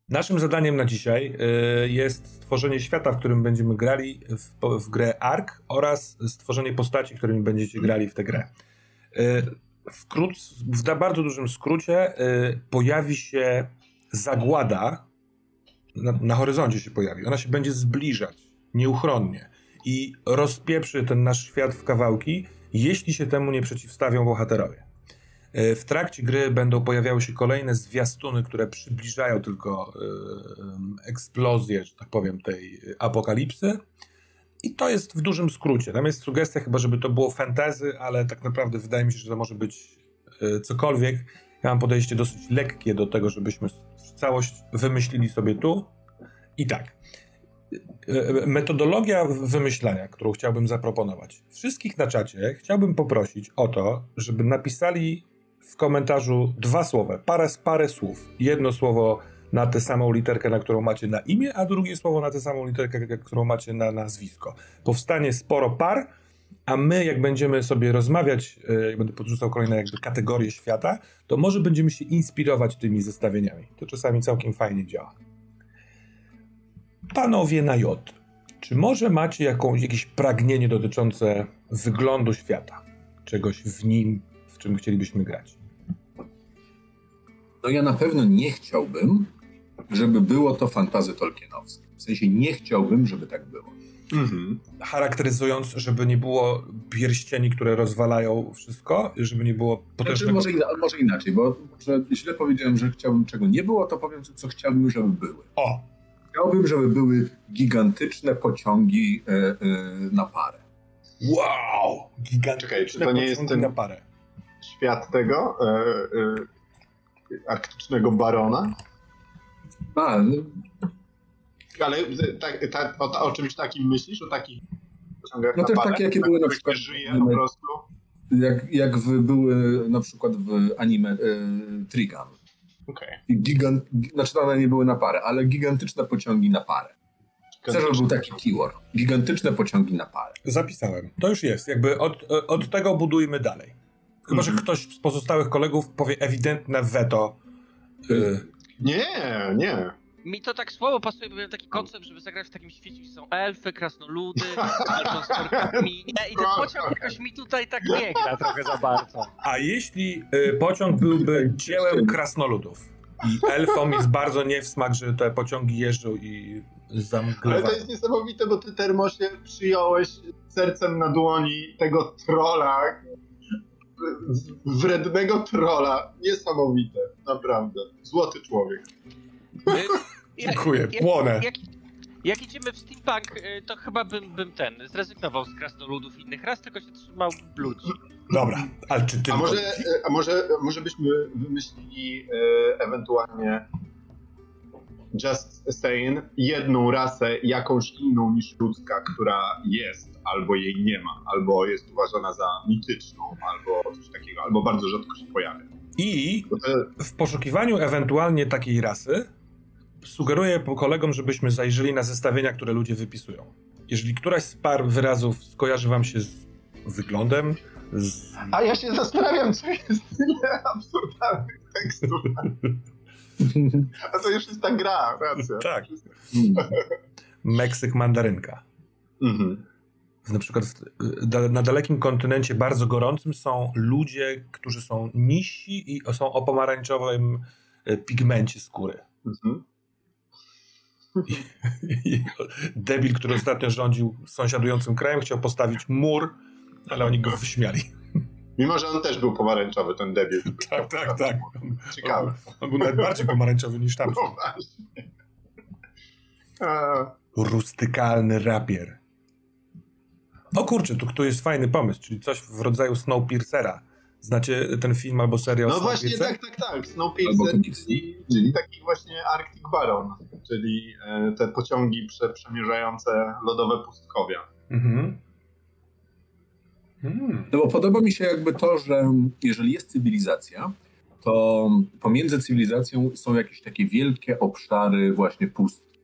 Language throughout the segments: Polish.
Naszym zadaniem na dzisiaj jest stworzenie świata, w którym będziemy grali w grę Ark oraz stworzenie postaci, którymi będziecie grali w tę grę. W bardzo dużym skrócie pojawi się zagłada, na horyzoncie się pojawi. Ona się będzie zbliżać nieuchronnie i rozpieprzy ten nasz świat w kawałki, jeśli się temu nie przeciwstawią bohaterowie. W trakcie gry będą pojawiały się kolejne zwiastuny, które przybliżają tylko eksplozję, że tak powiem, tej apokalipsy. I to jest w dużym skrócie. Tam jest sugestia chyba, żeby to było fantasy, ale tak naprawdę wydaje mi się, że to może być cokolwiek. Ja mam podejście dosyć lekkie do tego, żebyśmy całość wymyślili sobie tu. I tak. Metodologia wymyślania, którą chciałbym zaproponować. Wszystkich na czacie chciałbym poprosić o to, żeby napisali w komentarzu 2 słowa, parę słów. Jedno słowo na tę samą literkę, na którą macie na imię, a drugie słowo na tę samą literkę, którą macie na nazwisko. Powstanie sporo par, a my, jak będziemy sobie rozmawiać, jak będę podrzucał kolejne jakby kategorie świata, to może będziemy się inspirować tymi zestawieniami. To czasami całkiem fajnie działa. Panowie na J, czy może macie jakieś pragnienie dotyczące wyglądu świata? Czegoś w nim, w czym chcielibyśmy grać? No ja na pewno nie chciałbym, żeby było to fantasy tolkienowskie. W sensie nie chciałbym, żeby tak było. Mhm. Charakteryzując, żeby nie było pierścieni, które rozwalają wszystko, żeby nie było potężnego... Znaczy, może inaczej, bo źle powiedziałem, że chciałbym czego nie było, to powiem, co chciałbym, żeby były. O! Chciałbym, żeby były gigantyczne pociągi na parę. Wow! Gigantyczne czy to nie jest ten na parę. Świat tego arktycznego barona? Ale o czymś takim myślisz? O takich pociągach no na też parę? takie, jakie były na przykład żyje po prostu? Jak były na przykład w anime Trigun. Okay. Znaczy one nie były na parę, ale gigantyczne pociągi na parę. Chcę, żeby był taki keyword. Gigantyczne pociągi na parę. Zapisałem. To już jest. Jakby od tego budujmy dalej. Chyba, że ktoś z pozostałych kolegów powie ewidentne weto. Nie. Mi to tak słowo pasuje, bo miałem taki koncept, żeby zagrać w takim świecie, gdzie są elfy, krasnoludy, albo z orkami, i ten pociąg jakoś mi tutaj tak nie gra trochę za bardzo. A jeśli pociąg byłby dziełem krasnoludów i elfom jest bardzo nie w smak, że te pociągi jeżdżą i zamglewają. Ale to jest niesamowite, bo ty, Termosie, przyjąłeś sercem na dłoni tego trolla, wrednego trolla. Niesamowite, naprawdę. Złoty człowiek. Dziękuję, płonę. Jak idziemy w steampunk, to chyba bym zrezygnował z krasnoludów i innych ras, tylko się trzymał ludzi. Dobra, ale czy ty... A może byśmy wymyślili ewentualnie just saying jedną rasę jakąś inną niż ludzka, która jest, albo jej nie ma, albo jest uważana za mityczną, albo coś takiego, albo bardzo rzadko się pojawia. I w poszukiwaniu ewentualnie takiej rasy sugeruję kolegom, żebyśmy zajrzeli na zestawienia, które ludzie wypisują. Jeżeli któraś z par wyrazów skojarzy wam się z wyglądem, A ja się zastanawiam, co jest tyle absurdalnych tekstów. A to już jest ta gra, racja. Tak. Meksyk, mandarynka. Mhm. Na przykład na dalekim kontynencie bardzo gorącym są ludzie, którzy są niżsi i są o pomarańczowym pigmencie skóry. Mhm. I debil, który ostatnio rządził sąsiadującym krajem, chciał postawić mur, ale oni go wyśmiali. Mimo, że on też był pomarańczowy, ten debil. Tak. Ciekawe. On był nawet bardziej pomarańczowy niż tamten. No właśnie. Rustykalny rapier. O kurczę, tu jest fajny pomysł, czyli coś w rodzaju Snowpiercera. Znacie ten film albo serial Snowpiercer? No właśnie, tak. Snowpiercer, czyli taki właśnie Arctic Baron, czyli te pociągi przemierzające lodowe pustkowia. Mhm. No bo podoba mi się jakby to, że jeżeli jest cywilizacja, to pomiędzy cywilizacją są jakieś takie wielkie obszary właśnie pustki.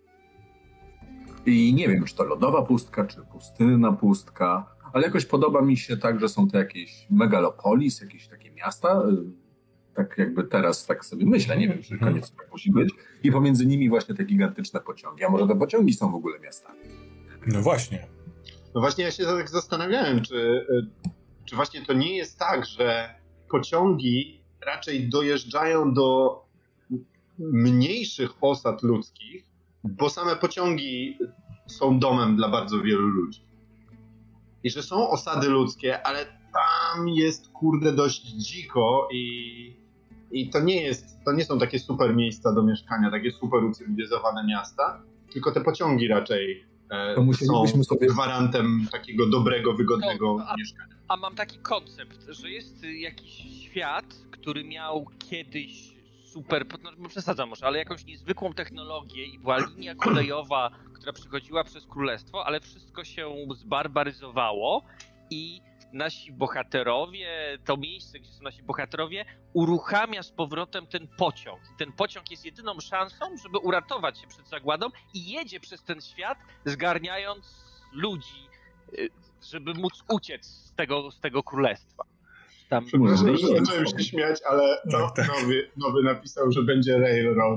I nie wiem, czy to lodowa pustka, czy pustynna pustka, ale jakoś podoba mi się tak, że są to jakieś megalopolis, jakieś takie miasta Tak jakby teraz tak sobie myślę, nie wiem, czy koniecznie tak musi być. I pomiędzy nimi właśnie te gigantyczne pociągi. A może te pociągi są w ogóle miastami? No właśnie. No właśnie ja się tak zastanawiałem, czy właśnie to nie jest tak, że pociągi raczej dojeżdżają do mniejszych osad ludzkich, bo same pociągi są domem dla bardzo wielu ludzi. I że są osady ludzkie, ale tam jest dość dziko i to nie są takie super miejsca do mieszkania, takie super ucywilizowane miasta, tylko te pociągi raczej są gwarantem takiego dobrego, wygodnego mieszkania. A mam taki koncept, że jest jakiś świat, który miał kiedyś super, no przesadzam może, ale jakąś niezwykłą technologię i była linia kolejowa, która przechodziła przez królestwo, ale wszystko się zbarbaryzowało i nasi bohaterowie, to miejsce, gdzie są nasi bohaterowie, uruchamia z powrotem ten pociąg. I ten pociąg jest jedyną szansą, żeby uratować się przed zagładą i jedzie przez ten świat, zgarniając ludzi, żeby móc uciec z tego królestwa. Tam zacząłem się śmiać, ale nowy napisał, że będzie Railroad.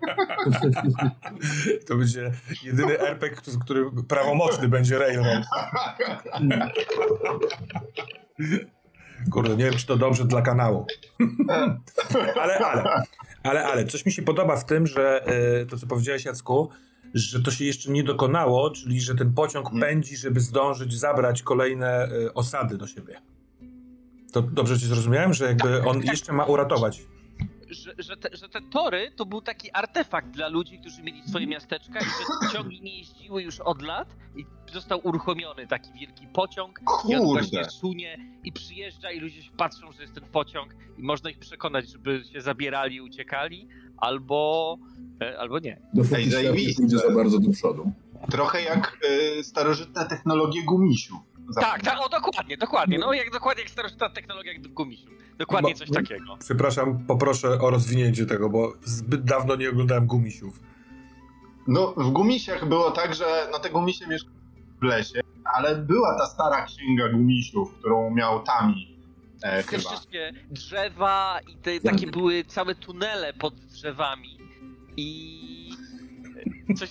To będzie jedyny RPG, który prawomocny będzie Railroad. Kurde, nie wiem, czy to dobrze dla kanału. Ale coś mi się podoba w tym, że to, co powiedziałeś, Jacku, że to się jeszcze nie dokonało, czyli że ten pociąg pędzi, żeby zdążyć zabrać kolejne osady do siebie. To dobrze cię zrozumiałem, że jakby on jeszcze ma uratować. Że te tory to był taki artefakt dla ludzi, którzy mieli swoje miasteczka i że pociągi nie jeździły już od lat i został uruchomiony taki wielki pociąg i on właśnie sunie i przyjeżdża i ludzie się patrzą, że jest ten pociąg i można ich przekonać, żeby się zabierali i uciekali, albo nie. Dopóki świat nie idzie za bardzo do przodu. Trochę jak starożytne technologie gumisiów. Tak, dokładnie. No dokładnie jak starożytna technologia gumisiów. Dokładnie coś takiego. Przepraszam, poproszę o rozwinięcie tego, bo zbyt dawno nie oglądałem Gumisiów. No, w Gumisiach było tak, że te Gumisie mieszkały w lesie, ale była ta stara księga Gumisiów, którą miał Tami. Te wszystkie drzewa i takie były całe tunele pod drzewami i coś...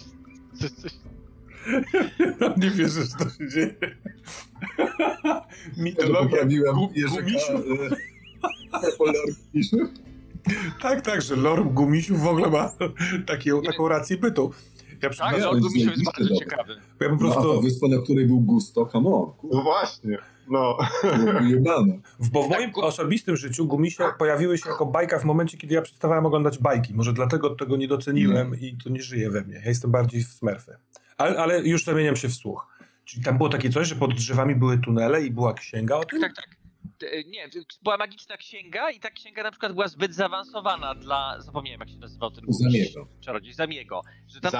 Nie wierzę, że to się dzieje. Mitologia poprawiłem Gumisiów. Gumisiów? Tak, że lore Gumisiów w ogóle ma taką rację bytu. Tak, lore Gumisiów jest bardzo ciekawy. Ja po prostu... A wyspa, na której był Gusto, come on. No właśnie, no. Bo w moim osobistym życiu Gumisie pojawiły się jako bajka w momencie, kiedy ja przestawałem oglądać bajki. Może dlatego tego nie doceniłem i to nie żyje we mnie. Ja jestem bardziej w Smurfy. Ale już zamieniam się w słuch. Czyli tam było takie coś, że pod drzewami były tunele i była księga o tym? Tak. Nie, była magiczna księga i ta księga na przykład była zbyt zaawansowana dla... Zapomniałem, jak się nazywał ten czarodziej. Zamiego. Że tam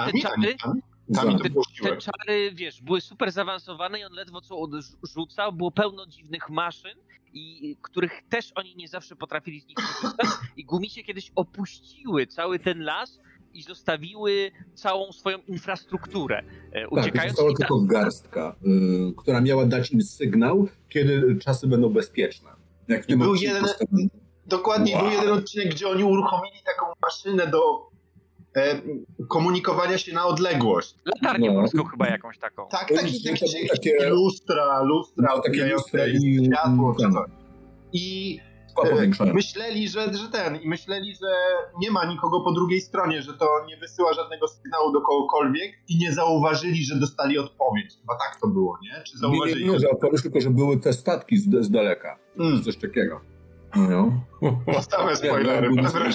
te czary, wiesz, były super zaawansowane i on ledwo co rzucał. Było pełno dziwnych maszyn, których też oni nie zawsze potrafili z nich korzystać. I Gumisie kiedyś opuściły cały ten las i zostawiły całą swoją infrastrukturę, uciekając. Tak, została tylko garstka, która miała dać im sygnał, kiedy czasy będą bezpieczne. Jak był jeden odcinek, gdzie oni uruchomili taką maszynę do komunikowania się na odległość. Latarnię morską chyba jakąś taką. Tak, takie lustra, takie lustra i światło. I myśleli, że nie ma nikogo po drugiej stronie, że to nie wysyła żadnego sygnału do kogokolwiek i nie zauważyli, że dostali odpowiedź. Chyba tak to było, nie? Czy zauważyli? Nie, tylko że były te statki z daleka. Coś takiego. No. Postawę spoilery.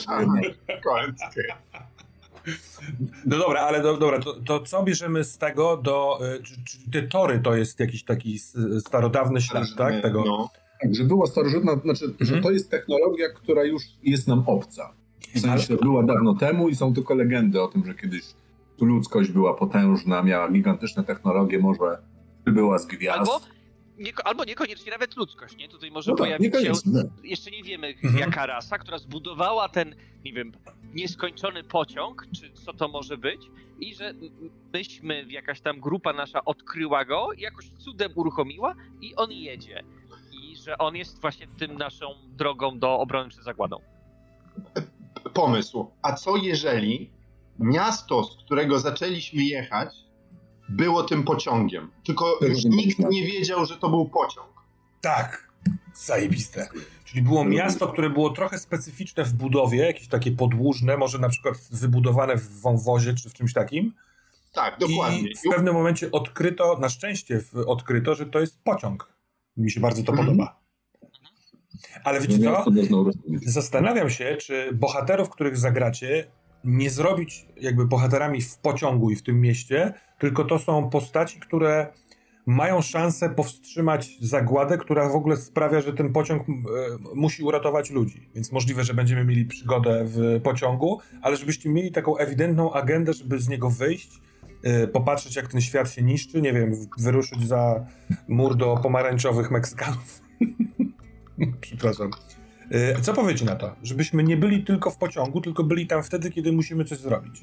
No dobra, ale to co bierzemy z tego czy te tory to jest jakiś taki starodawny ślad, tak? Tego... No. Tak, że była starożytna, że to jest technologia, która już jest nam obca. W sensie była dawno temu i są tylko legendy o tym, że kiedyś tu ludzkość była potężna, miała gigantyczne technologie, może była z gwiazd. Albo niekoniecznie nawet ludzkość, nie? Tutaj może pojawić się, jeszcze nie wiemy jaka rasa, która zbudowała ten, nie wiem, nieskończony pociąg, czy co to może być i że myśmy, jakaś tam grupa nasza odkryła go i jakoś cudem uruchomiła i on jedzie. I że on jest właśnie tym naszą drogą do obrony przed zagładą. pomysł. A co jeżeli miasto, z którego zaczęliśmy jechać, było tym pociągiem? Tylko nikt nie wiedział, że to był pociąg. Tak, zajebiste. Czyli było miasto, które było trochę specyficzne w budowie, jakieś takie podłużne, może na przykład wybudowane w wąwozie czy w czymś takim. Tak, dokładnie. I w pewnym momencie odkryto, na szczęście odkryto, że to jest pociąg. Mi się bardzo to podoba. Ale wiecie co? Zastanawiam się, czy bohaterów, których zagracie, nie zrobić jakby bohaterami w pociągu i w tym mieście, tylko to są postaci, które mają szansę powstrzymać zagładę, która w ogóle sprawia, że ten pociąg musi uratować ludzi. Więc możliwe, że będziemy mieli przygodę w pociągu, ale żebyście mieli taką ewidentną agendę, żeby z niego wyjść, popatrzeć, jak ten świat się niszczy, nie wiem, wyruszyć za mur do pomarańczowych Meksykanów. Przepraszam. Co powiecie na to? Żebyśmy nie byli tylko w pociągu, tylko byli tam wtedy, kiedy musimy coś zrobić.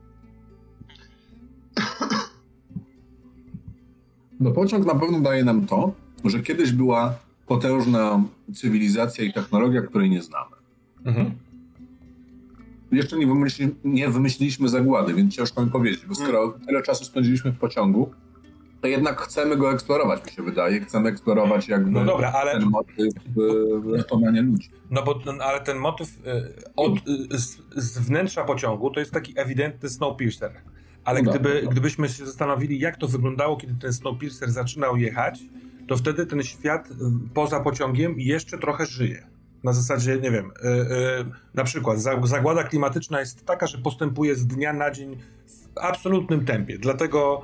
No pociąg na pewno daje nam to, że kiedyś była potężna cywilizacja i technologia, której nie znamy. Mhm. Jeszcze nie wymyśliliśmy zagłady, więc ciężko mi powiedzieć, bo skoro tyle czasu spędziliśmy w pociągu, to jednak chcemy go eksplorować, mi się wydaje. Chcemy eksplorować jakby ten motyw ratowania ludzi. Ale ten motyw z wnętrza pociągu to jest taki ewidentny Snowpiercer. Ale gdybyśmy się zastanowili, jak to wyglądało, kiedy ten Snowpiercer zaczynał jechać, to wtedy ten świat poza pociągiem jeszcze trochę żyje. Na zasadzie, nie wiem, na przykład zagłada klimatyczna jest taka, że postępuje z dnia na dzień w absolutnym tempie. Dlatego...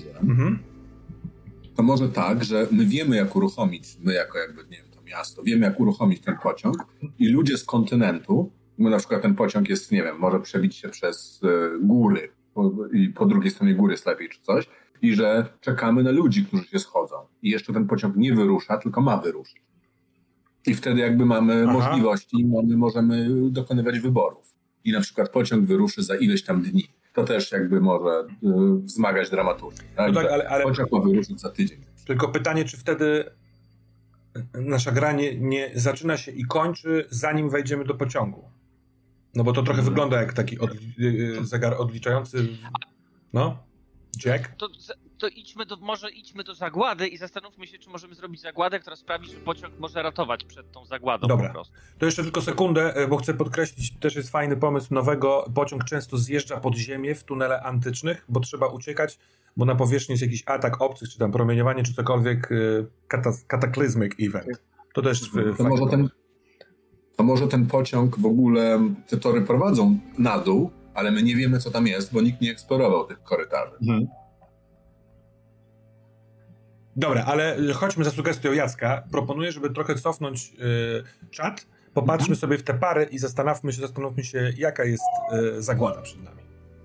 To może tak, że my wiemy, jak uruchomić, my jako jakby, nie wiem, to miasto, wiemy, jak uruchomić ten pociąg i ludzie z kontynentu, bo na przykład ten pociąg jest, nie wiem, może przebić się przez góry i po drugiej stronie góry jest lepiej czy coś i że czekamy na ludzi, którzy się schodzą i jeszcze ten pociąg nie wyrusza, tylko ma wyruszyć. I wtedy jakby mamy możliwości, możemy dokonywać wyborów. I na przykład pociąg wyruszy za ileś tam dni. To też jakby może wzmagać dramaturgię. Tak? No tak, ale pociąg ma wyruszyć za tydzień. Tylko pytanie, czy wtedy nasza gra nie zaczyna się i kończy, zanim wejdziemy do pociągu. No bo to trochę wygląda jak taki zegar odliczający. No? Jack? To może idźmy do zagłady i zastanówmy się, czy możemy zrobić zagładę, która sprawi, że pociąg może ratować przed tą zagładą. Dobra. Po prostu. To jeszcze tylko sekundę, bo chcę podkreślić, też jest fajny pomysł nowego. Pociąg często zjeżdża pod ziemię w tunele antycznych, bo trzeba uciekać, bo na powierzchni jest jakiś atak obcych, czy tam promieniowanie, czy cokolwiek, cataclysmic event. To też To może ten pociąg w ogóle, te tory prowadzą na dół, ale my nie wiemy, co tam jest, bo nikt nie eksplorował tych korytarzy. Dobra, ale chodźmy za sugestią Jacka. Proponuję, żeby trochę cofnąć czat, popatrzmy sobie w te pary i zastanówmy się, jaka jest zagłada przed nami.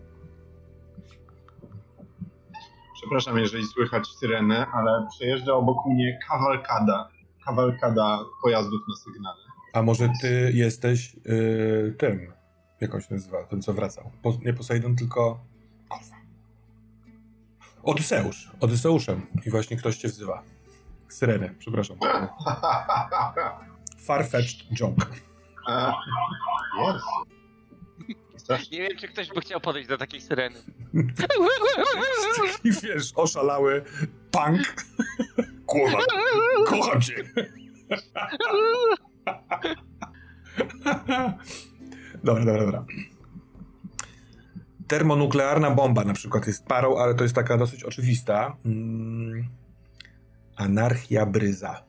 Przepraszam, jeżeli słychać syrenę, ale przejeżdża obok mnie kawalkada pojazdów na sygnale. A może ty jesteś tym, jak on się nazywa, ten co wracał? Nie Poseidon, tylko... Odyseuszem. I właśnie ktoś cię wzywa. Syreny, przepraszam. Far-fetched joke. Nie wiem, czy ktoś by chciał podejść do takiej syreny. I wiesz, oszalały punk. Kurwa, kocham cię. Dobra. Termonuklearna bomba na przykład jest parą, ale to jest taka dosyć oczywista. Anarchia bryza.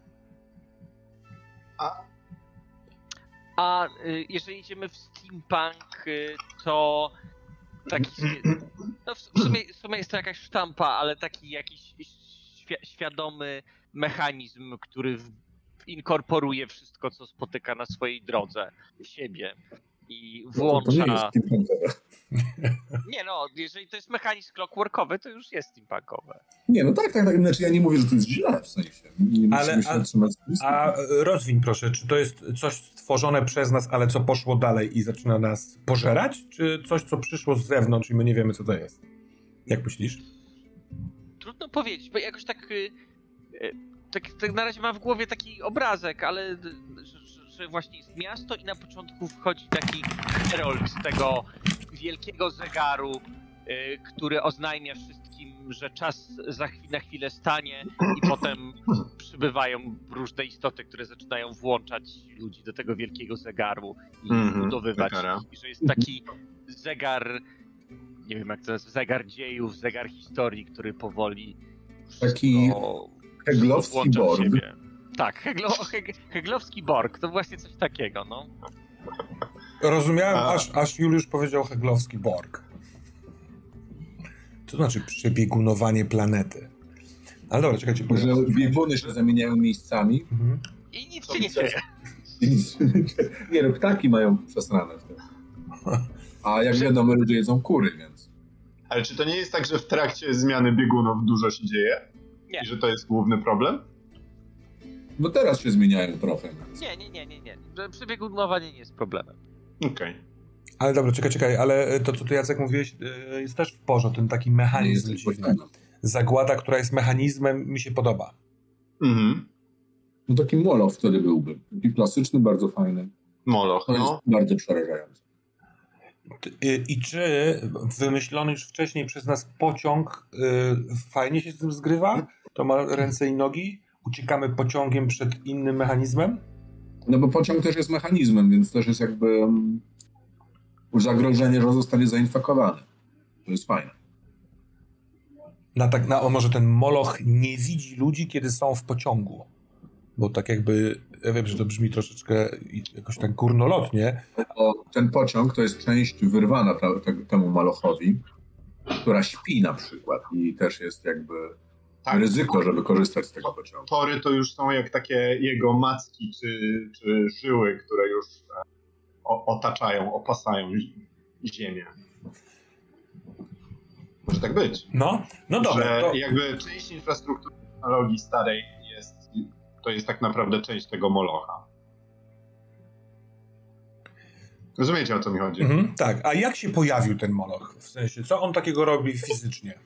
A jeżeli idziemy w steampunk, to taki... No w sumie jest to jakaś sztampa, ale taki jakiś świadomy mechanizm, który inkorporuje wszystko, co spotyka na swojej drodze siebie. I włącza... To nie jest steampunkowe. Nie no, jeżeli to jest mechanizm clockworkowy, to już jest steampunkowe. Nie, no tak. Znaczy ja nie mówię, że to jest źle w sensie. Nie musimy się trzymać. A rozwiń proszę, czy to jest coś stworzone przez nas, ale co poszło dalej i zaczyna nas pożerać? Czy coś, co przyszło z zewnątrz i my nie wiemy, co to jest? Jak myślisz? Trudno powiedzieć, bo jakoś tak na razie mam w głowie taki obrazek, ale że właśnie jest miasto i na początku wchodzi taki herold z tego wielkiego zegaru, który oznajmia wszystkim, że czas na chwilę stanie i potem przybywają różne istoty, które zaczynają włączać ludzi do tego wielkiego zegaru i budowywać. I że jest taki zegar, nie wiem jak to jest, zegar dziejów, zegar historii, który powoli taki heglowski Borg. Tak, heglowski Borg, to właśnie coś takiego, no. Rozumiałem, aż Juliusz powiedział heglowski Borg. To znaczy przebiegunowanie planety. Ale dobra, czekajcie. Że bieguny się zamieniają miejscami. I nic się nie dzieje. Nie, no ptaki mają przesrane wtedy. A jak wiadomo, ludzie jedzą kury, więc... Ale czy to nie jest tak, że w trakcie zmiany biegunów dużo się dzieje? Nie. I że to jest główny problem? No teraz się zmieniają trochę. Nie. Przebiegunowanie nie jest problemem. Okej. Ale dobra, czekaj, ale to, co ty, Jacek, mówiłeś, jest też w porządku, ten taki mechanizm. Zagłada, która jest mechanizmem, mi się podoba. No taki Moloch wtedy byłby. Taki klasyczny, bardzo fajny. Moloch, to jest bardzo przerażający. I czy wymyślony już wcześniej przez nas pociąg fajnie się z tym zgrywa? To ma ręce i nogi? Uciekamy pociągiem przed innym mechanizmem? No bo pociąg też jest mechanizmem, więc też jest jakby zagrożenie, że zostanie zainfekowany. To jest fajne. Może ten Moloch nie widzi ludzi, kiedy są w pociągu. Bo tak jakby, ja wiem, że to brzmi troszeczkę jakoś tak górnolotnie. Bo ten pociąg to jest część wyrwana temu Molochowi, która śpi na przykład i też jest jakby ryzyko, żeby korzystać z tego pociągu. Tory to już są jak takie jego macki czy żyły, które już otaczają, opasają ziemię. Może tak być. No dobra. Że jakby część infrastruktury technologii starej to jest tak naprawdę część tego Molocha. Rozumiecie, o co mi chodzi? Tak, a jak się pojawił ten Moloch? W sensie, co on takiego robi fizycznie?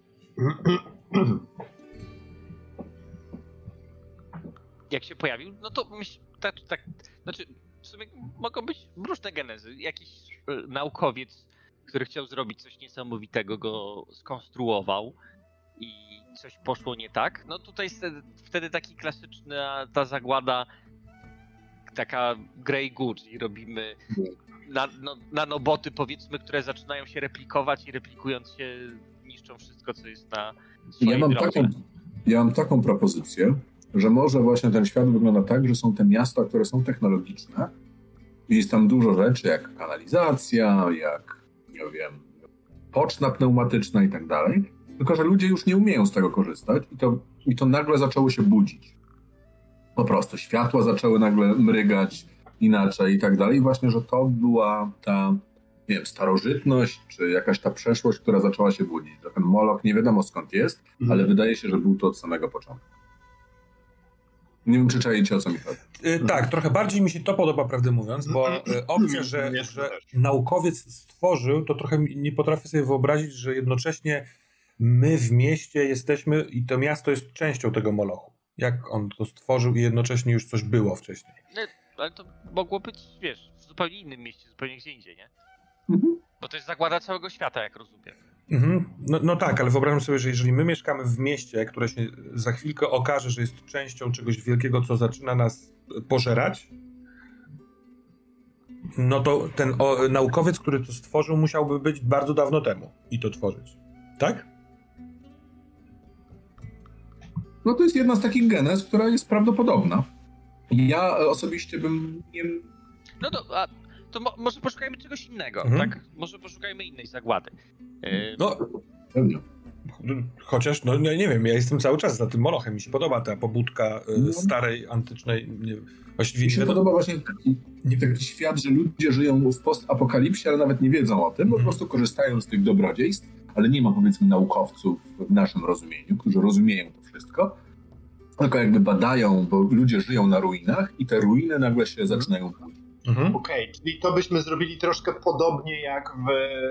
Jak się pojawił? No to znaczy w sumie mogą być różne genezy. Jakiś naukowiec, który chciał zrobić coś niesamowitego, go skonstruował i coś poszło nie tak. No tutaj jest wtedy taki klasyczna ta zagłada, taka Grey Goo, czyli robimy nanoboty, powiedzmy, które zaczynają się replikować i replikując się niszczą wszystko, co jest na swojej drodze. Ja mam taką propozycję, że może właśnie ten świat wygląda tak, że są te miasta, które są technologiczne i jest tam dużo rzeczy, jak kanalizacja, jak, nie wiem, poczta pneumatyczna i tak dalej, tylko że ludzie już nie umieją z tego korzystać i to nagle zaczęło się budzić. Po prostu światła zaczęły nagle mrygać inaczej i tak dalej. I właśnie, że to była ta, nie wiem, starożytność, czy jakaś ta przeszłość, która zaczęła się budzić. Że ten Moloch nie wiadomo skąd jest, ale wydaje się, że był to od samego początku. Nie wiem, czy czajecie, o co mi chodzi. Tak, trochę bardziej mi się to podoba, prawdę mówiąc, bo opcja, że naukowiec stworzył, to trochę nie potrafię sobie wyobrazić, że jednocześnie my w mieście jesteśmy i to miasto jest częścią tego Molochu. Jak on to stworzył i jednocześnie już coś było wcześniej. Ale to mogło być, wiesz, w zupełnie innym mieście, zupełnie gdzie indziej, nie? Bo to jest zagłada całego świata, jak rozumiem. No tak, ale wyobrażam sobie, że jeżeli my mieszkamy w mieście, które się za chwilkę okaże, że jest częścią czegoś wielkiego, co zaczyna nas pożerać, no to ten naukowiec, który to stworzył, musiałby być bardzo dawno temu i to tworzyć. Tak? No to jest jedna z takich genez, która jest prawdopodobna. Ja osobiście bym nie... No to może poszukajmy czegoś innego, tak? Może poszukajmy innej zagłady. No, chociaż, no nie wiem, ja jestem cały czas za tym Molochem. Mi się podoba ta pobudka starej, antycznej, właściwie mi się podoba właśnie taki świat, że ludzie żyją w postapokalipsie, ale nawet nie wiedzą o tym, po prostu korzystają z tych dobrodziejstw, ale nie ma, powiedzmy, naukowców w naszym rozumieniu, którzy rozumieją to wszystko, tylko jakby badają, bo ludzie żyją na ruinach i te ruiny nagle się zaczynają budzić. Okej, czyli to byśmy zrobili troszkę podobnie jak w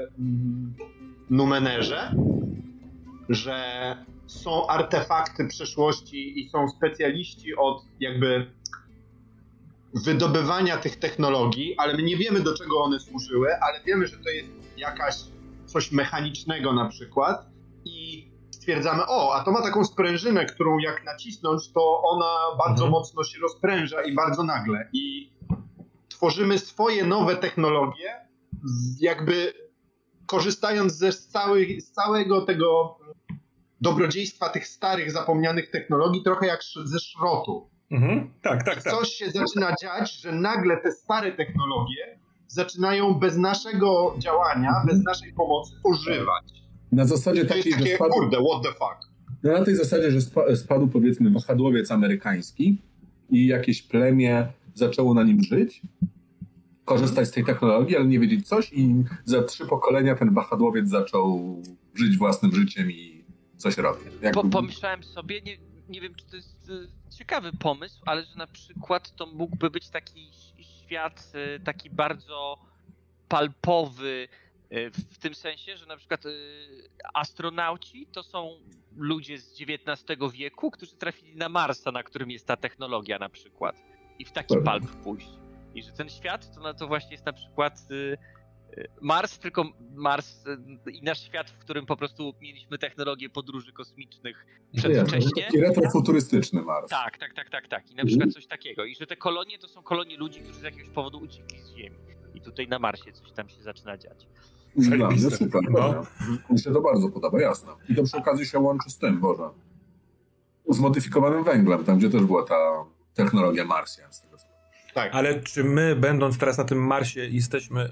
Numenerze, że są artefakty przeszłości i są specjaliści od jakby wydobywania tych technologii, ale my nie wiemy, do czego one służyły, ale wiemy, że to jest coś mechanicznego na przykład i stwierdzamy, a to ma taką sprężynę, którą jak nacisnąć, to ona bardzo mocno się rozpręża i bardzo nagle. I tworzymy swoje nowe technologie, jakby korzystając z całego tego dobrodziejstwa tych starych, zapomnianych technologii, trochę jak ze szrotu. Tak. Coś się zaczyna dziać, że nagle te stare technologie zaczynają bez naszego działania, bez naszej pomocy ożywać. Na zasadzie takiej, że spadł... Kurde, what the fuck. No na tej zasadzie, że spadł powiedzmy wahadłowiec amerykański i jakieś plemię zaczęło na nim żyć, korzystać z tej technologii, ale nie wiedzieć coś i za 3 pokolenia ten wahadłowiec zaczął żyć własnym życiem i coś robić. Pomyślałem sobie, nie wiem, czy to jest ciekawy pomysł, ale że na przykład to mógłby być taki świat taki bardzo palpowy, w tym sensie, że na przykład astronauci to są ludzie z XIX wieku, którzy trafili na Marsa, na którym jest ta technologia na przykład. I w taki palp pójść. I że ten świat to właśnie jest na przykład Mars, tylko Mars i nasz świat, w którym po prostu mieliśmy technologię podróży kosmicznych przedwcześnie. Taki retrofuturystyczny Mars. Tak. I na przykład coś takiego. I że te kolonie to są kolonie ludzi, którzy z jakiegoś powodu uciekli z Ziemi. I tutaj na Marsie coś tam się zaczyna dziać. Dla mnie super. Mi się to bardzo podoba, jasne. I to przy okazji się łączy z tym, zmodyfikowanym węglem, tam gdzie też była ta technologia Marsjan. Z tego co... Tak. Ale czy my, będąc teraz na tym Marsie, jesteśmy...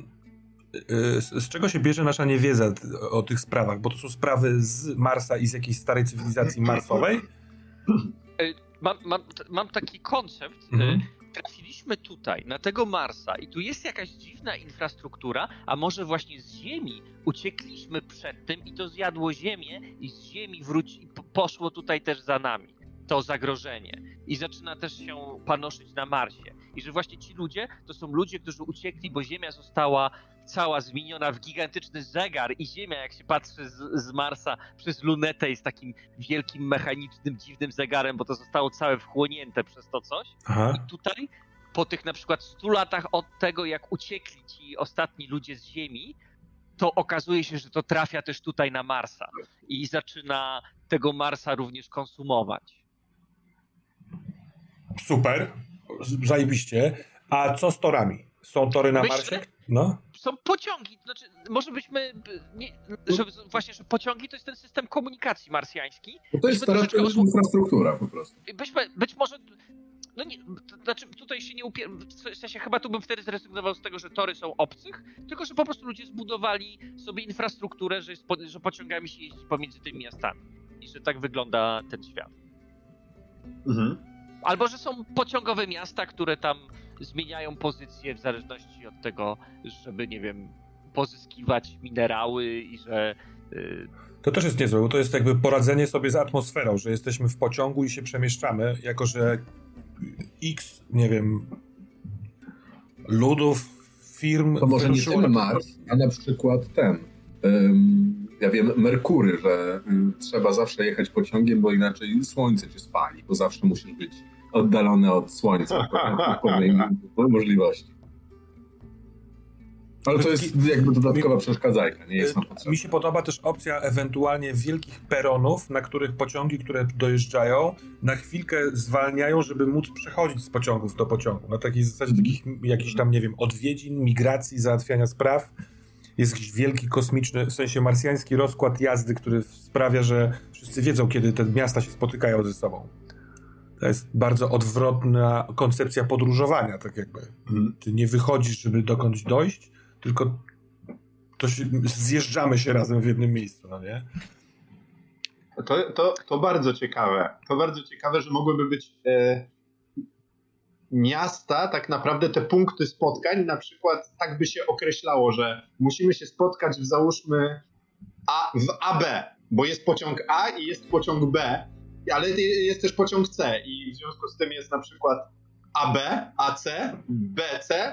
z czego się bierze nasza niewiedza o tych sprawach? Bo to są sprawy z Marsa i z jakiejś starej cywilizacji marsowej? Mam taki koncept. Trafiliśmy tutaj, na tego Marsa i tu jest jakaś dziwna infrastruktura, a może właśnie z Ziemi uciekliśmy przed tym i to zjadło Ziemię i z Ziemi poszło tutaj też za nami to zagrożenie i zaczyna też się panoszyć na Marsie. I że właśnie ci ludzie to są ludzie, którzy uciekli, bo Ziemia została cała zmieniona w gigantyczny zegar i Ziemia, jak się patrzy z Marsa przez lunetę, jest takim wielkim, mechanicznym, dziwnym zegarem, bo to zostało całe wchłonięte przez to coś. Aha. I tutaj po tych na przykład 100 latach od tego, jak uciekli ci ostatni ludzie z Ziemi, to okazuje się, że to trafia też tutaj na Marsa i zaczyna tego Marsa również konsumować. Super, zajebiście. A co z torami? Są tory na Marsie? No. Są pociągi, znaczy może byśmy, że pociągi to jest ten system komunikacji marsjański. To jest stara infrastruktura po prostu. Być może, no nie, to znaczy tutaj się nie w sensie chyba tu bym wtedy zrezygnował z tego, że tory są obcych, tylko że po prostu ludzie zbudowali sobie infrastrukturę, że pociągami się jeździ pomiędzy tymi miastami i że tak wygląda ten świat. Albo że są pociągowe miasta, które tam zmieniają pozycję w zależności od tego, żeby, nie wiem, pozyskiwać minerały i że... To też jest niezłe, bo to jest jakby poradzenie sobie z atmosferą, że jesteśmy w pociągu i się przemieszczamy, jako że X, nie wiem, ludów, firm... To może nie ten Mars, a na przykład ja wiem, Merkury, że trzeba zawsze jechać pociągiem, bo inaczej słońce cię spali, bo zawsze musisz być oddalony od słońca w pewnej możliwości. Ale to jest jakby dodatkowa przeszkadzajka, nie jest nam potrzebna. Mi się podoba też opcja ewentualnie wielkich peronów, na których pociągi, które dojeżdżają, na chwilkę zwalniają, żeby móc przechodzić z pociągów do pociągu. Na takiej zasadzie takich jakichś tam, nie wiem, odwiedzin, migracji, załatwiania spraw. Jest jakiś wielki, kosmiczny, w sensie marsjański rozkład jazdy, który sprawia, że wszyscy wiedzą, kiedy te miasta się spotykają ze sobą. To jest bardzo odwrotna koncepcja podróżowania, tak jakby. Ty nie wychodzisz, żeby dokądś dojść, tylko zjeżdżamy się razem w jednym miejscu, no nie? To bardzo ciekawe. To bardzo ciekawe, że mogłyby być miasta, tak naprawdę te punkty spotkań, na przykład tak by się określało, że musimy się spotkać załóżmy w AB, bo jest pociąg A i jest pociąg B, ale jest też pociąg C i w związku z tym jest na przykład AB, AC, BC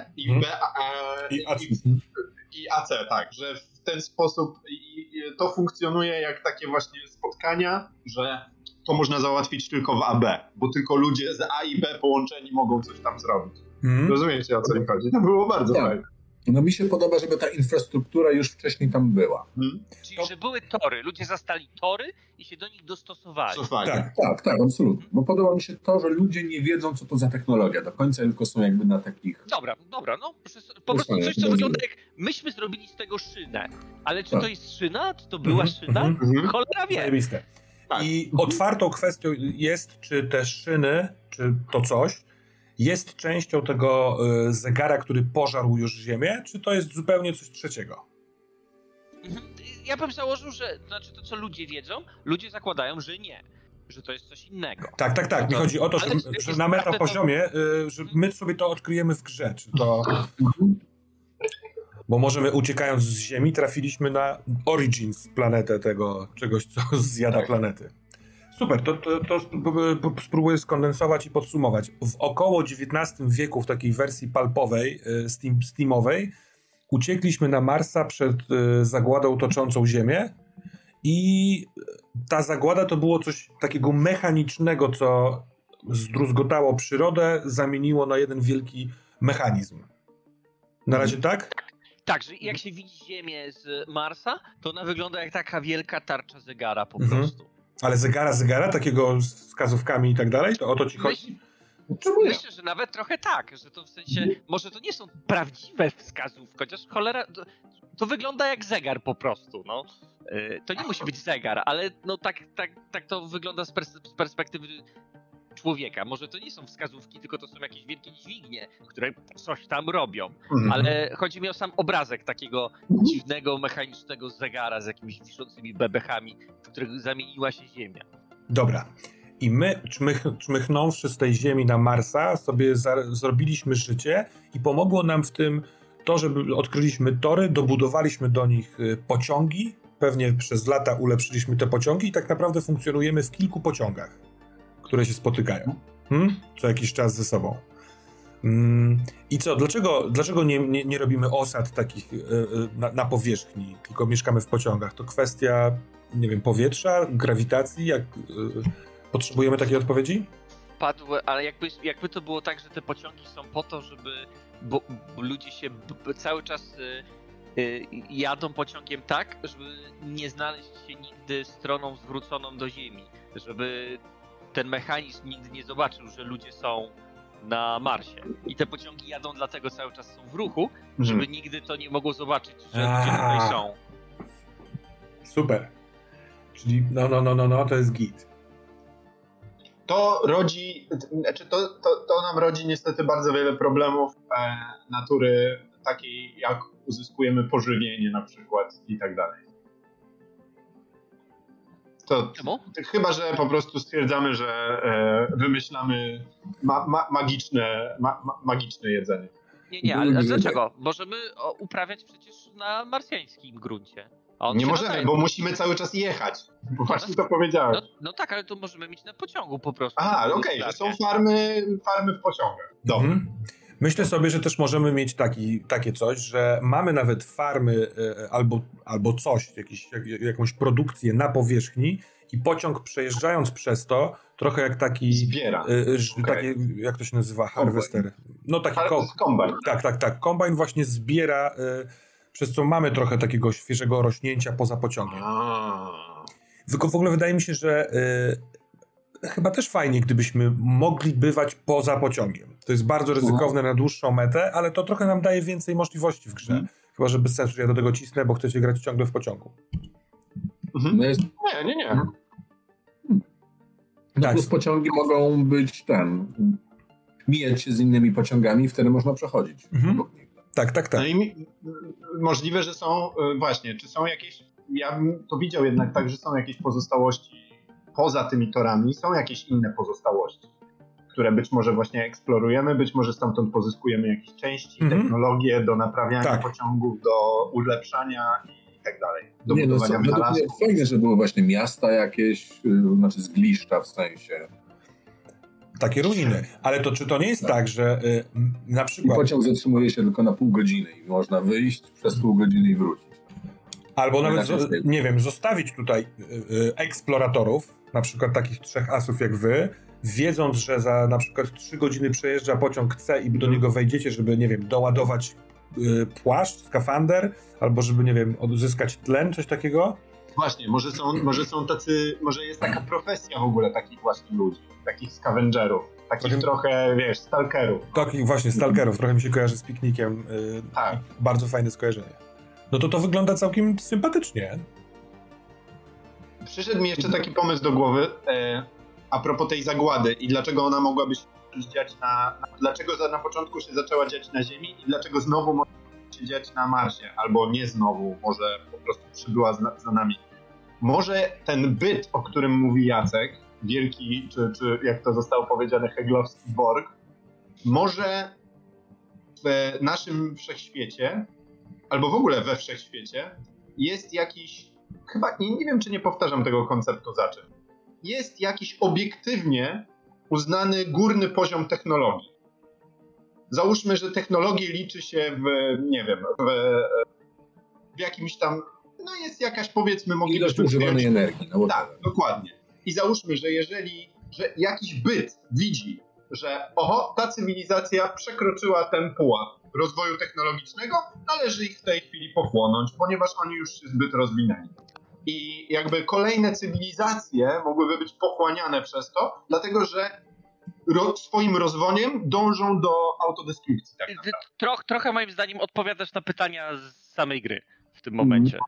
i AC, tak, że w ten sposób to funkcjonuje jak takie właśnie spotkania, że to można załatwić tylko w AB, bo tylko ludzie z A i B połączeni mogą coś tam zrobić. Rozumiecie, o co mi chodzi? To było bardzo fajne. No mi się podoba, żeby ta infrastruktura już wcześniej tam była. Czyli, że były tory, ludzie zastali tory i się do nich dostosowali. Tak, absolutnie. Bo podoba mi się to, że ludzie nie wiedzą, co to za technologia do końca, tylko są jakby na takich... Dobra, no po prostu coś, co wygląda jak myśmy zrobili z tego szynę. Ale czy to jest szyna? Czy to była szyna? Cholera wie. Zajebiste. I otwartą kwestią jest, czy te szyny, czy to coś jest częścią tego zegara, który pożarł już Ziemię, czy to jest zupełnie coś trzeciego? Ja bym założył, że to, co ludzie wiedzą, ludzie zakładają, że nie. Że to jest coś innego. Tak. Mi chodzi o to, że na metapoziomie, że my sobie to odkryjemy w grze. Czy to... Bo możemy, uciekając z Ziemi, trafiliśmy na Origins, planetę tego czegoś, co zjada planety. Super, to spróbuję skondensować i podsumować. W około XIX wieku, w takiej wersji palpowej, steamowej, uciekliśmy na Marsa przed zagładą toczącą Ziemię i ta zagłada to było coś takiego mechanicznego, co zdruzgotało przyrodę, zamieniło na jeden wielki mechanizm. Na razie tak? Tak, że jak się widzi Ziemię z Marsa, to ona wygląda jak taka wielka tarcza zegara po prostu. Ale zegara, takiego z wskazówkami i tak dalej? To o to ci chodzi? Myślę, że nawet trochę tak, że to w sensie, może to nie są prawdziwe wskazówki, chociaż cholera, to wygląda jak zegar po prostu, no. To nie musi być zegar, ale no tak to wygląda z perspektywy człowieka. Może to nie są wskazówki, tylko to są jakieś wielkie dźwignie, które coś tam robią. Ale chodzi mi o sam obrazek takiego dziwnego, mechanicznego zegara z jakimiś wiszącymi bebechami, w których zamieniła się Ziemia. Dobra. I my, czmychnąwszy z tej Ziemi na Marsa, sobie zrobiliśmy życie i pomogło nam w tym to, że odkryliśmy tory, dobudowaliśmy do nich pociągi, pewnie przez lata ulepszyliśmy te pociągi i tak naprawdę funkcjonujemy w kilku pociągach, które się spotykają co jakiś czas ze sobą. I co, dlaczego nie robimy osad takich na powierzchni, tylko mieszkamy w pociągach? To kwestia, nie wiem, powietrza, grawitacji? Jak potrzebujemy takiej odpowiedzi? Padły, ale jakby to było tak, że te pociągi są po to, żeby bo ludzie się cały czas jadą pociągiem tak, żeby nie znaleźć się nigdy stroną zwróconą do Ziemi, żeby ten mechanizm nigdy nie zobaczył, że ludzie są na Marsie. I te pociągi jadą dlatego cały czas są w ruchu, żeby nigdy to nie mogło zobaczyć, że ludzie tutaj są. Super. Czyli no, to jest git. To rodzi, to nam rodzi niestety bardzo wiele problemów natury takiej, jak uzyskujemy pożywienie na przykład i tak dalej. Czemu? Chyba, że po prostu stwierdzamy, że wymyślamy magiczne jedzenie. Nie, ale dlaczego? Możemy uprawiać przecież na marsjańskim gruncie. Nie możemy, bo musimy cały czas jechać. Bo właśnie to powiedziałeś. No tak, ale to możemy mieć na pociągu po prostu. Okej, że są farmy w pociągach. Dobra. Myślę sobie, że też możemy mieć takie coś, że mamy nawet farmy albo coś, jakąś produkcję na powierzchni i pociąg przejeżdżając przez to, trochę jak taki... Zbiera. Takie, jak to się nazywa? Harvester. No taki kombajn. Tak. Kombajn właśnie zbiera, przez co mamy trochę takiego świeżego rośnięcia poza pociągiem. Tylko w ogóle wydaje mi się, że chyba też fajnie, gdybyśmy mogli bywać poza pociągiem. To jest bardzo ryzykowne na dłuższą metę, ale to trochę nam daje więcej możliwości w grze. Chyba, że bez sensu, że ja do tego cisnę, bo chcecie grać ciągle w pociągu. Nie. No plus pociągi mogą być mijać się z innymi pociągami i wtedy można przechodzić. Tak. No i możliwe, że są właśnie, czy są jakieś, ja bym to widział jednak tak, że są jakieś pozostałości poza tymi torami, są jakieś inne pozostałości, które być może właśnie eksplorujemy, być może stamtąd pozyskujemy jakieś części, technologie do naprawiania pociągów, do ulepszania i tak dalej. Do budowania wynalazków. Fajne, że były właśnie miasta jakieś, znaczy zgliszcza w sensie. Takie ruiny. Ale to czy to nie jest tak, że na przykład... I pociąg zatrzymuje się tylko na pół godziny i można wyjść przez pół godziny i wrócić. Albo nawet, nie wiem, zostawić tutaj eksploratorów, na przykład takich 3 asów jak wy, wiedząc, że za na przykład 3 godziny przejeżdża pociąg C i do niego wejdziecie, żeby, nie wiem, doładować płaszcz, skafander, albo żeby, nie wiem, odzyskać tlen, coś takiego? Właśnie, może są tacy, może jest taka profesja w ogóle takich właśnie ludzi, takich scavengerów, takich trochę, wiesz, stalkerów. Takich właśnie stalkerów, trochę mi się kojarzy z piknikiem. Tak. Bardzo fajne skojarzenie. No to wygląda całkiem sympatycznie. Przyszedł mi jeszcze taki pomysł do głowy a propos tej zagłady i dlaczego ona mogłaby się dziać dlaczego na początku się zaczęła dziać na Ziemi i dlaczego znowu może się dziać na Marsie, albo nie znowu, może po prostu przybyła za nami. Może ten byt, o którym mówi Jacek, wielki, czy jak to zostało powiedziane, heglowski Borg, może w naszym wszechświecie, albo w ogóle we wszechświecie, jest jakiś, chyba nie wiem, czy nie powtarzam tego konceptu za czym, jest jakiś obiektywnie uznany górny poziom technologii. Załóżmy, że technologię liczy się nie wiem, w jakimś tam, no jest jakaś, powiedzmy, ilość używanej energii. No tak, dokładnie. I załóżmy, że jakiś byt widzi, że ta cywilizacja przekroczyła ten pułap rozwoju technologicznego, należy ich w tej chwili pochłonąć, ponieważ oni już się zbyt rozwinęli. I jakby kolejne cywilizacje mogłyby być pochłaniane przez to, dlatego że swoim rozwojem dążą do autodestrukcji. Tak trochę moim zdaniem odpowiadasz na pytania z samej gry w tym momencie.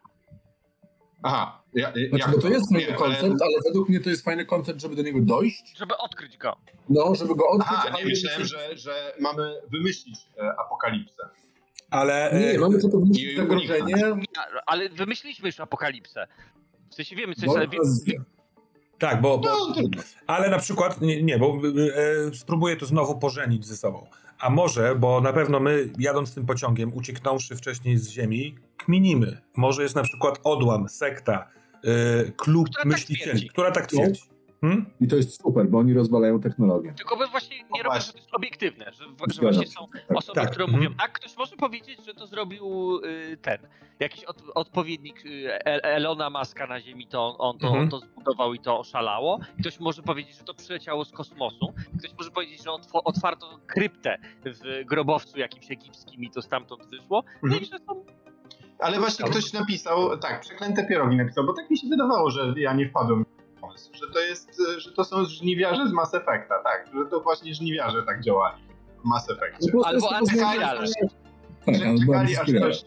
Aha. Bo to jest fajny koncept, ale według mnie to jest fajny koncept, żeby do niego dojść. Żeby odkryć go. No, żeby go odkryć. Myślałem, że mamy wymyślić apokalipsę. Ale... Nie, mamy to wymyślić zagrożenie. Ale wymyśliliśmy już apokalipsę. W sensie wiemy, co jest... Tak, ale na przykład, bo spróbuję to znowu pożenić ze sobą. A może, bo na pewno my, jadąc tym pociągiem, ucieknąwszy wcześniej z Ziemi, kminimy. Może jest na przykład odłam, sekta, klub myślicieli, która tak twierdzi. I to jest super, bo oni rozwalają technologię. Tylko by właśnie nie robią, że to jest obiektywne, że właśnie są osoby, które mówią, tak, ktoś może powiedzieć, że to zrobił jakiś odpowiednik Elona Muska na Ziemi, to on to zbudował i to oszalało. Ktoś może powiedzieć, że to przyleciało z kosmosu. Ktoś może powiedzieć, że otwarto kryptę w grobowcu jakimś egipskim i to stamtąd wyszło. No i że są... Ale właśnie ktoś napisał, tak, przeklęte pierogi napisał, bo tak mi się wydawało, że ja nie wpadłem w pomysł, że to są żniwiarze z Mass Effecta, tak, że to właśnie żniwiarze tak działali w Mass Effectie. Albo antyspirale. Czekali aż ktoś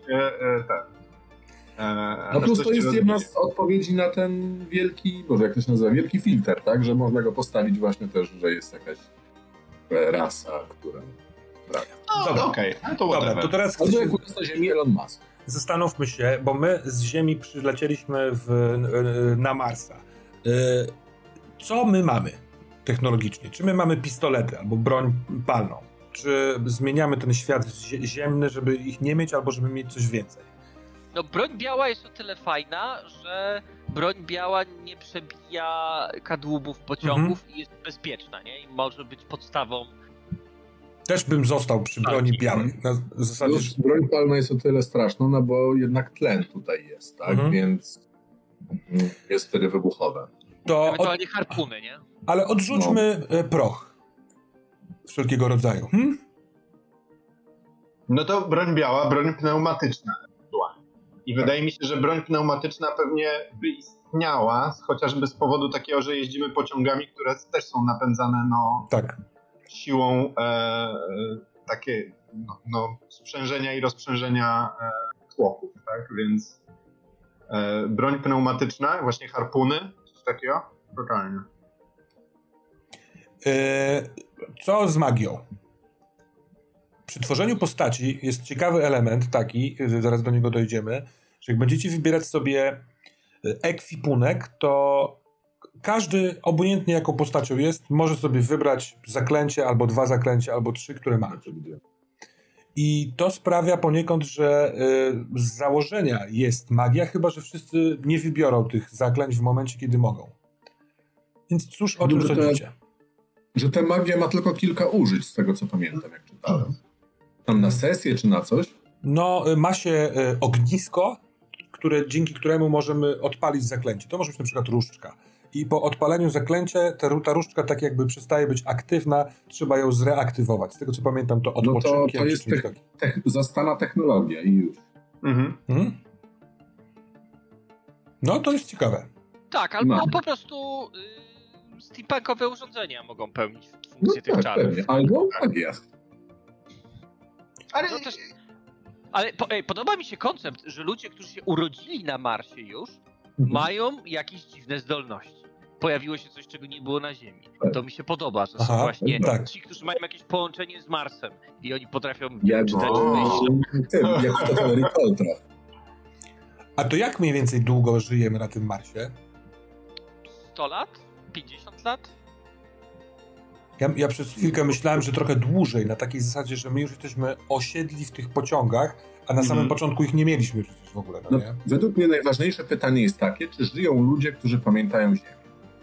no plus to jest jedna z odpowiedzi na ten wielki, Boże, jak to się nazywa, wielki filtr, tak, że można go postawić właśnie też, że jest jakaś rasa, która... Dobra, okej. Dobra, to teraz... Albo jak jest na Ziemi Elon Musk. Zastanówmy się, bo my z Ziemi przylecieliśmy na Marsa. Co my mamy technologicznie? Czy my mamy pistolety albo broń palną? Czy zmieniamy ten świat ziemny, żeby ich nie mieć, albo żeby mieć coś więcej? No broń biała jest o tyle fajna, że broń biała nie przebija kadłubów pociągów i jest bezpieczna, nie? I może być podstawą. Też bym został przy broni białej. Na zasadzie... Już broń palna jest o tyle straszna, no bo jednak tlen tutaj jest, tak? Więc jest wtedy wybuchowe. Ewentualnie harpuny, nie? Ale odrzućmy proch wszelkiego rodzaju. No to broń biała, broń pneumatyczna. I wydaje mi się, że broń pneumatyczna pewnie by istniała, chociażby z powodu takiego, że jeździmy pociągami, które też są napędzane siłą takie sprzężenia i rozprzężenia tłoków, tak? Więc broń pneumatyczna, właśnie harpuny, coś takiego? Totalnie. Co z magią? Przy tworzeniu postaci jest ciekawy element taki, zaraz do niego dojdziemy, że jak będziecie wybierać sobie ekwipunek, to każdy, obojętnie jaką postacią jest, może sobie wybrać zaklęcie, albo 2 zaklęcia, albo 3, które ma. I to sprawia poniekąd, że z założenia jest magia, chyba że wszyscy nie wybiorą tych zaklęć w momencie, kiedy mogą. Więc cóż o tym sądzicie? Że ta magia ma tylko kilka użyć, z tego co pamiętam, jak czytałem. Tam na sesję czy na coś? No, ma się ognisko, dzięki któremu możemy odpalić zaklęcie. To może być na przykład różdżka. I po odpaleniu zaklęcia ta różdżka tak jakby przestaje być aktywna, trzeba ją zreaktywować. Z tego co pamiętam, to odpoczynkiem. To jest zastana technologia i już. No to jest ciekawe. Tak, albo po prostu steampunkowe urządzenia mogą pełnić funkcję tych czarów. Pewnie. Albo tak jest. Ale podoba mi się koncept, że ludzie, którzy się urodzili na Marsie już, mają jakieś dziwne zdolności. Pojawiło się coś, czego nie było na Ziemi. To mi się podoba, że są właśnie ci, którzy mają jakieś połączenie z Marsem i oni potrafią czytać myśli. Jak w Total Recall trochę. A to jak mniej więcej długo żyjemy na tym Marsie? 100 lat? 50 lat? Ja przez chwilkę myślałem, że trochę dłużej, na takiej zasadzie, że my już jesteśmy osiedli w tych pociągach, a na samym początku ich nie mieliśmy przecież w ogóle. No nie? Według mnie najważniejsze pytanie jest takie, czy żyją ludzie, którzy pamiętają Ziemię.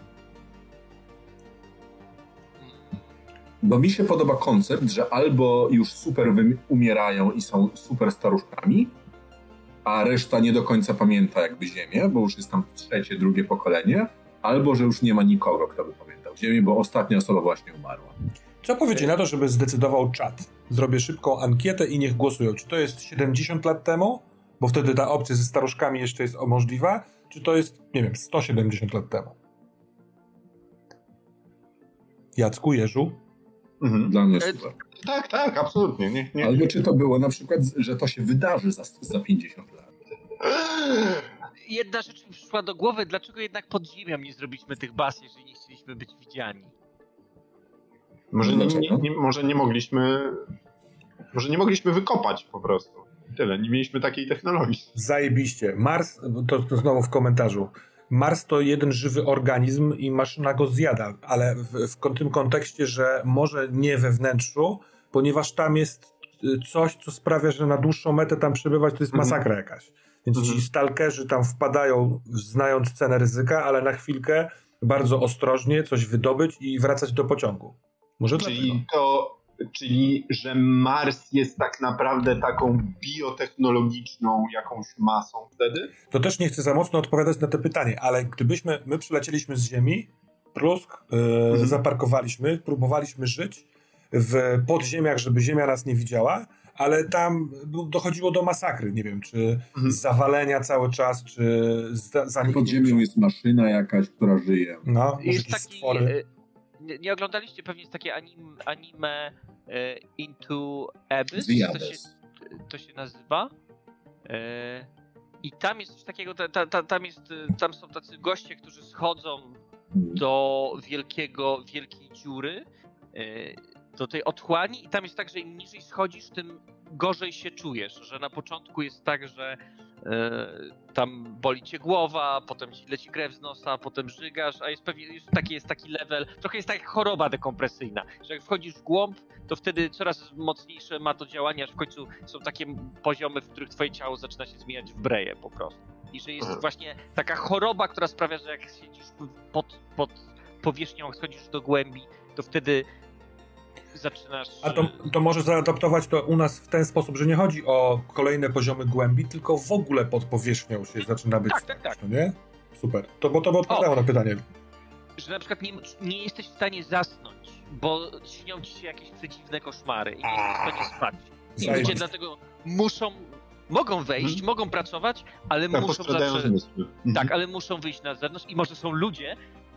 Bo mi się podoba koncept, że albo już super umierają i są super staruszkami, a reszta nie do końca pamięta jakby Ziemię, bo już jest tam trzecie, drugie pokolenie, albo że już nie ma nikogo, kto by pamiętał Ziemię, bo ostatnia osoba właśnie umarła. Co powiecie na to, żeby zdecydował czat? Zrobię szybką ankietę i niech głosują. Czy to jest 70 lat temu? Bo wtedy ta opcja ze staruszkami jeszcze jest możliwa. Czy to jest, nie wiem, 170 lat temu? Jacku, Jerzu? Dla mnie super. Tak, absolutnie. Nie. Albo czy to było na przykład, że to się wydarzy za 50 lat? Jedna rzecz mi przyszła do głowy, dlaczego jednak pod ziemią nie zrobiliśmy tych baz, jeżeli nie chcieliśmy być widziani? Może nie mogliśmy wykopać po prostu. Tyle, nie mieliśmy takiej technologii. Zajebiście. Mars, to znowu w komentarzu. Mars to jeden żywy organizm i maszyna go zjada, ale w tym kontekście, że może nie we wnętrzu, ponieważ tam jest coś, co sprawia, że na dłuższą metę tam przebywać to jest masakra jakaś. Więc ci stalkerzy tam wpadają, znając cenę ryzyka, ale na chwilkę bardzo ostrożnie coś wydobyć i wracać do pociągu. Może Czyli, że Mars jest tak naprawdę taką biotechnologiczną jakąś masą wtedy? To też nie chcę za mocno odpowiadać na to pytanie, ale gdybyśmy, my przylecieliśmy z Ziemi, plusk, zaparkowaliśmy, próbowaliśmy żyć w podziemiach, żeby Ziemia nas nie widziała, ale tam dochodziło do masakry. Nie wiem, czy zawalenia cały czas, czy zaniknięcia. Pod ziemią jest maszyna jakaś, która żyje. No, jest taki stwory. Nie oglądaliście, pewnie jest takie anime Into Abyss, to się nazywa. I tam jest coś takiego, tam są tacy goście, którzy schodzą do wielkiej dziury, do tej otchłani i tam jest tak, że im niżej schodzisz, tym gorzej się czujesz, że na początku jest tak, że tam boli cię głowa, potem ci leci krew z nosa, potem żygasz, a jest taki level, trochę jest tak jak choroba dekompresyjna, że jak wchodzisz w głąb, to wtedy coraz mocniejsze ma to działanie, aż w końcu są takie poziomy, w których twoje ciało zaczyna się zmieniać w breję po prostu. I że jest właśnie taka choroba, która sprawia, że jak siedzisz pod powierzchnią, schodzisz do głębi, to wtedy zaczynasz... A to może zaadaptować to u nas w ten sposób, że nie chodzi o kolejne poziomy głębi, tylko w ogóle pod powierzchnią się zaczyna być. Tak. No nie? Super. To by odpowiadało na pytanie. Że na przykład nie jesteś w stanie zasnąć, bo śnią ci się jakieś przedziwne koszmary i nie jesteś w stanie spać. I ludzie dlatego mogą wejść, mogą pracować, ale muszą zawsze... Tak, ale muszą wyjść na zewnątrz i może są ludzie,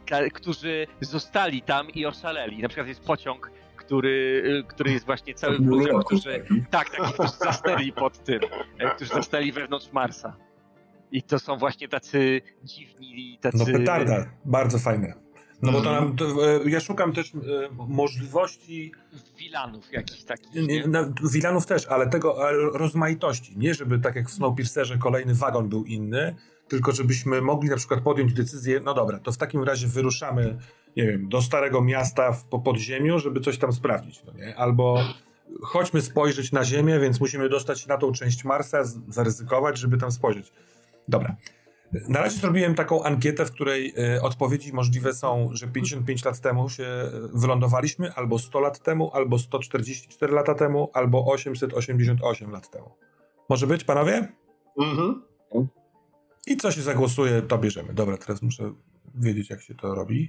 którzy tam i oszaleli. Na przykład jest pociąg, który jest właśnie cały pociąg, którzy zastali pod tym, którzy zastali wewnątrz Marsa. I to są właśnie tacy dziwni, tacy... No petarda, bardzo fajne. No bo ja szukam też możliwości... Wilanów jakichś takich, Wilanów też, ale tego rozmaitości. Nie żeby tak jak w Snowpiercerze kolejny wagon był inny, tylko żebyśmy mogli na przykład podjąć decyzję, no dobra, to w takim razie wyruszamy, nie wiem, do Starego Miasta po podziemiu, żeby coś tam sprawdzić, no nie? Albo chodźmy spojrzeć na Ziemię, więc musimy dostać się na tą część Marsa, zaryzykować, żeby tam spojrzeć. Dobra. Na razie zrobiłem taką ankietę, w której odpowiedzi możliwe są, że 55 lat temu się wylądowaliśmy, albo 100 lat temu, albo 144 lata temu, albo 888 lat temu. Może być, panowie? I co się zagłosuje, to bierzemy. Dobra, teraz muszę wiedzieć, jak się to robi.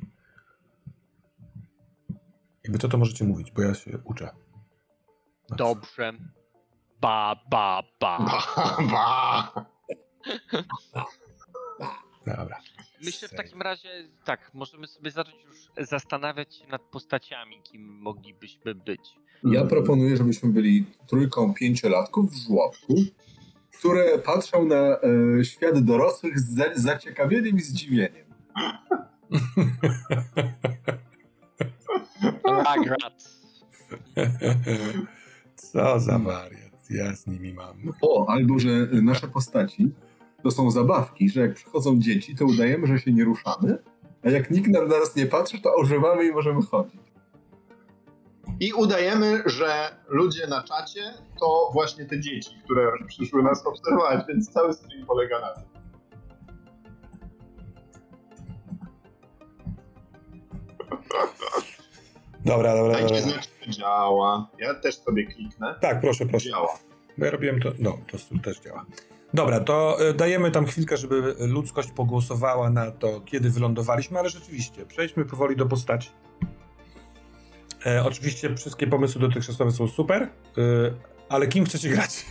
Jakby to możecie mówić, bo ja się uczę. Dobrze. Ba. Dobra. Myślę w takim razie, tak, możemy sobie zacząć już zastanawiać się nad postaciami, kim moglibyśmy być. Ja proponuję, żebyśmy byli trójką 5-latków w żłobku, które patrzą na świat dorosłych z zaciekawieniem i zdziwieniem. Ragrat. Co za wariat. Ja z nimi mam. Albo że nasze postaci to są zabawki, że jak przychodzą dzieci, to udajemy, że się nie ruszamy, a jak nikt na nas nie patrzy, to ożywamy i możemy chodzić. I udajemy, że ludzie na czacie to właśnie te dzieci, które przyszły nas obserwować, więc cały stream polega na tym. Dobra. Dajcie znać, czy działa. Ja też sobie kliknę. Tak, proszę. Działa. Bo ja robiłem to, to też działa. Dobra, to dajemy tam chwilkę, żeby ludzkość pogłosowała na to, kiedy wylądowaliśmy, ale rzeczywiście, przejdźmy powoli do postaci. Oczywiście wszystkie pomysły dotychczasowe są super, ale kim chcecie grać?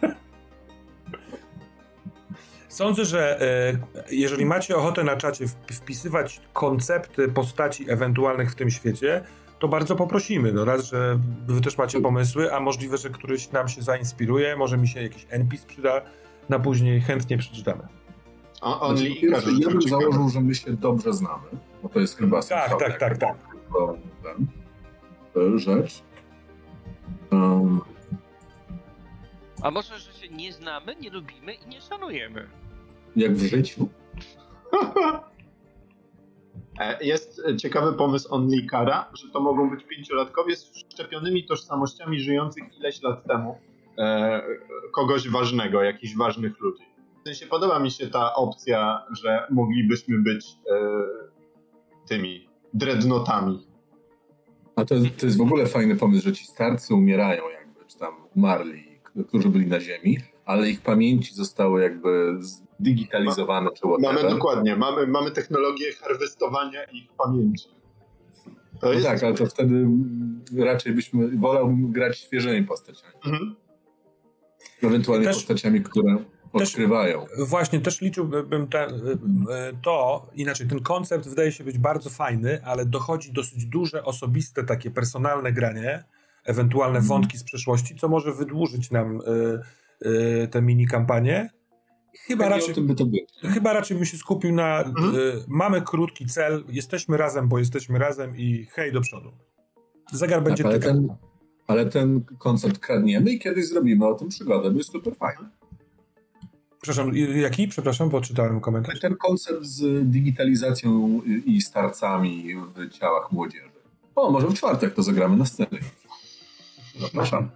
Sądzę, że jeżeli macie ochotę na czacie wpisywać koncepty postaci ewentualnych w tym świecie, to bardzo poprosimy. No raz, że wy też macie pomysły, a możliwe, że któryś nam się zainspiruje, może mi się jakiś NPC przyda na później, chętnie przeczytamy. Ja bym założył, że my się dobrze znamy, bo to jest chyba Tak. Rzecz. A może, że się nie znamy, nie lubimy i nie szanujemy? Jak w życiu. Jest ciekawy pomysł Onlykara, że to mogą być 5-latkowie z wszczepionymi tożsamościami żyjących ileś lat temu kogoś ważnego, jakichś ważnych ludzi. W sensie podoba mi się ta opcja, że moglibyśmy być tymi dreadnotami. A to jest w ogóle fajny pomysł, że ci starcy umierają jakby, czy tam umarli, którzy byli na ziemi, ale ich pamięci zostały jakby zdigitalizowane czy whatever. Mamy technologię harwestowania ich pamięci. Tak, ale to wtedy raczej wolałbym grać świeżymi postaciami. Ewentualnie postaciami, które odkrywają. Właśnie, też liczyłbym ten koncept wydaje się być bardzo fajny, ale dochodzi dosyć duże, osobiste, takie personalne granie, ewentualne wątki z przeszłości, co może wydłużyć nam tę mini-kampanię. Chyba raczej bym się skupił na mamy krótki cel, jesteśmy razem, bo jesteśmy razem i hej do przodu. Zegar będzie tykał. Ale ten koncept kradniemy i kiedyś zrobimy o tym przygodę, bo jest super fajny. Przepraszam, jaki? Przepraszam, bo czytałem komentarz. Ten koncept z digitalizacją i starcami w ciałach młodzieży. Może w czwartek to zagramy na scenie. Zapraszam.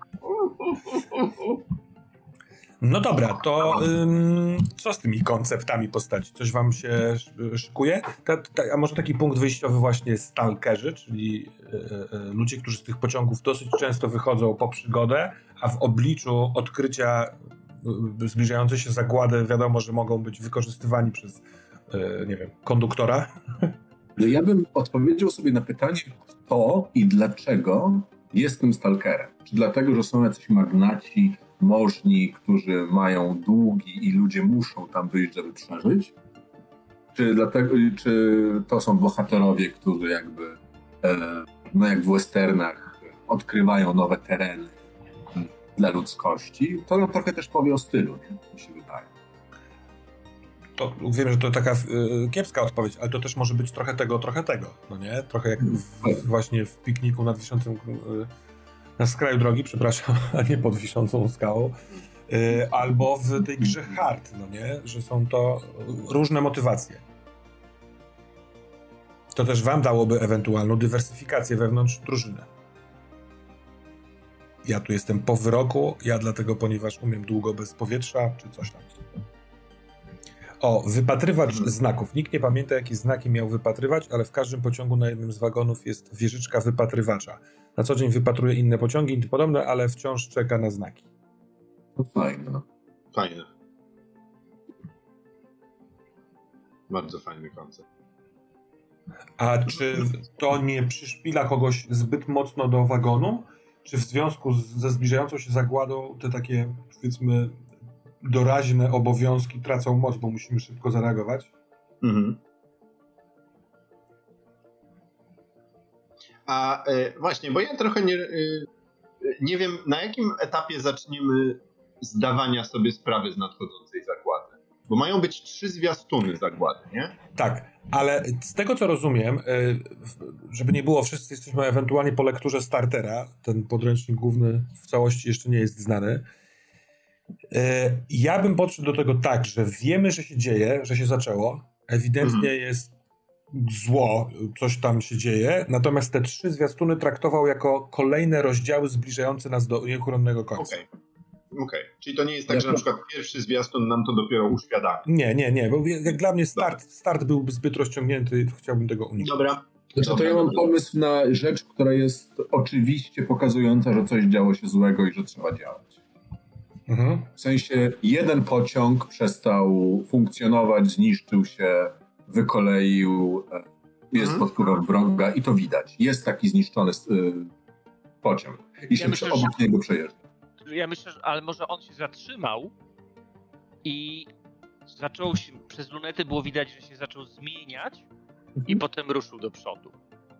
No dobra, to co z tymi konceptami postaci? Coś wam się szykuje? A może taki punkt wyjściowy właśnie stalkerzy, czyli ludzie, którzy z tych pociągów dosyć często wychodzą po przygodę, a w obliczu odkrycia zbliżającej się zagłady wiadomo, że mogą być wykorzystywani przez, konduktora. Ja bym odpowiedział sobie na pytanie, kto i dlaczego jest tym stalkerem. Czy dlatego, że są jacyś magnaci, możni, którzy mają długi i ludzie muszą tam wyjść, żeby przeżyć? Czy to są bohaterowie, którzy jakby, jak w westernach, odkrywają nowe tereny dla ludzkości? To nam trochę też powie o stylu, nie? Mi się wydaje. To wiem, że to taka kiepska odpowiedź, ale to też może być trochę tego, no nie? Trochę jak właśnie w pikniku nad wiszącym... na skraju drogi, przepraszam, a nie pod wiszącą skałą, albo w tej grze Hard, no nie? Że są to różne motywacje. To też wam dałoby ewentualną dywersyfikację wewnątrz drużyny. Ja tu jestem po wyroku, dlatego, ponieważ umiem długo bez powietrza, czy coś tam. Wypatrywacz znaków. Nikt nie pamięta, jakie znaki miał wypatrywać, ale w każdym pociągu na jednym z wagonów jest wieżyczka wypatrywacza. Na co dzień wypatruje inne pociągi i podobne, ale wciąż czeka na znaki. To fajne. Fajne. Bardzo fajny koncept. A czy to nie przyszpila kogoś zbyt mocno do wagonu? Czy w związku ze zbliżającą się zagładą te takie, powiedzmy, doraźne obowiązki tracą moc, bo musimy szybko zareagować? Mhm. A właśnie, bo ja trochę nie wiem, na jakim etapie zaczniemy zdawania sobie sprawy z nadchodzącej zagłady. Bo mają być 3 zwiastuny zagłady, nie? Tak, ale z tego co rozumiem, żeby nie było, wszyscy jesteśmy ewentualnie po lekturze startera, ten podręcznik główny w całości jeszcze nie jest znany. Ja bym podszedł do tego tak, że wiemy, że się dzieje, że się zaczęło, ewidentnie jest zło, coś tam się dzieje, natomiast te 3 zwiastuny traktował jako kolejne rozdziały zbliżające nas do nieuchronnego końca. Okej. Czyli to nie jest tak, że na przykład pierwszy zwiastun nam to dopiero uświadamia. Nie, bo jak dla mnie start byłby zbyt rozciągnięty, chciałbym tego uniknąć. Dobra. Znaczy, to ja mam pomysł na rzecz, która jest oczywiście pokazująca, że coś działo się złego i że trzeba działać. Mhm. W sensie jeden pociąg przestał funkcjonować, zniszczył się, wykoleił, jest pod wpływem wroga i to widać. Jest taki zniszczony pociąg i się obok niego przejeżdża. Ja myślę, ale może on się zatrzymał i zaczął się, przez lunety było widać, że się zaczął zmieniać i potem ruszył do przodu.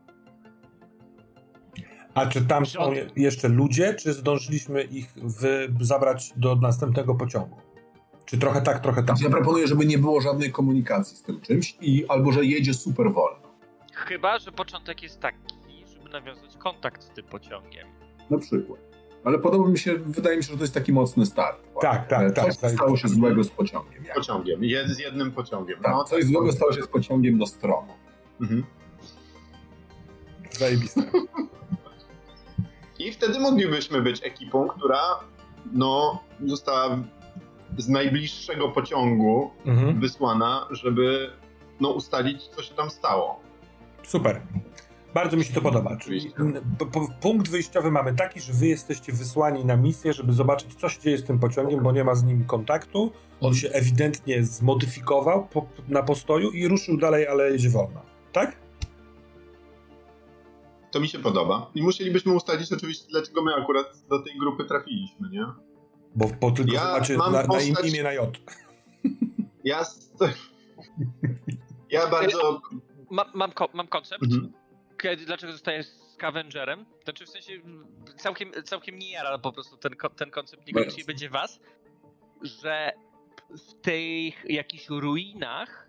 A czy tam są jeszcze ludzie, czy zdążyliśmy ich zabrać do następnego pociągu? Czy trochę tak, trochę tak? Ja proponuję, żeby nie było żadnej komunikacji z tym czymś albo że jedzie super wolno. Chyba że początek jest taki, żeby nawiązać kontakt z tym pociągiem. Na przykład. Ale wydaje mi się, że to jest taki mocny start. Tak. Coś stało się złego z pociągiem. Z jednym pociągiem. Tak, coś złego stało się z pociągiem Nostromo. Mhm. Zajebiste. I wtedy moglibyśmy być ekipą, która została z najbliższego pociągu wysłana, żeby ustalić, co się tam stało. Super. Bardzo mi się to podoba. Czyli punkt wyjściowy mamy taki, że wy jesteście wysłani na misję, żeby zobaczyć, co się dzieje z tym pociągiem, bo nie ma z nim kontaktu. On się ewidentnie zmodyfikował na postoju i ruszył dalej, ale jedzie wolno. Tak? To mi się podoba. I musielibyśmy ustalić oczywiście, dlaczego my akurat do tej grupy trafiliśmy, nie? Bo tylko macie na imię na J. Ja bardzo... Mam koncept. Dlaczego zostajesz scavengerem? Znaczy w sensie całkiem nie jara po prostu ten koncept niekoniecznie będzie was, że w tych jakichś ruinach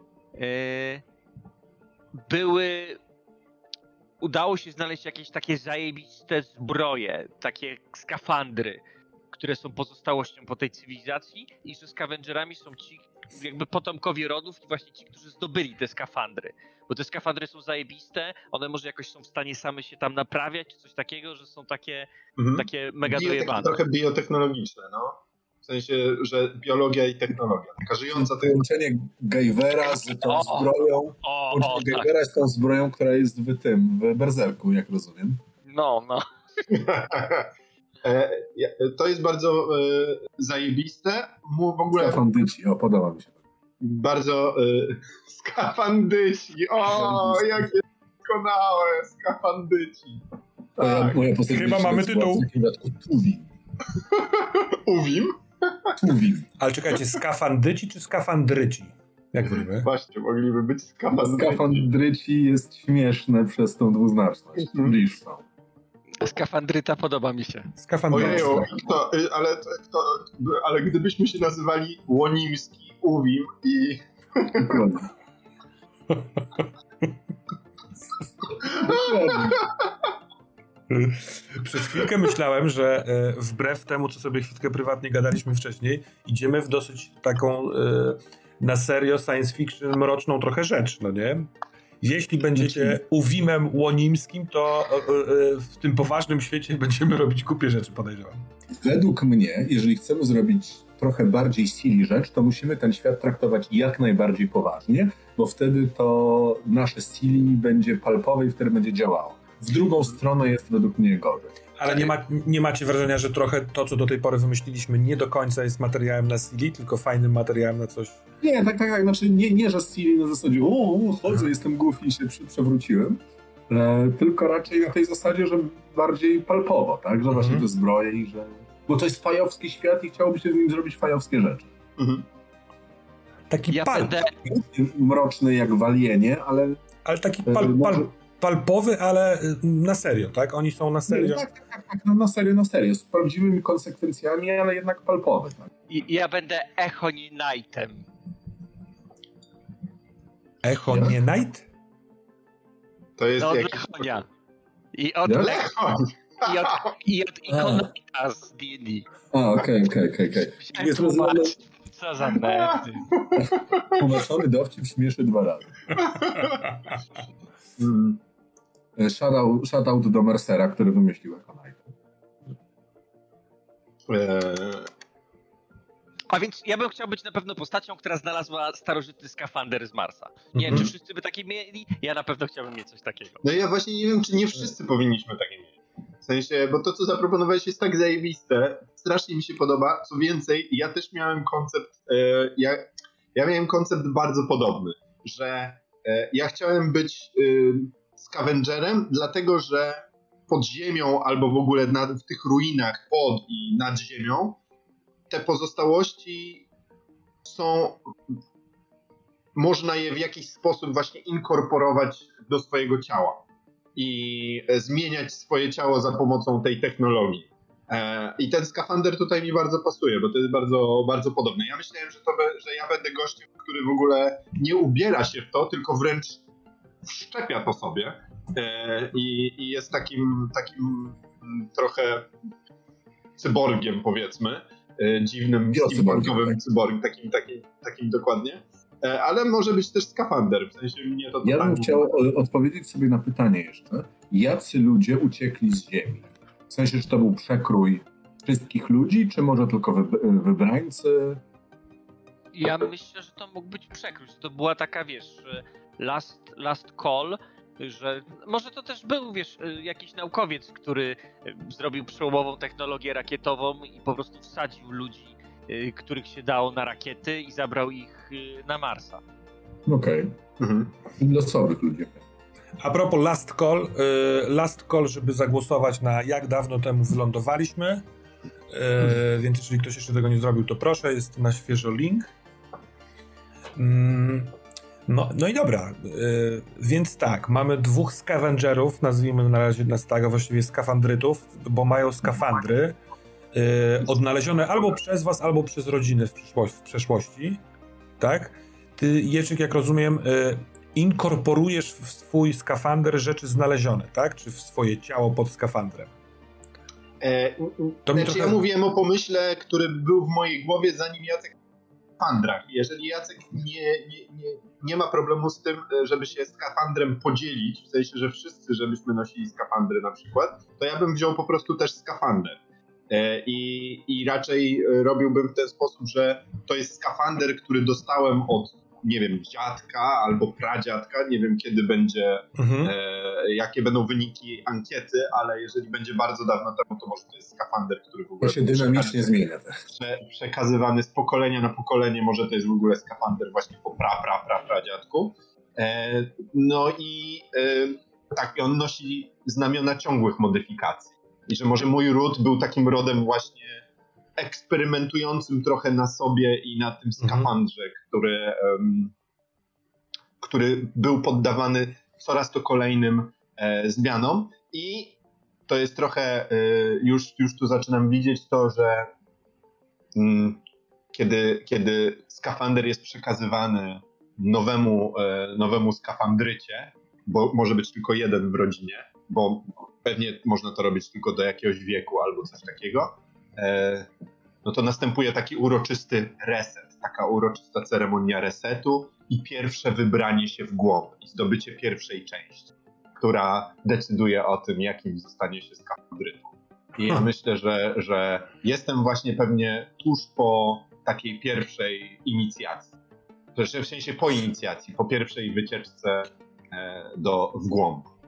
udało się znaleźć jakieś takie zajebiste zbroje, takie skafandry, które są pozostałością po tej cywilizacji i że scavengerami są ci jakby potomkowie rodów i właśnie ci, którzy zdobyli te skafandry. Bo te skafandry są zajebiste, one może jakoś są w stanie same się tam naprawiać, czy coś takiego, że są takie mega dojebane. Trochę biotechnologiczne, W sensie, że biologia i technologia. Taka żyjąca... Połączenie Geivera z tą zbroją. Geivera z tą zbroją, która jest w Berserku, jak rozumiem. No. To jest bardzo zajebiste. W ogóle... Skafandyci, podoba mi się. Bardzo skafandyci. Jakie doskonałe skafandyci. Tak. Moja postać chyba mamy tytuł. Tuwim. Uwim? Tuwim. Ale czekajcie, skafandyci czy skafandryci? Jak mówimy? Właśnie, mogliby być skafandryci. Skafandryci jest śmieszne przez tą dwuznaczność. Bliższą. Skafandryta podoba mi się. Skafandryta. Ale gdybyśmy się nazywali Łonimski, Uwim i... Przez chwilkę myślałem, że wbrew temu, co sobie chwilkę prywatnie gadaliśmy wcześniej, idziemy w dosyć taką na serio science fiction mroczną trochę rzecz, no nie? Jeśli będziecie Uwimem Łonimskim, to w tym poważnym świecie będziemy robić kupie rzeczy, podejrzewam. Według mnie, jeżeli chcemy zrobić trochę bardziej silly rzecz, to musimy ten świat traktować jak najbardziej poważnie, bo wtedy to nasze silly będzie palpowe i wtedy będzie działało. w drugą stronę jest według mnie gorzej. Ale nie macie wrażenia, że trochę to, co do tej pory wymyśliliśmy, nie do końca jest materiałem na Silly, tylko fajnym materiałem na coś... Nie, tak, znaczy nie, że Silly na zasadzie chodzę, jestem goofy i się przewróciłem, tylko raczej na tej zasadzie, że bardziej palpowo, tak, że właśnie te zbroje i że... Bo to jest fajowski świat i chciałoby się z nim zrobić fajowskie rzeczy. Taki mroczny jak walienie, ale... Ale taki palpowy, ale na serio, tak? Oni są na serio. Tak, no na serio. Z prawdziwymi konsekwencjami, ale jednak palpowy. Tak? I ja będę Echo nie Knightem. Echo nie Knight? To jest od jakiś... Lechonia. I od Lechoń! I od Ikonomika z D&D. Okej. Jest co za nerdy. Tłumaczony dowcip śmieszy 2 razy. Shoutout do Mercera, który wymyślił Echo Knight. A więc ja bym chciał być na pewno postacią, która znalazła starożytny skafander z Marsa. Nie wiem, czy wszyscy by takie mieli? Ja na pewno chciałbym mieć coś takiego. No ja właśnie nie wiem, czy nie wszyscy powinniśmy takie mieć. W sensie, bo to, co zaproponowałeś, jest tak zajebiste. Strasznie mi się podoba. Co więcej, ja też miałem koncept, ja miałem koncept bardzo podobny, że ja chciałem być scavengerem, dlatego że pod ziemią albo w ogóle w tych ruinach pod i nad ziemią te pozostałości można je w jakiś sposób właśnie inkorporować do swojego ciała i zmieniać swoje ciało za pomocą tej technologii. I ten skafander tutaj mi bardzo pasuje, bo to jest bardzo, bardzo podobne. Ja myślałem, że ja będę gościem, który w ogóle nie ubiera się w to, tylko wręcz wszczepia to sobie i jest takim trochę cyborgiem, powiedzmy, dziwnym cyborgowym cyborgiem, takim dokładnie. Ale może być też skafander, w sensie mnie to... Ja bym chciał odpowiedzieć sobie na pytanie jeszcze. Jacy ludzie uciekli z Ziemi? W sensie, czy to był przekrój wszystkich ludzi, czy może tylko wybrańcy? Ja myślę, że to mógł być przekrój. To była taka, last call, że może to też był, jakiś naukowiec, który zrobił przełomową technologię rakietową i po prostu wsadził ludzi, których się dało na rakiety i zabrał ich na Marsa. Okej. Losowych ludzi. A propos last call, żeby zagłosować na jak dawno temu wylądowaliśmy, więc jeżeli ktoś jeszcze tego nie zrobił, to proszę, jest na świeżo link. No i dobra, więc tak, mamy 2 scavengerów, nazwijmy na razie nas tak, a właściwie skafandrytów, bo mają skafandry odnalezione albo przez was, albo przez rodziny w przeszłości, tak? Ty, Jeczyk, jak rozumiem, inkorporujesz w swój skafander rzeczy znalezione, tak? Czy w swoje ciało pod skafandrem? Ja mówiłem o pomyśle, który był w mojej głowie, zanim Jacek w skafandrach. Jeżeli Jacek nie ma problemu z tym, żeby się skafandrem podzielić, w sensie, że wszyscy, żebyśmy nosili skafandry na przykład, to ja bym wziął po prostu też skafander. I raczej robiłbym w ten sposób, że to jest skafander, który dostałem od, nie wiem, dziadka albo pradziadka, nie wiem kiedy będzie, jakie będą wyniki ankiety, ale jeżeli będzie bardzo dawno temu, to może to jest skafander, który w ogóle... To się dynamicznie zmienia. Przekazywany z pokolenia na pokolenie, może to jest w ogóle skafander właśnie po pradziadku. No i tak, on nosi znamiona ciągłych modyfikacji. I że może mój ród był takim rodem właśnie eksperymentującym trochę na sobie i na tym skafandrze, który był poddawany coraz to kolejnym zmianom. I to jest trochę, już tu zaczynam widzieć to, że kiedy skafander jest przekazywany nowemu skafandrycie, bo może być tylko jeden w rodzinie, bo pewnie można to robić tylko do jakiegoś wieku albo coś takiego, no to następuje taki uroczysty reset, taka uroczysta ceremonia resetu i pierwsze wybranie się w głąb i zdobycie pierwszej części, która decyduje o tym, jakim zostanie się skafandrytą. I ja myślę, że jestem właśnie pewnie tuż po takiej pierwszej inicjacji. W sensie po inicjacji, po pierwszej wycieczce w głąb.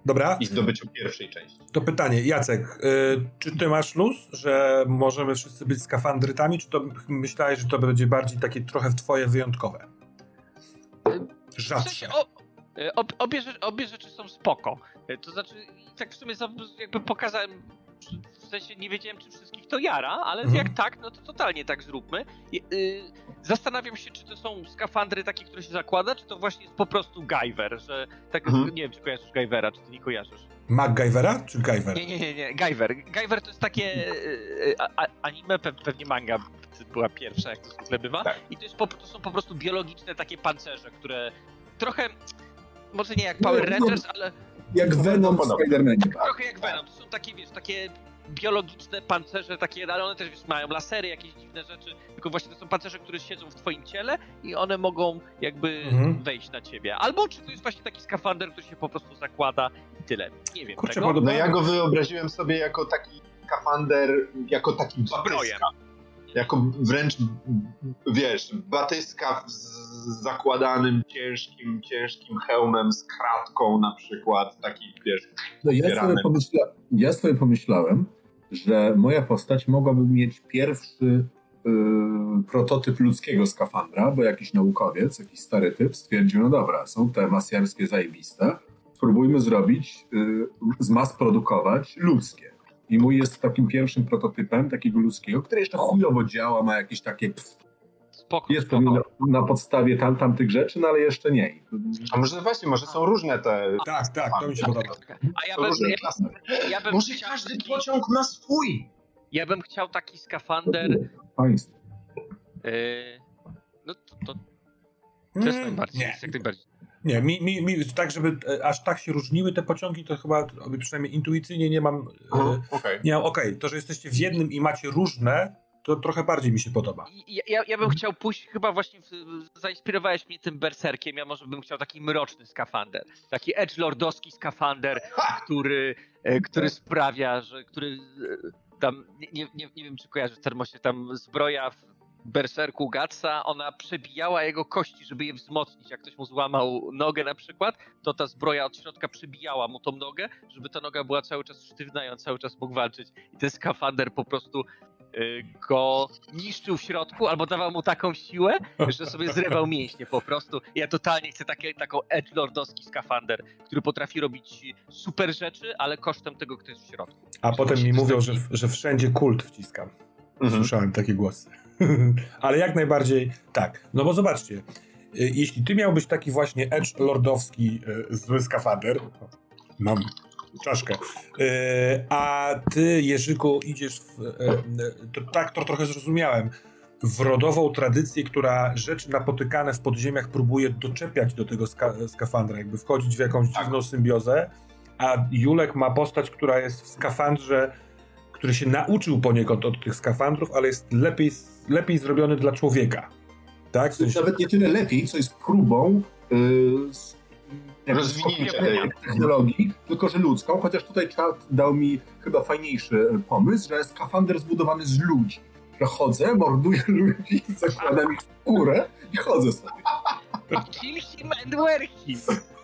Dobra. I zdobyciu pierwszej części. To pytanie, Jacek, czy ty masz luz, że możemy wszyscy być skafandrytami, czy to myślałeś, że to będzie bardziej takie trochę twoje wyjątkowe? Rzadsze. Obie rzeczy są spoko. To znaczy, tak w sumie jakby pokazałem, w sensie nie wiedziałem, czy wszystkich to jara, ale jak tak, no to totalnie tak zróbmy. Zastanawiam się, czy to są skafandry takie, które się zakłada, czy to właśnie jest po prostu Guyver, że tak, nie wiem, czy kojarzysz Guyvera, czy ty nie kojarzysz. MacGyvera czy Guyver? Nie, Guyver. Guyver to jest takie anime, pewnie manga była pierwsza, jak to zwykle bywa. Tak. I to są po prostu biologiczne takie pancerze, które trochę, może nie jak Power Rangers, ale... Jak Venom w Spider-Manie. Trochę jak Venom. To są takie, wiesz, takie biologiczne pancerze, takie, ale one też, wiesz, mają lasery, jakieś dziwne rzeczy, tylko właśnie to są pancerze, które siedzą w twoim ciele i one mogą jakby wejść na ciebie. Albo czy to jest właśnie taki skafander, który się po prostu zakłada i tyle. Nie wiem. Kurczę, no ja go wyobraziłem sobie jako taki skafander, jako taki batyska. Jako wręcz, wiesz, batyska z zakładanym ciężkim hełmem z kratką na przykład, taki, wiesz, no ja sobie pomyślałem, że moja postać mogłaby mieć pierwszy prototyp ludzkiego skafandra, bo jakiś naukowiec, jakiś stary typ stwierdził, no dobra, są te masjarskie zajebiste, spróbujmy zrobić, zmas produkować ludzkie. I mój jest takim pierwszym prototypem takiego ludzkiego, który jeszcze chujowo działa, ma jakieś takie spoko. Jest to na podstawie tamtych rzeczy, no ale jeszcze nie. A może są różne te... Tak, to mi się podoba. A ja bym może każdy pociąg ma swój. Ja bym chciał taki skafander... Państwo. No to jest najbardziej. Nie. Jak najbardziej. Nie, mi tak, żeby aż tak się różniły te pociągi, to chyba przynajmniej intuicyjnie nie mam... Okej. To, że jesteście w jednym i macie różne, to trochę bardziej mi się podoba. Ja bym chciał pójść, chyba właśnie zainspirowałeś mnie tym berserkiem, ja może bym chciał taki mroczny skafander. Taki edgelordowski skafander, który sprawia, że... tam, nie wiem, czy kojarzysz Termosie, tam zbroja w berserku Gatsa, ona przebijała jego kości, żeby je wzmocnić. Jak ktoś mu złamał nogę na przykład, to ta zbroja od środka przebijała mu tą nogę, żeby ta noga była cały czas sztywna i on cały czas mógł walczyć. I ten skafander po prostu go niszczył w środku, albo dawał mu taką siłę, że sobie zrywał mięśnie po prostu. Ja totalnie chcę taką edgelordowski skafander, który potrafi robić super rzeczy, ale kosztem tego, kto jest w środku. A potem mi mówią, że wszędzie kult wciskam. Słyszałem takie głosy. Ale jak najbardziej tak. No bo zobaczcie, jeśli ty miałbyś taki właśnie edgelordowski zły skafander, mam czaszkę, a ty, Jerzyku, idziesz to trochę zrozumiałem, w rodową tradycję, która rzeczy napotykane w podziemiach próbuje doczepiać do tego skafandra, jakby wchodzić w jakąś dziwną symbiozę, a Julek ma postać, która jest w skafandrze, który się nauczył poniekąd od tych skafandrów, ale jest lepiej zrobiony dla człowieka. Tak? W sensie... Nawet nie tyle lepiej, co jest próbą rozwinięcia tej technologii, tylko że ludzką, chociaż tutaj czat dał mi chyba fajniejszy pomysł, że jest skafander zbudowany z ludzi. Że chodzę, morduję ludzi, zakładam ich w skórę i chodzę sobie. Kill him and wear him.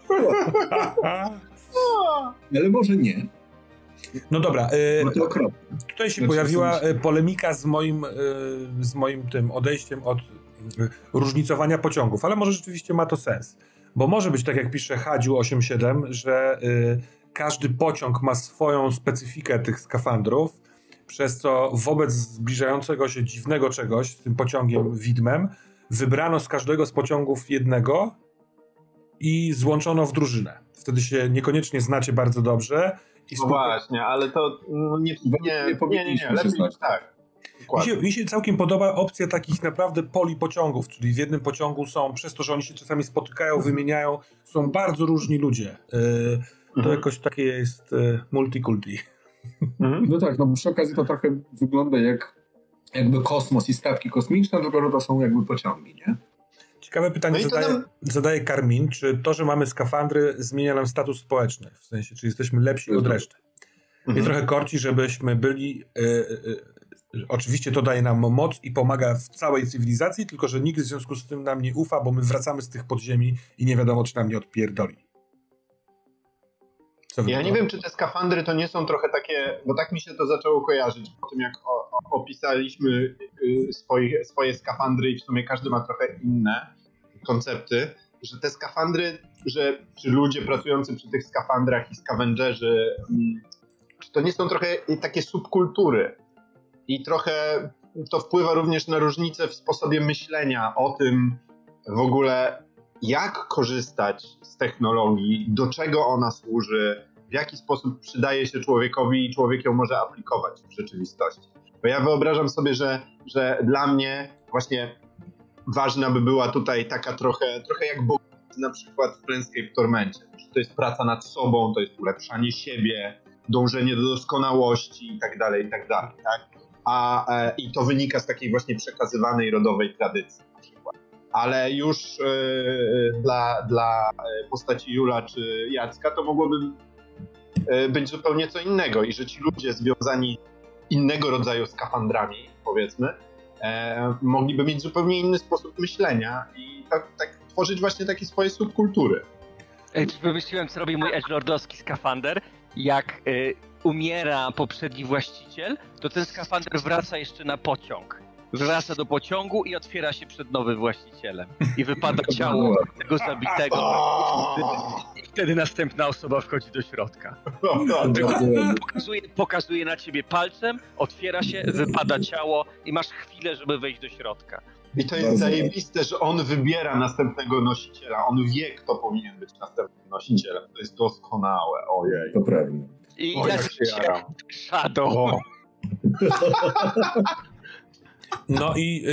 Ale może nie. No dobra, tutaj się pojawiła polemika z moim tym odejściem od różnicowania pociągów, ale może rzeczywiście ma to sens. Bo może być tak, jak pisze Hadziu 8.7, że każdy pociąg ma swoją specyfikę tych skafandrów, przez co wobec zbliżającego się dziwnego czegoś z tym pociągiem widmem wybrano z każdego z pociągów jednego i złączono w drużynę. Wtedy się niekoniecznie znacie bardzo dobrze. No właśnie, ale to nie powinniśmy się znać. Tak. Mi się całkiem podoba opcja takich naprawdę polipociągów, czyli w jednym pociągu są, przez to, że oni się czasami spotykają, wymieniają, są bardzo różni ludzie. To jakoś takie jest multikulti. No tak, no przy okazji to trochę wygląda jakby kosmos i statki kosmiczne, tylko że to są jakby pociągi, nie? Ciekawe pytanie zadaje Karmin, czy to, że mamy skafandry, zmienia nam status społeczny? W sensie, czy jesteśmy lepsi od reszty? Mnie trochę korci, żebyśmy byli... Oczywiście to daje nam moc i pomaga w całej cywilizacji, tylko że nikt w związku z tym nam nie ufa, bo my wracamy z tych podziemi i nie wiadomo, czy nam nie odpierdoli. Ja nie wiem, czy te skafandry to nie są trochę takie, bo tak mi się to zaczęło kojarzyć po tym, jak opisaliśmy swoje skafandry i w sumie każdy ma trochę inne koncepty, że te skafandry, czy ludzie pracujący przy tych skafandrach i scavengerzy, czy to nie są trochę takie subkultury i trochę to wpływa również na różnice w sposobie myślenia o tym w ogóle, jak korzystać z technologii, do czego ona służy, w jaki sposób przydaje się człowiekowi i człowiek ją może aplikować w rzeczywistości. Bo ja wyobrażam sobie, że dla mnie właśnie ważna by była tutaj taka trochę jak Bóg na przykład w Planescape Tormencie. To jest praca nad sobą, to jest ulepszanie siebie, dążenie do doskonałości i tak dalej, tak? I to wynika z takiej właśnie przekazywanej rodowej tradycji na przykład. Ale już dla postaci Jula czy Jacka to mogłoby być zupełnie co innego i że ci ludzie związani innego rodzaju skafandrami, powiedzmy, mogliby mieć zupełnie inny sposób myślenia i tak tworzyć właśnie takie swoje subkultury. Wymyśliłem, co robi mój edgelordowski skafander. Jak umiera poprzedni właściciel, to ten skafander wraca jeszcze na pociąg. Wraca do pociągu i otwiera się przed nowym właścicielem. I wypada ciało tego zabitego. I wtedy następna osoba wchodzi do środka. Pokazuje na ciebie palcem, otwiera się, wypada ciało i masz chwilę, żeby wejść do środka. I to jest zajebiste, że on wybiera następnego nosiciela. On wie, kto powinien być następnym nosicielem. To jest doskonałe. Ojej. To prawda. I Shadow. No i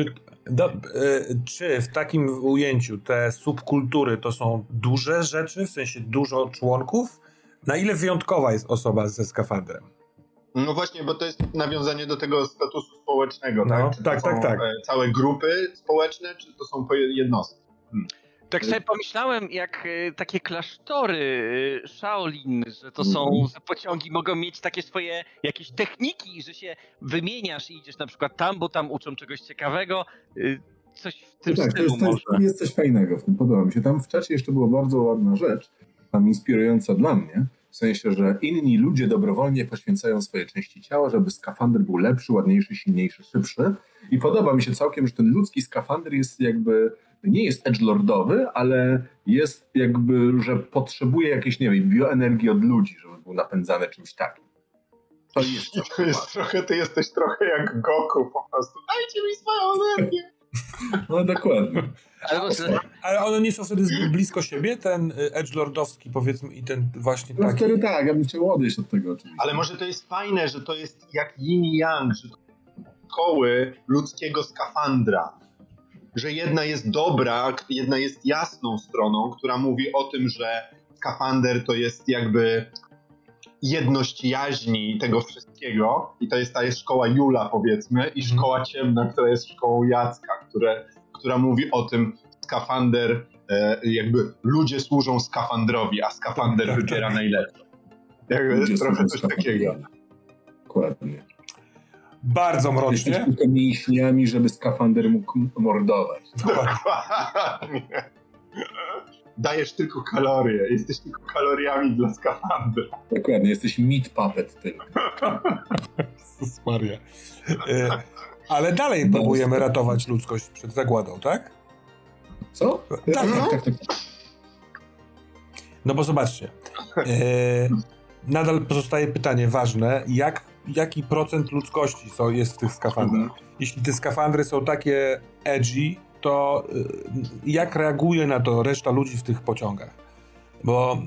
czy w takim ujęciu te subkultury to są duże rzeczy, w sensie dużo członków? Na ile wyjątkowa jest osoba ze skafandrem? No właśnie, bo to jest nawiązanie do tego statusu społecznego, tak? No, Czy to są całe grupy społeczne, czy to są jednostki? Tak sobie pomyślałem, jak takie klasztory Shaolin, że to są, że pociągi mogą mieć takie swoje jakieś techniki, że się wymieniasz i idziesz na przykład tam, bo tam uczą czegoś ciekawego, coś w tym stylu może. To jest coś fajnego, w tym podoba mi się. Tam w czacie jeszcze była bardzo ładna rzecz, tam inspirująca dla mnie, w sensie, że inni ludzie dobrowolnie poświęcają swoje części ciała, żeby skafander był lepszy, ładniejszy, silniejszy, szybszy. I podoba mi się całkiem, że ten ludzki skafander jest jakby, nie jest edgelordowy, ale jest jakby, że potrzebuje jakiejś, nie wiem, bioenergii od ludzi, żeby był napędzany czymś takim. To jest trochę, ty jesteś trochę jak Goku po prostu. Dajcie mi swoją energię! No dokładnie. Ale one nie są wtedy zbyt blisko siebie, ten edgelordowski powiedzmy i ten właśnie taki... No wtedy tak, ja bym chciał odejść od tego oczywiście. Ale może to jest fajne, że to jest jak yin i yang, że to szkoły ludzkiego skafandra. Że jedna jest dobra, jedna jest jasną stroną, która mówi o tym, że skafander to jest jakby jedność jaźni tego wszystkiego i to jest ta szkoła Jula, powiedzmy, i szkoła ciemna, która jest szkołą Jacka, która mówi o tym, skafander, jakby ludzie służą skafandrowi, a skafander wybiera najlepsze. Jakby trochę coś takiego. Dokładnie. Bardzo mrocznie. Jesteś tylko mięśniami, żeby skafander mógł mordować. Dokładnie. Dajesz tylko kalorie. Jesteś tylko kaloriami dla skafandra. Dokładnie, jesteś meat puppet tylko. Jezus Maria. Ale dalej próbujemy ratować ludzkość przed zagładą, tak? Co? Tak. No bo zobaczcie. Nadal pozostaje pytanie ważne, jaki procent ludzkości jest w tych skafandrach? Jeśli te skafandry są takie edgy, to jak reaguje na to reszta ludzi w tych pociągach? Bo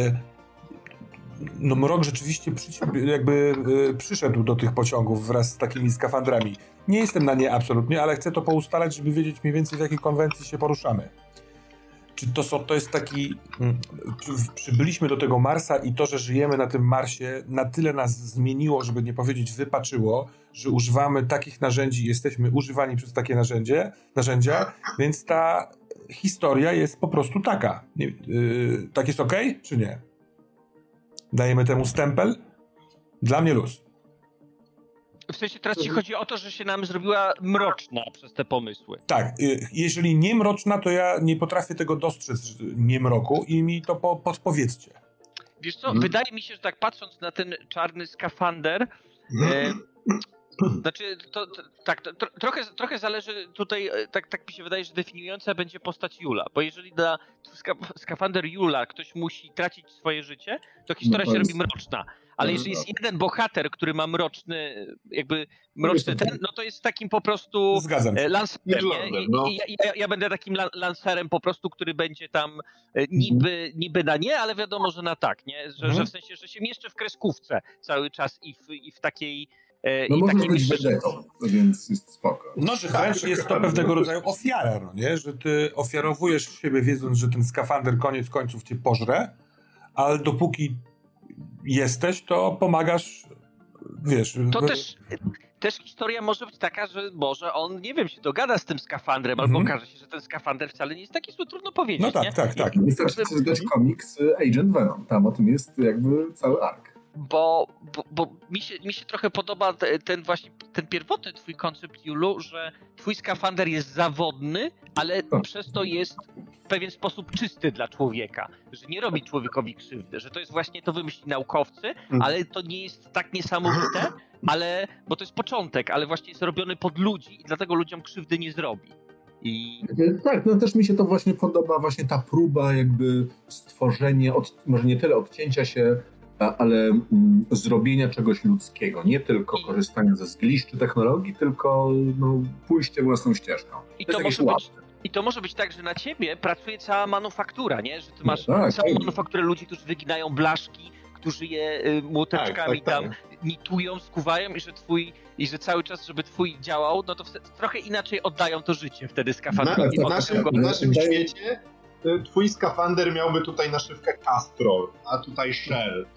Mrok rzeczywiście przyszedł do tych pociągów wraz z takimi skafandrami. Nie jestem na nie absolutnie, ale chcę to poustalać, żeby wiedzieć mniej więcej, w jakiej konwencji się poruszamy. Czy to jest taki... Przybyliśmy do tego Marsa i to, że żyjemy na tym Marsie, na tyle nas zmieniło, żeby nie powiedzieć wypaczyło, że używamy takich narzędzi, jesteśmy używani przez takie narzędzia, więc ta historia jest po prostu taka. Tak jest okej, czy nie? Dajemy temu stempel? Dla mnie luz. W sensie teraz ci chodzi o to, że się nam zrobiła mroczna przez te pomysły. Tak, jeżeli nie mroczna, to ja nie potrafię tego dostrzec nie mroku i mi to podpowiedzcie. Wiesz co, wydaje mi się, że tak patrząc na ten czarny skafander, znaczy, trochę zależy tutaj, tak mi się wydaje, że definiująca będzie postać Jula, bo jeżeli na skafander Jula ktoś musi tracić swoje życie, to historia się robi mroczna, ale jeżeli jest jeden bohater, który ma mroczny ten, no to jest takim po prostu lancerem, ja będę takim lancerem po prostu, który będzie tam niby na nie, ale wiadomo, że na tak, nie? Że w sensie, że się mieszczę w kreskówce cały czas i w takiej... No możesz być vedetą, więc jest spoko. No, że wręcz jest to pewnego rodzaju ofiara, no nie? Że ty ofiarowujesz siebie, wiedząc, że ten skafander koniec końców cię pożre, ale dopóki jesteś, to pomagasz, wiesz... To też historia może być taka, że może on, nie wiem, się dogada z tym skafandrem, albo okaże się, że ten skafander wcale nie jest taki zły, trudno powiedzieć, no nie? Tak. Wystarczy przeczytać komiks Agent Venom, tam o tym jest jakby cały ark. Bo mi się trochę podoba ten pierwotny twój koncept, Julu, że twój skafander jest zawodny, ale przez to jest w pewien sposób czysty dla człowieka, że nie robi człowiekowi krzywdy, że to jest właśnie, to wymyślili naukowcy, ale to nie jest tak niesamowite, bo to jest początek, ale właśnie jest robiony pod ludzi i dlatego ludziom krzywdy nie zrobi. Tak, no też mi się to właśnie podoba, właśnie ta próba jakby stworzenia, może nie tyle odcięcia się, ale zrobienia czegoś ludzkiego, nie tylko korzystania ze zgliszczy technologii, tylko pójście własną ścieżką. I to może być tak, że na ciebie pracuje cała manufaktura, nie? Że ty masz całą manufakturę ludzi, którzy wyginają blaszki, którzy je młoteczkami tam nitują, skuwają i że cały czas, żeby twój działał, no to trochę inaczej oddają to życie wtedy skafandrowi. W naszym świecie twój skafander miałby tutaj naszywkę Castrol, a tutaj Shell.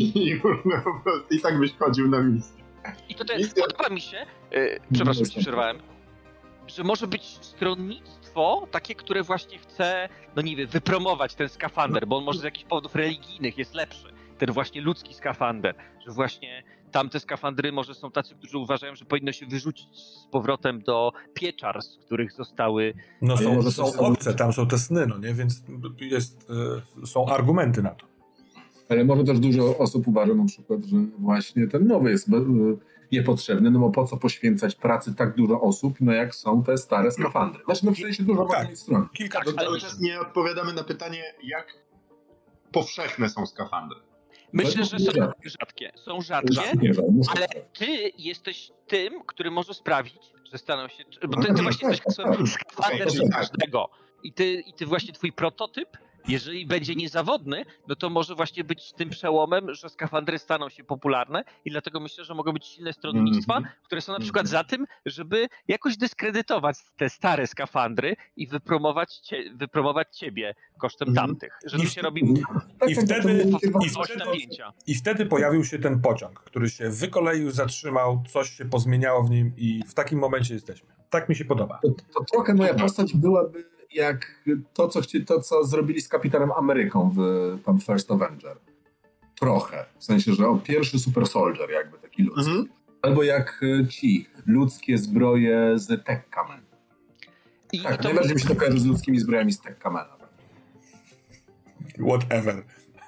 I tak byś chodził na misję. I to też podoba mi się, przepraszam, ci przerwałem, że może być stronnictwo takie, które właśnie chce, no nie wiem, wypromować ten skafander, bo on może z jakichś powodów religijnych jest lepszy. Ten właśnie ludzki skafander, że właśnie tamte skafandry może są tacy, którzy uważają, że powinno się wyrzucić z powrotem do pieczar, z których zostały... No są opcje, tam są te sny, no nie? Więc są argumenty na to. Ale może też dużo osób uważa na przykład, że właśnie ten nowy jest niepotrzebny, no bo po co poświęcać pracy tak dużo osób, no jak są te stare skafandry. Znaczy w sensie dużo ważnych stron. Cały czas nie odpowiadamy na pytanie, jak powszechne są skafandry. Myślę, że są rzadkie. Są rzadkie, ale ty jesteś tym, który może sprawić, że staną się... Bo ty właśnie jesteś skafander każdego. I ty właśnie twój prototyp, jeżeli będzie niezawodny, no to może właśnie być tym przełomem, że skafandry staną się popularne i dlatego myślę, że mogą być silne stronnictwa, które są na przykład za tym, żeby jakoś dyskredytować te stare skafandry i wypromować ciebie kosztem tamtych. Że to się robi... I wtedy pojawił się ten pociąg, który się wykoleił, zatrzymał, coś się pozmieniało w nim i w takim momencie jesteśmy. Tak mi się podoba. To trochę moja postać byłaby jak to, co zrobili z Kapitanem Ameryką w tam First Avenger. Trochę. W sensie, że pierwszy super soldier jakby taki ludzki. Albo jak ci ludzkie zbroje z Tech Kamen. Tak, najbardziej mi się to kojarzy z ludzkimi zbrojami z Tech Kamena. Whatever.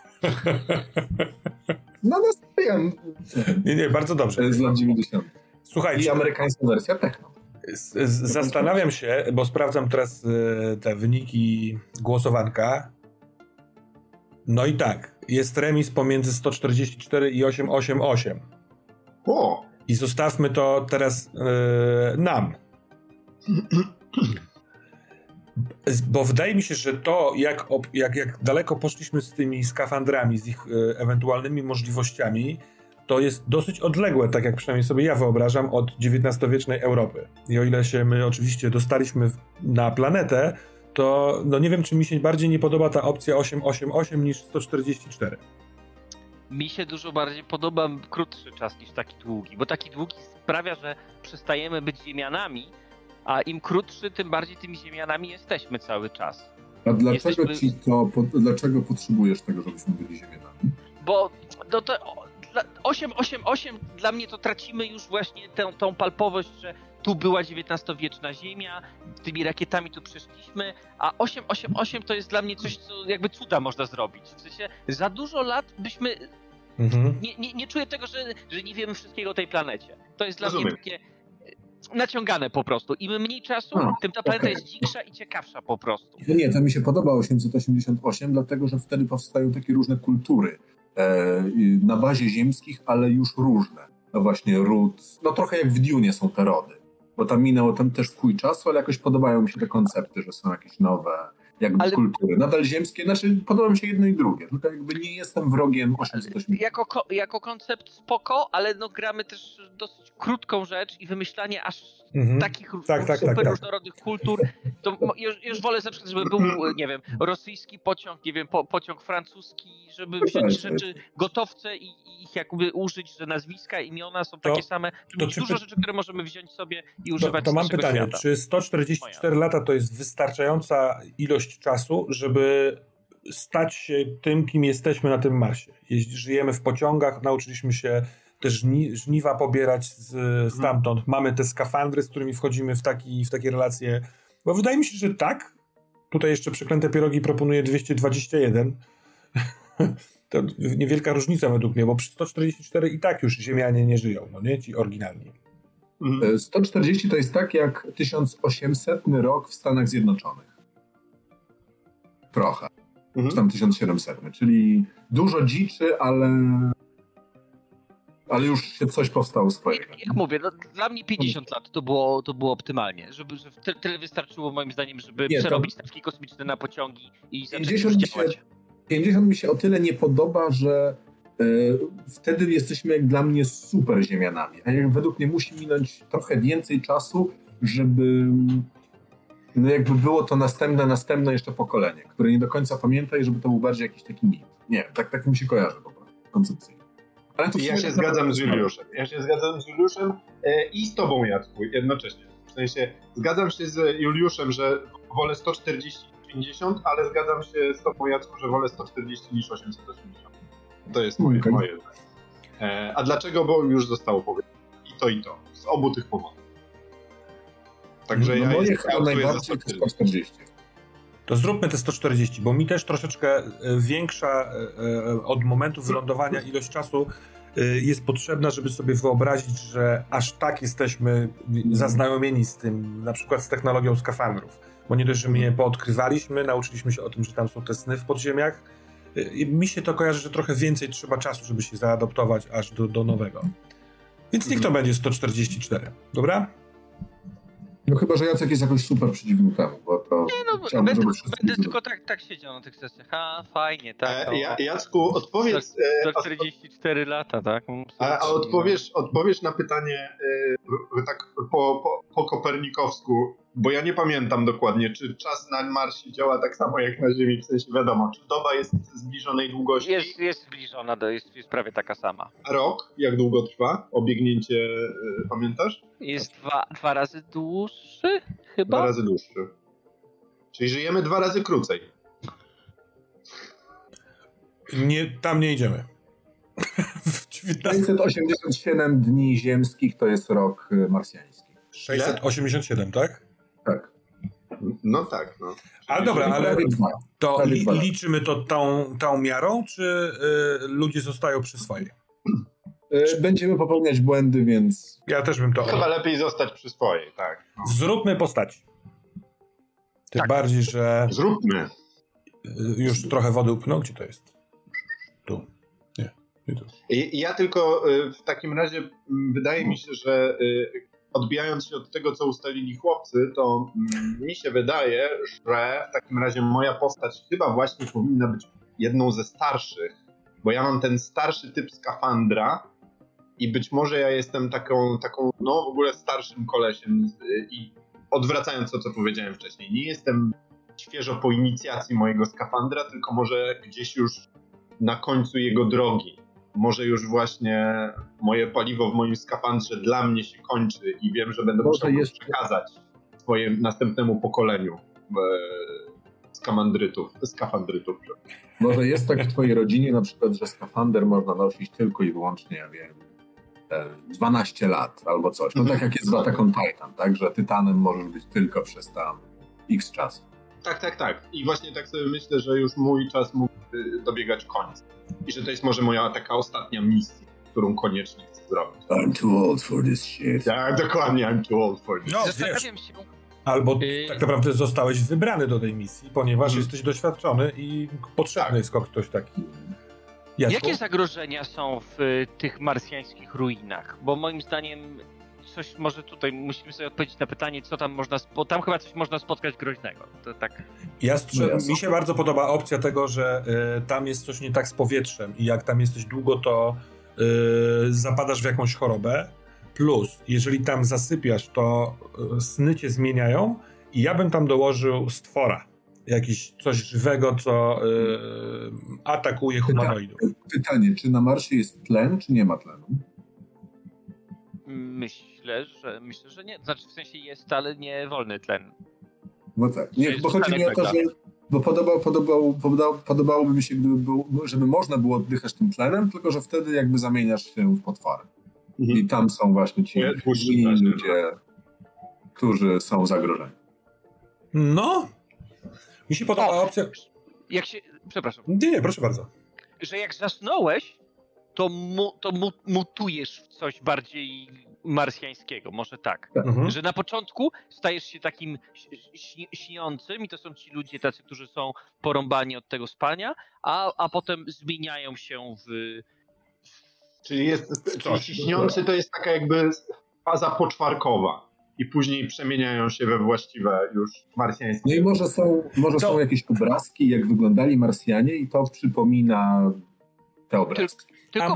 No nastawiam. Nie, bardzo dobrze. Z lat 90. Słuchajcie. I amerykańska wersja Techno. Zastanawiam się, bo sprawdzam teraz te wyniki głosowanka. No i tak, jest remis pomiędzy 144 i 888. O! I zostawmy to teraz nam. Bo wydaje mi się, że to, jak daleko poszliśmy z tymi skafandrami, z ich ewentualnymi możliwościami, to jest dosyć odległe, tak jak przynajmniej sobie ja wyobrażam, od XIX-wiecznej Europy. I o ile się my oczywiście dostaliśmy na planetę, to no nie wiem, czy mi się bardziej nie podoba ta opcja 888 niż 144. Mi się dużo bardziej podoba krótszy czas niż taki długi, bo taki długi sprawia, że przestajemy być ziemianami, a im krótszy, tym bardziej tymi ziemianami jesteśmy cały czas. A dlaczego dlaczego potrzebujesz tego, żebyśmy byli ziemianami? Bo 888 dla mnie to tracimy już właśnie tą palpowość, że tu była XIX-wieczna ziemia, tymi rakietami tu przeszliśmy, a 888 to jest dla mnie coś, co jakby cuda można zrobić. W sensie za dużo lat byśmy... Nie czuję tego, że nie wiemy wszystkiego o tej planecie. To jest dla mnie takie naciągane po prostu. Im mniej czasu, tym ta planeta jest dziksza i ciekawsza po prostu. Nie, to mi się podoba 888, dlatego że wtedy powstają takie różne kultury na bazie ziemskich, ale już różne. No właśnie ród, no trochę jak w Dune są te rody, bo tam minęło tam też chuj czasu, ale jakoś podobają mi się te koncepty, że są jakieś nowe jakby kultury. Nadal ziemskie, znaczy podoba mi się jedno i drugie, tylko jakby nie jestem wrogiem 880. Jako koncept spoko, ale no gramy też dosyć krótką rzecz i wymyślanie aż takich super różnorodnych kultur, to już wolę na przykład, żeby był, nie wiem, rosyjski pociąg, nie wiem, pociąg francuski, żeby wziąć rzeczy, gotowce i ich jakby użyć, że nazwiska, imiona są takie same. Dużo rzeczy, które możemy wziąć sobie i używać to mam pytanie, świata. czy 144 lata to jest wystarczająca ilość czasu, żeby stać się tym, kim jesteśmy na tym Marsie? Żyjemy w pociągach, nauczyliśmy się też żniwa pobierać stamtąd. Mamy te skafandry, z którymi wchodzimy w takie relacje. Bo wydaje mi się, że tak. Tutaj jeszcze Przeklęte Pierogi proponuje 221. To niewielka różnica według mnie, bo przy 144 i tak już Ziemianie nie żyją, no nie? Ci oryginalni. 140 to jest tak jak 1800 rok w Stanach Zjednoczonych. Trochę. Czy tam 1700, czyli dużo dziczy, ale już się coś powstało swojego. Jak mówię, no, dla mnie 50 lat to było optymalnie. Że tyle wystarczyło moim zdaniem, żeby przerobić stawki kosmiczne na pociągi i zacząć już działać. 50 mi się o tyle nie podoba, że wtedy jesteśmy jak dla mnie super ziemianami. A jak według mnie musi minąć trochę więcej czasu, żeby no jakby było to następne jeszcze pokolenie, które nie do końca pamięta i żeby to był bardziej jakiś taki mit. Nie, tak mi się kojarzy po prostu koncepcyjnie. Ja się zgadzam z Juliuszem. I z tobą, Jacku, jednocześnie. W sensie zgadzam się z Juliuszem, że wolę 140-50, ale zgadzam się z tobą, Jacku, że wolę 140 niż 880. To jest moje zdanie. A dlaczego? Bo już zostało powiedziane. I to. Z obu tych powodów. Także ja moje chyba najbardziej to 140. To zróbmy te 140, bo mi też troszeczkę większa od momentu wylądowania ilość czasu jest potrzebna, żeby sobie wyobrazić, że aż tak jesteśmy zaznajomieni z tym, na przykład z technologią skafandrów. Bo nie dość, że my je poodkrywaliśmy, nauczyliśmy się o tym, że tam są te sny w podziemiach. Mi się to kojarzy, że trochę więcej trzeba czasu, żeby się zaadoptować aż do nowego. Więc niech to będzie 144, dobra? No chyba, że Jacek jest jakoś super przeciwny temu, bo to... Będę tylko tak siedział na tych sesjach. Fajnie, tak. Jacku, odpowiedz... 144 lata, tak? A odpowiesz na pytanie tak po kopernikowsku, bo ja nie pamiętam dokładnie, czy czas na Marsie działa tak samo jak na Ziemi, w sensie wiadomo, czy doba jest zbliżonej długości? Jest zbliżona, jest prawie taka sama. A rok? Jak długo trwa? Obiegnięcie, pamiętasz? Jest dwa razy dłuższy, chyba? 2 razy dłuższy. Czyli żyjemy 2 razy krócej. Tam nie idziemy. 687 dni ziemskich to jest rok marsjański. 687, tak? Tak. No tak, no. Ale dobra, ale to liczymy to tą miarą, czy ludzie zostają przy swojej? Będziemy popełniać błędy, więc... Ja też bym to... Chyba lepiej zostać przy swojej, tak. No. Zróbmy postaci. Tym bardziej, że... Zróbmy. Już trochę wody upchnął. Gdzie to jest? Tu. Nie tu. Ja tylko w takim razie wydaje mi się, że odbijając się od tego, co ustalili chłopcy, to mi się wydaje, że w takim razie moja postać chyba właśnie powinna być jedną ze starszych, bo ja mam ten starszy typ skafandra i być może ja jestem taką no w ogóle starszym kolesiem i odwracając to, co powiedziałem wcześniej, nie jestem świeżo po inicjacji mojego skafandra, tylko może gdzieś już na końcu jego drogi. Może już właśnie moje paliwo w moim skafandrze dla mnie się kończy i wiem, że będę musiał przekazać swojemu następnemu pokoleniu skafandrytów. Może jest tak w twojej rodzinie na przykład, że skafander można nosić tylko i wyłącznie, ja wiem, 12 lat albo coś. No tak jak jest w Attack on Titan, tak? Że Tytanem możesz być tylko przez tam x czas. Tak. I właśnie tak sobie myślę, że już mój czas mógł dobiegać końca. I że to jest może moja taka ostatnia misja, którą koniecznie chcę zrobić. I'm too old for this shit. Tak, dokładnie, I'm too old for this. No, Zastanawiam się... Albo tak naprawdę zostałeś wybrany do tej misji, ponieważ jesteś doświadczony i potrzebny jest ktoś taki. Jacku? Jakie zagrożenia są w tych marsjańskich ruinach? Bo moim zdaniem coś może tutaj, musimy sobie odpowiedzieć na pytanie, co tam można, tam chyba coś można spotkać groźnego. To tak. Mi się bardzo podoba opcja tego, że tam jest coś nie tak z powietrzem i jak tam jesteś długo, to zapadasz w jakąś chorobę. Plus, jeżeli tam zasypiasz, to sny cię zmieniają i ja bym tam dołożył stwora. Jakiś coś żywego, co atakuje humanoidów. Pytanie, czy na Marsie jest tlen, czy nie ma tlenu? Myślę, że nie. Znaczy w sensie jest, ale nie wolny tlen. No tak. Nie, bo chodzi mi o to, że bo podobałoby mi się, żeby można było oddychać tym tlenem, tylko że wtedy jakby zamieniasz się w potwarę. I tam są właśnie ci ludzie, którzy są zagrożeni. No, mi się podoba opcja... Przepraszam. Nie, proszę bardzo. Że jak zasnąłeś, to mutujesz w coś bardziej marsjańskiego, może tak. Że na początku stajesz się takim śniącym i to są ci ludzie tacy, którzy są porąbani od tego spania, a potem zmieniają się w... Czyli śniący to jest taka jakby faza poczwarkowa i później przemieniają się we właściwe już marsjańskie. No i może są jakieś obrazki, jak wyglądali Marsjanie i to przypomina te obrazki.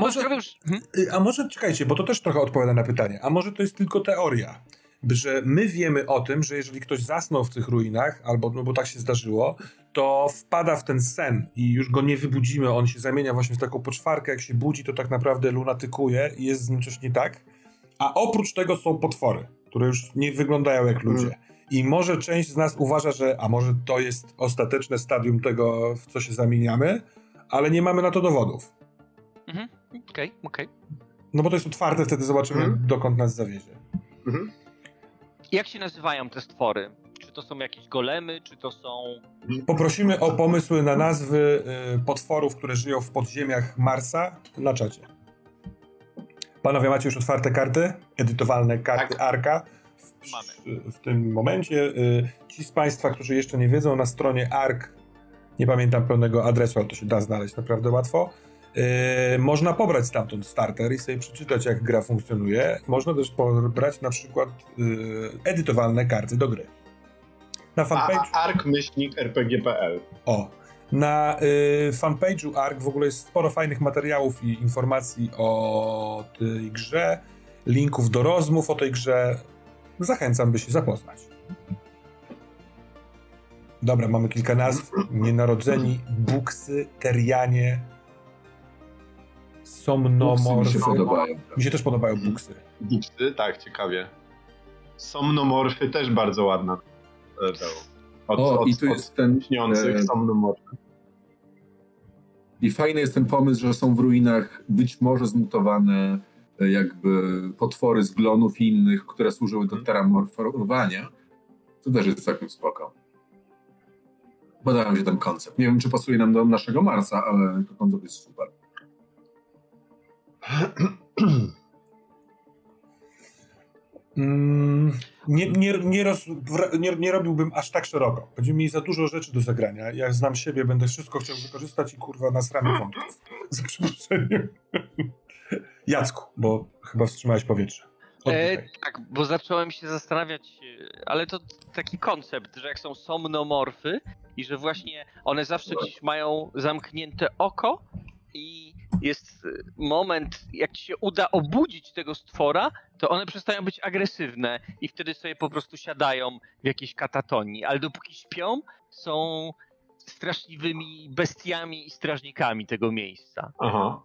A może, czekajcie, bo to też trochę odpowiada na pytanie, a może to jest tylko teoria, że my wiemy o tym, że jeżeli ktoś zasnął w tych ruinach, albo no bo tak się zdarzyło, to wpada w ten sen i już go nie wybudzimy, on się zamienia właśnie w taką poczwarkę, jak się budzi, to tak naprawdę lunatykuje i jest z nim coś nie tak, a oprócz tego są potwory, które już nie wyglądają jak ludzie. I może część z nas uważa, że a może to jest ostateczne stadium tego, w co się zamieniamy, ale nie mamy na to dowodów. Okej. No bo to jest otwarte, wtedy zobaczymy, dokąd nas zawiezie. Jak się nazywają te stwory? Czy to są jakieś golemy, czy to są... Poprosimy o pomysły na nazwy potworów, które żyją w podziemiach Marsa na czacie. Panowie, macie już otwarte karty? Edytowalne karty Arka? W tym momencie ci z Państwa, którzy jeszcze nie wiedzą, na stronie Ark, nie pamiętam pełnego adresu, ale to się da znaleźć naprawdę łatwo, można pobrać stamtąd starter i sobie przeczytać, jak gra funkcjonuje. Można też pobrać na przykład edytowalne karty do gry. Na fanpage... ark-rpg.pl. Na fanpage'u Ark w ogóle jest sporo fajnych materiałów i informacji o tej grze, linków do rozmów o tej grze. Zachęcam, by się zapoznać. Dobra, mamy kilka nazw. Nienarodzeni, buksy, terianie, somnomorfy. Mi się też podobają buksy. Buksy, tak, ciekawie. Somnomorfy też bardzo ładna. I tu jest ten śniących somnomorfy. I fajny jest ten pomysł, że są w ruinach być może zmutowane jakby potwory z glonów i innych, które służyły do terraformowania. To też jest całkiem spoko. Podoba mi się ten koncept. Nie wiem, czy pasuje nam do naszego Marsa, ale to koncept jest super. Nie robiłbym aż tak szeroko. Będziemy mieli za dużo rzeczy do zagrania. Ja znam siebie, będę wszystko chciał wykorzystać i kurwa nasramy wątków. Za przeproszeniem. Jacku, bo chyba wstrzymałeś powietrze. Tak, bo zacząłem się zastanawiać, ale to taki koncept, że jak są somnomorfy i że właśnie one zawsze gdzieś mają zamknięte oko i jest moment, jak ci się uda obudzić tego stwora, to one przestają być agresywne i wtedy sobie po prostu siadają w jakiejś katatonii, ale dopóki śpią, są straszliwymi bestiami i strażnikami tego miejsca. Aha.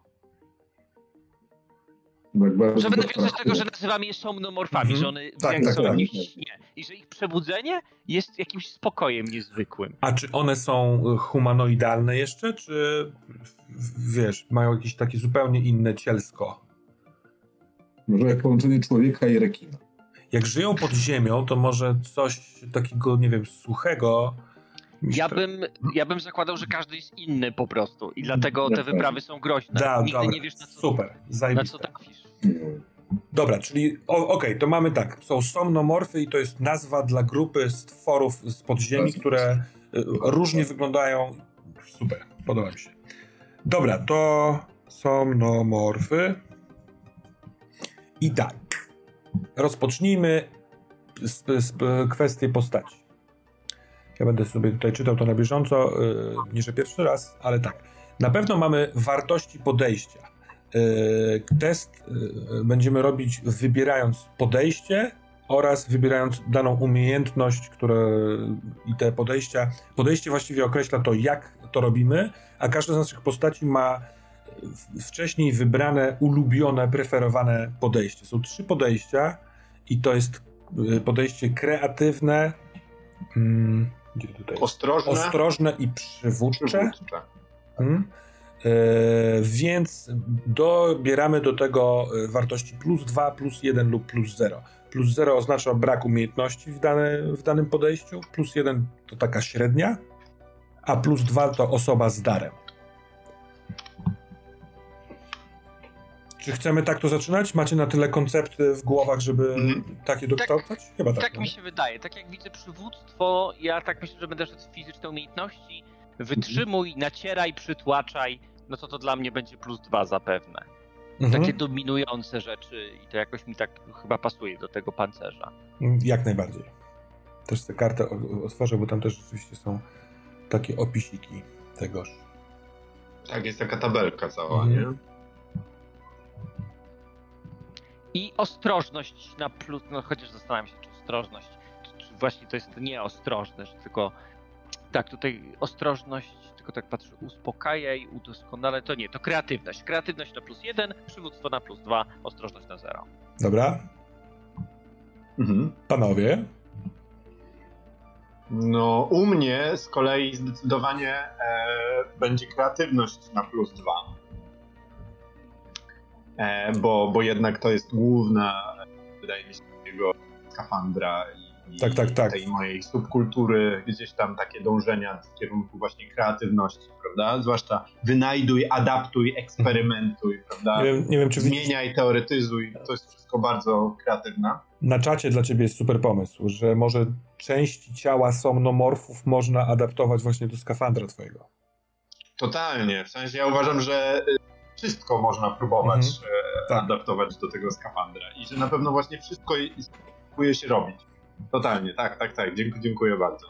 Żeby nawiązać do tego, że nazywamy je somnomorfami, że one są w śnie i że ich przebudzenie jest jakimś spokojem niezwykłym. A czy one są humanoidalne jeszcze, czy wiesz, mają jakieś takie zupełnie inne cielsko? Może jak połączenie człowieka i rekina. Jak żyją pod ziemią, to może coś takiego, nie wiem, suchego. Ja bym zakładał, że każdy jest inny po prostu i dlatego te wyprawy są groźne. Nigdy dobra. nie wiesz, na co, Super, na co trafisz. Dobra, czyli okej, to mamy tak. Są somnomorfy i to jest nazwa dla grupy stworów z podziemi, które różnie wyglądają. Super, podoba mi się. Dobra, to somnomorfy. I tak. Rozpocznijmy z kwestii postaci. Ja będę sobie tutaj czytał to na bieżąco, nie że pierwszy raz, ale tak. Na pewno mamy wartości podejścia. Test będziemy robić wybierając podejście oraz wybierając daną umiejętność, i te podejścia. Podejście właściwie określa to, jak to robimy, a każda z naszych postaci ma wcześniej wybrane, ulubione, preferowane podejście. Są 3 podejścia i to jest podejście kreatywne, gdzie tutaj? Ostrożne i przywódcze. Więc dobieramy do tego wartości +2, +1 lub +0. +0 oznacza brak umiejętności w danym podejściu, +1 to taka średnia, a +2 to osoba z darem. Czy chcemy tak to zaczynać? Macie na tyle koncepty w głowach, żeby takie dokształcać? Chyba tak. Tak mi się wydaje. Tak jak widzę przywództwo, ja tak myślę, że będę szedł w fizyczne umiejętności. Wytrzymuj, nacieraj, przytłaczaj, no to dla mnie będzie +2 zapewne. Takie dominujące rzeczy i to jakoś mi tak chyba pasuje do tego pancerza. Jak najbardziej. Też tę kartę otworzę, bo tam też rzeczywiście są takie opisiki tegoż. Tak, jest taka tabelka cała, nie? I ostrożność na plus, no chociaż zastanawiam się, czy ostrożność, czy właśnie to jest nie ostrożność, tylko tak, tutaj ostrożność, tylko tak patrzę, uspokajaj, udoskonale, to nie, to kreatywność. Kreatywność na +1, przywództwo na +2, ostrożność na 0. Dobra. Panowie? No, u mnie z kolei zdecydowanie będzie kreatywność na +2. Bo jednak to jest główna, wydaje mi się, jego skafandra i tak. tej mojej subkultury, gdzieś tam takie dążenia w kierunku właśnie kreatywności, prawda? Zwłaszcza wynajduj, adaptuj, eksperymentuj, prawda? Nie wiem, czy zmieniaj, teoretyzuj, to jest wszystko bardzo kreatywne. Na czacie dla ciebie jest super pomysł, że może części ciała somnomorfów można adaptować właśnie do skafandra twojego. Totalnie, w sensie ja uważam, że wszystko można próbować adaptować do tego skafandra i że na pewno właśnie wszystko próbuje się robić. Totalnie, tak. Dziękuję bardzo.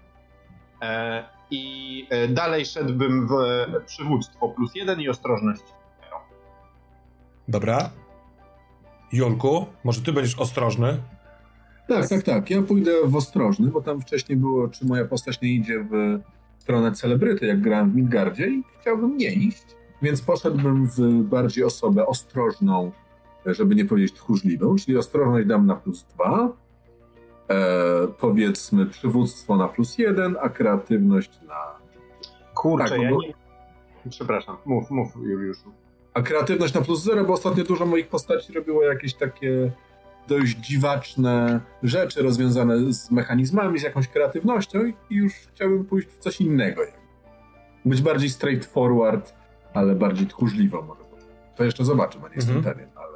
I dalej szedłbym w przywództwo +1 i ostrożność 0. Dobra. Jolku, może ty będziesz ostrożny? Tak. Ja pójdę w ostrożny, bo tam wcześniej było, czy moja postać nie idzie w stronę celebryty, jak grałem w Midgardzie i chciałbym nie iść. Więc poszedłbym w bardziej osobę ostrożną, żeby nie powiedzieć tchórzliwą, czyli ostrożność dam na +2, powiedzmy przywództwo na +1, a kreatywność na... Kurczę, tak, ja nie... Przepraszam, mów Juliuszu. A kreatywność na +0, bo ostatnio dużo moich postaci robiło jakieś takie dość dziwaczne rzeczy rozwiązane z mechanizmami, z jakąś kreatywnością i już chciałbym pójść w coś innego. Być bardziej straightforward, ale bardziej tchórzliwą może. To jeszcze zobaczę, bo nie jestem pewien, ale...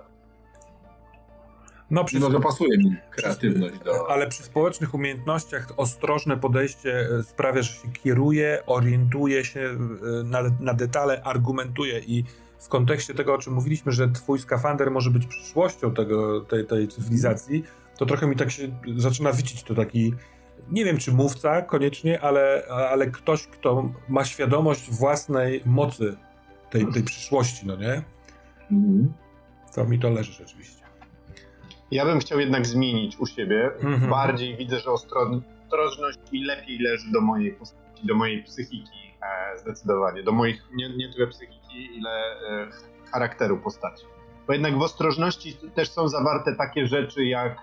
No, może pasuje mi kreatywność do... Ale przy społecznych umiejętnościach ostrożne podejście sprawia, że się kieruje, orientuje się na detale, argumentuje i w kontekście tego, o czym mówiliśmy, że twój skafander może być przyszłością tej cywilizacji, to trochę mi tak się zaczyna widzieć to taki, nie wiem czy mówca koniecznie, ale ktoś, kto ma świadomość własnej mocy tej przyszłości, no nie? To mi to leży rzeczywiście. Ja bym chciał jednak zmienić u siebie. Bardziej widzę, że ostrożność mi lepiej leży do mojej postaci, do mojej psychiki zdecydowanie. Do moich, nie tyle psychiki, ile charakteru postaci. Bo jednak w ostrożności też są zawarte takie rzeczy jak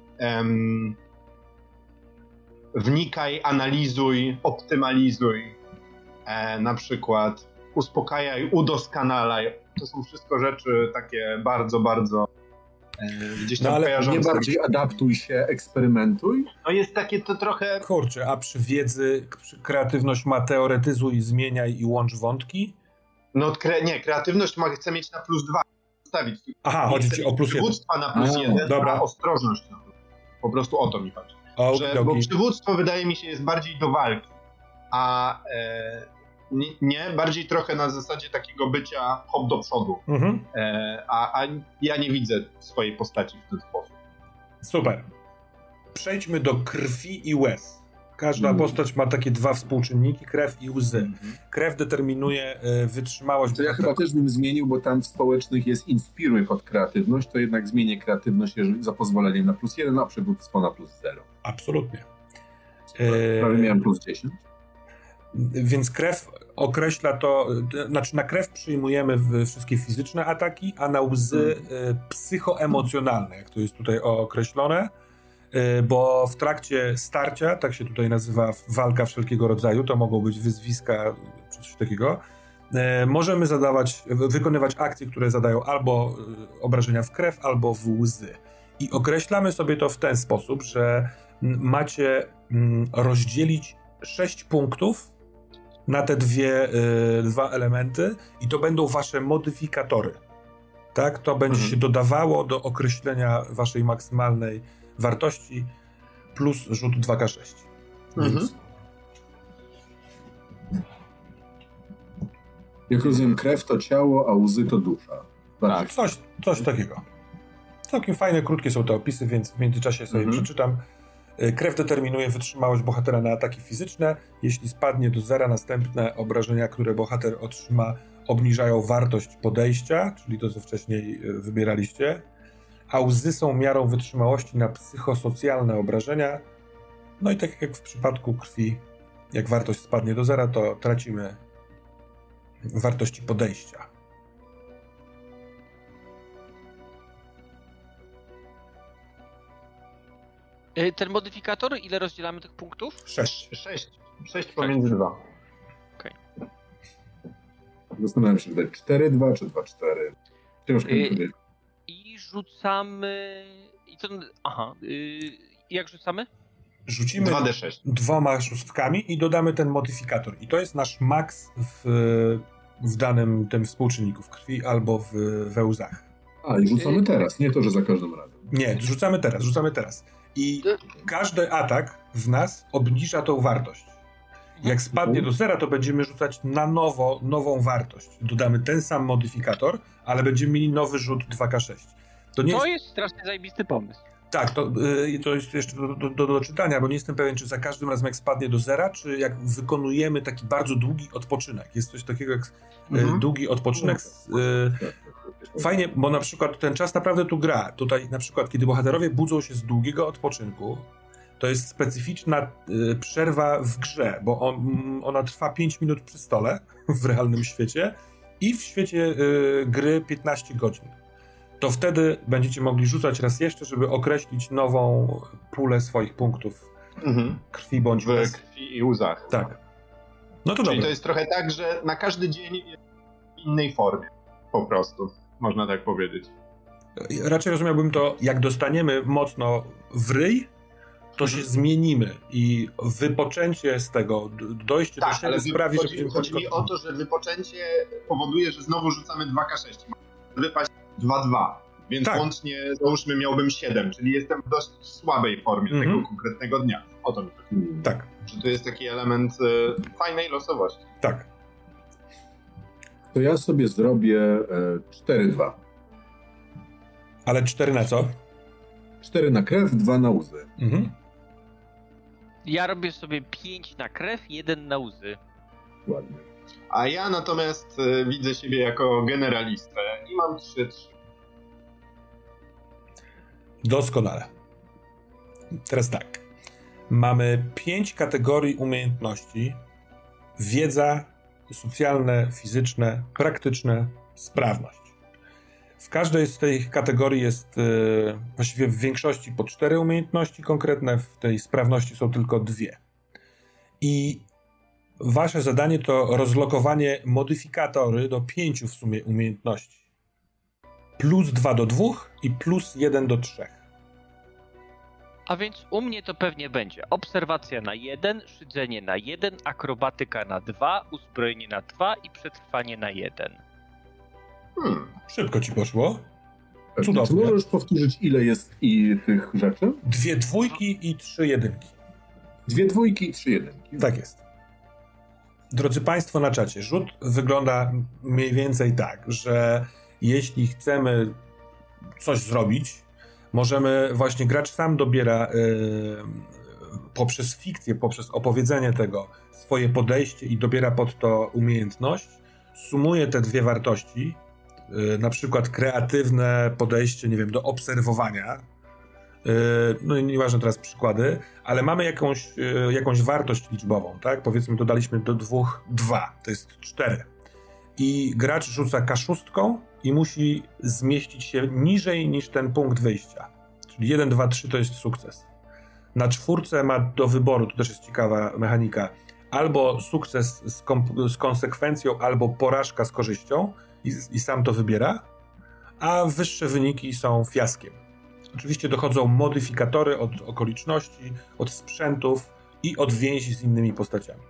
wnikaj, analizuj, optymalizuj, na przykład uspokajaj, udoskonalaj. To są wszystko rzeczy takie bardzo, bardzo Gdzieś tam ale kojarzące. nie bardziej adaptuj się, eksperymentuj? No jest takie to trochę... Kurczę, a przy wiedzy kreatywność ma teoretyzuj, zmieniaj i łącz wątki? No nie, kreatywność chcę mieć na +2. Stawić. Aha, chodzi ci o +1. Przywództwa na +1, dobra. a ostrożność na +1. Po prostu o to mi chodzi. Bo przywództwo wydaje mi się jest bardziej do walki, a nie, bardziej trochę na zasadzie takiego bycia hop do przodu. A ja nie widzę swojej postaci w ten sposób. Super. Przejdźmy do krwi i łez. Każda postać ma takie dwa współczynniki, krew i łzy. Krew determinuje wytrzymałość. To ja chyba też bym zmienił, bo tam w społecznych jest inspiruj pod kreatywność, to jednak zmienię kreatywność za pozwoleniem na +1, a przywództwo na +0. Absolutnie. Prawie miałem +10. Więc krew określa to, znaczy na krew przyjmujemy wszystkie fizyczne ataki, a na łzy psychoemocjonalne, jak to jest tutaj określone, bo w trakcie starcia, tak się tutaj nazywa walka wszelkiego rodzaju, to mogą być wyzwiska czy coś takiego, możemy wykonywać akcje, które zadają albo obrażenia w krew, albo w łzy. I określamy sobie to w ten sposób, że macie rozdzielić 6 punktów na te dwa elementy i to będą wasze modyfikatory. Tak? To będzie się dodawało do określenia waszej maksymalnej wartości plus rzut 2K6. Więc... Jak rozumiem, krew to ciało, a łzy to dusza. Tak, coś takiego. Całkiem fajne, krótkie są te opisy, więc w międzyczasie sobie przeczytam. Krew determinuje wytrzymałość bohatera na ataki fizyczne. Jeśli spadnie do 0, następne obrażenia, które bohater otrzyma, obniżają wartość podejścia, czyli to, co wcześniej wybieraliście. A łzy są miarą wytrzymałości na psychosocjalne obrażenia. No i tak jak w przypadku krwi, jak wartość spadnie do 0, to tracimy wartości podejścia. Ten modyfikator, ile rozdzielamy tych punktów? 6. 6 pomiędzy 2. Okej. Zastanawiam się, 4-2 czy 2-4. Ciężko mi powiedzieć. I rzucamy... Jak rzucamy? Rzucimy 2d6. 2 szóstkami i dodamy ten modyfikator. I to jest nasz maks w danym tym współczynniku, w krwi albo we łzach. A, i rzucamy teraz, nie to, że za każdym razem. Nie, rzucamy teraz. I każdy atak w nas obniża tą wartość. Jak spadnie do 0, to będziemy rzucać na nową wartość. Dodamy ten sam modyfikator, ale będziemy mieli nowy rzut 2K6. To jest strasznie zajebisty pomysł. Tak, to jest jeszcze do czytania, bo nie jestem pewien, czy za każdym razem jak spadnie do 0, czy jak wykonujemy taki bardzo długi odpoczynek. Jest coś takiego jak długi odpoczynek. Fajnie, bo na przykład ten czas naprawdę tu gra. Tutaj na przykład, kiedy bohaterowie budzą się z długiego odpoczynku, to jest specyficzna przerwa w grze, bo ona trwa 5 minut przy stole w realnym świecie i w świecie gry 15 godzin. To wtedy będziecie mogli rzucać raz jeszcze, żeby określić nową pulę swoich punktów krwi bądź w krwi i łzach. Tak. No to Czyli dobra. to jest trochę tak, że na każdy dzień jest w innej formie. Po prostu. Można tak powiedzieć. Raczej rozumiałbym to, jak dostaniemy mocno w ryj, to się zmienimy i wypoczęcie z tego, dojście do siebie sprawi, że... Chodzi mi o to, że wypoczęcie powoduje, że znowu rzucamy 2K6. Wypaść 2-2, więc łącznie załóżmy miałbym 7, czyli jestem w dość słabej formie tego konkretnego dnia. O to mi chodzi. Tak. Że to jest taki element fajnej losowości. Tak. To ja sobie zrobię 4-2. Ale 4 na co? 4 na krew, 2 na łzy. Ja robię sobie 5 na krew, 1 na łzy. Ładnie. A ja natomiast widzę siebie jako generalistę i mam 3-3. Doskonale. Teraz tak. Mamy 5 kategorii umiejętności. Wiedza, socjalne, fizyczne, praktyczne, sprawność. W każdej z tych kategorii jest właściwie w większości po 4 umiejętności konkretne, w tej sprawności są tylko 2. I wasze zadanie to rozlokowanie modyfikatory do 5 w sumie umiejętności. plus 2 do 2 i plus 1 do 3. A więc u mnie to pewnie będzie obserwacja na 1, szydzenie na 1, akrobatyka na 2, uzbrojenie na 2 i przetrwanie na 1. Szybko ci poszło. Czy Cudownie. możesz powtórzyć, ile jest tych rzeczy? 2 dwójki i 3 jedynki. 2 dwójki i 3 jedynki. Tak jest. Drodzy Państwo na czacie, rzut wygląda mniej więcej tak, że jeśli chcemy coś zrobić, możemy, właśnie gracz sam dobiera poprzez fikcję, poprzez opowiedzenie tego swoje podejście i dobiera pod to umiejętność, sumuje te dwie wartości, na przykład kreatywne podejście, nie wiem, do obserwowania, no i nieważne teraz przykłady, ale mamy jakąś wartość liczbową, tak? Powiedzmy, dodaliśmy do 2, to jest 4. I gracz rzuca K6 i musi zmieścić się niżej niż ten punkt wyjścia. Czyli 1, 2, 3 to jest sukces. Na 4 ma do wyboru, to też jest ciekawa mechanika, albo sukces z konsekwencją, albo porażka z korzyścią i sam to wybiera, a wyższe wyniki są fiaskiem. Oczywiście dochodzą modyfikatory od okoliczności, od sprzętów i od więzi z innymi postaciami.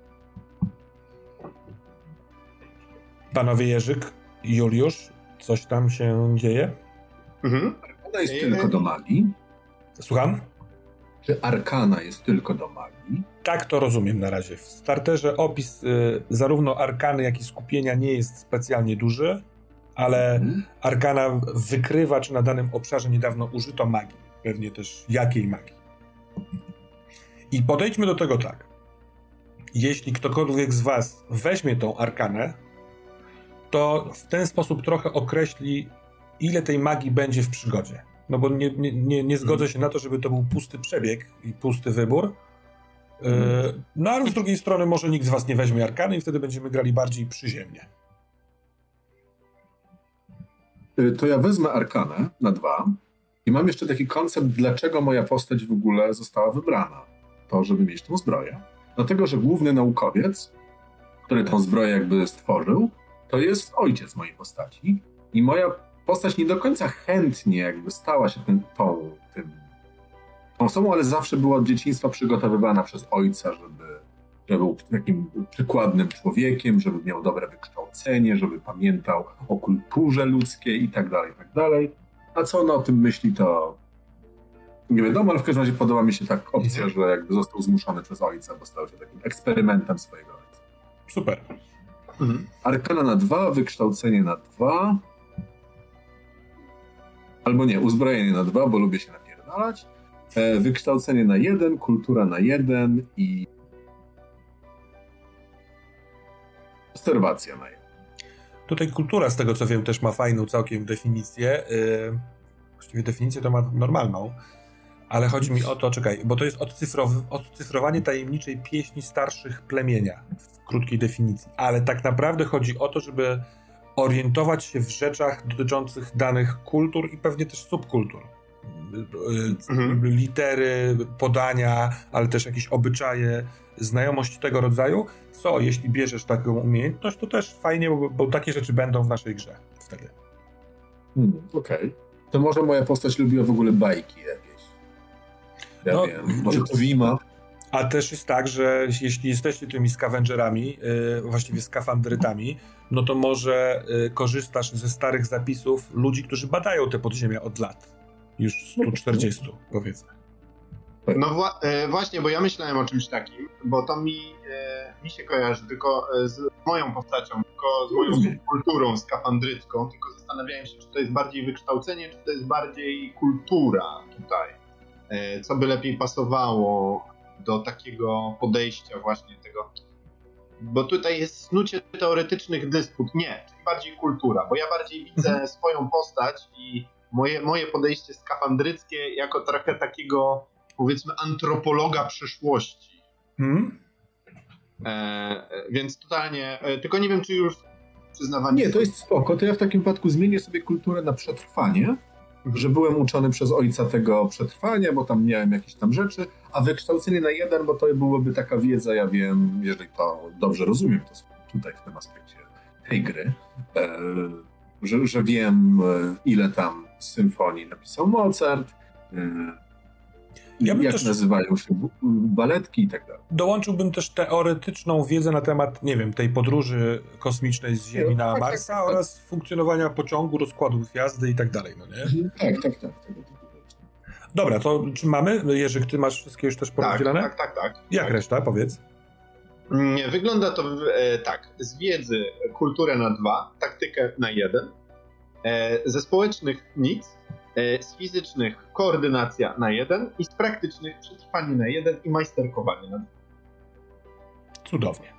Panowie Jerzyk i Juliusz, coś tam się dzieje? Arkana jest tylko do magii? Słucham? Czy arkana jest tylko do magii? Tak to rozumiem na razie. W starterze opis zarówno arkany, jak i skupienia nie jest specjalnie duży, ale arkana wykrywa, czy na danym obszarze niedawno użyto magii. Pewnie też jakiej magii. I podejdźmy do tego tak. Jeśli ktokolwiek z was weźmie tą arkanę, to w ten sposób trochę określi, ile tej magii będzie w przygodzie. No bo nie zgodzę się na to, żeby to był pusty przebieg i pusty wybór. No ale z drugiej strony może nikt z was nie weźmie arkany i wtedy będziemy grali bardziej przyziemnie. To ja wezmę arkanę na 2 i mam jeszcze taki koncept, dlaczego moja postać w ogóle została wybrana. To, żeby mieć tą zbroję. Dlatego, że główny naukowiec, który tą zbroję jakby stworzył, to jest ojciec mojej postaci i moja postać nie do końca chętnie jakby stała się tą osobą, ale zawsze była od dzieciństwa przygotowywana przez ojca, żeby był takim przykładnym człowiekiem, żeby miał dobre wykształcenie, żeby pamiętał o kulturze ludzkiej i tak dalej. A co on o tym myśli, to nie wiadomo, ale w każdym razie podoba mi się tak opcja, że jakby został zmuszony przez ojca, bo stał się takim eksperymentem swojego ojca. Super. Arkana na 2, wykształcenie na 2. Albo nie, uzbrojenie na 2, bo lubię się napierdalać. Wykształcenie na 1, kultura na 1 i obserwacja na 1. Tutaj kultura, z tego co wiem, też ma fajną całkiem definicję. Właściwie definicję to ma normalną, ale chodzi mi o to, bo to jest odcyfrowanie tajemniczej pieśni starszych plemienia w krótkiej definicji. Ale tak naprawdę chodzi o to, żeby orientować się w rzeczach dotyczących danych kultur i pewnie też subkultur. Litery, podania, ale też jakieś obyczaje, znajomość tego rodzaju, co jeśli bierzesz taką umiejętność, to też fajnie, bo takie rzeczy będą w naszej grze wtedy. Okej. To może moja postać lubiła w ogóle bajki jakieś. Ja wiem, może to Wima. A też jest tak, że jeśli jesteście tymi scavengerami, właściwie skafandrytami, no to może korzystasz ze starych zapisów ludzi, którzy badają te podziemia od lat. Już 140, powiedzmy. No właśnie, bo ja myślałem o czymś takim, bo to mi się kojarzy tylko z moją postacią, tylko z moją kulturą skafandrycką, tylko zastanawiałem się, czy to jest bardziej wykształcenie, czy to jest bardziej kultura tutaj. Co by lepiej pasowało do takiego podejścia właśnie tego, bo tutaj jest snucie teoretycznych dysput. Nie, czyli bardziej kultura, bo ja bardziej widzę swoją postać i moje podejście skafandryckie jako trochę takiego, powiedzmy, antropologa przyszłości. Więc totalnie, tylko nie wiem, czy już przyznawanie... Nie, to jest spoko, to ja w takim wypadku zmienię sobie kulturę na przetrwanie, że byłem uczony przez ojca tego przetrwania, bo tam miałem jakieś tam rzeczy, a wykształcenie na 1, bo to byłoby taka wiedza, ja wiem, jeżeli to dobrze rozumiem, to tutaj w tym aspekcie tej gry, że wiem, ile tam symfonii napisał Mozart, jak też nazywają się baletki i tak dalej. Dołączyłbym też teoretyczną wiedzę na temat, nie wiem, tej podróży kosmicznej z Ziemi na Marsa oraz funkcjonowania pociągu, rozkładu gwiazdy i tak dalej, no nie? Tak. Dobra, to czy mamy? Jerzyk, ty masz wszystkie już też porozdzielane? Tak. Jak reszta? Powiedz. Wygląda to tak. Z wiedzy kulturę na 2, taktykę na 1, ze społecznych nic, z fizycznych koordynacja na 1 i z praktycznych przetrwanie na 1 i majsterkowanie na 2. Cudownie.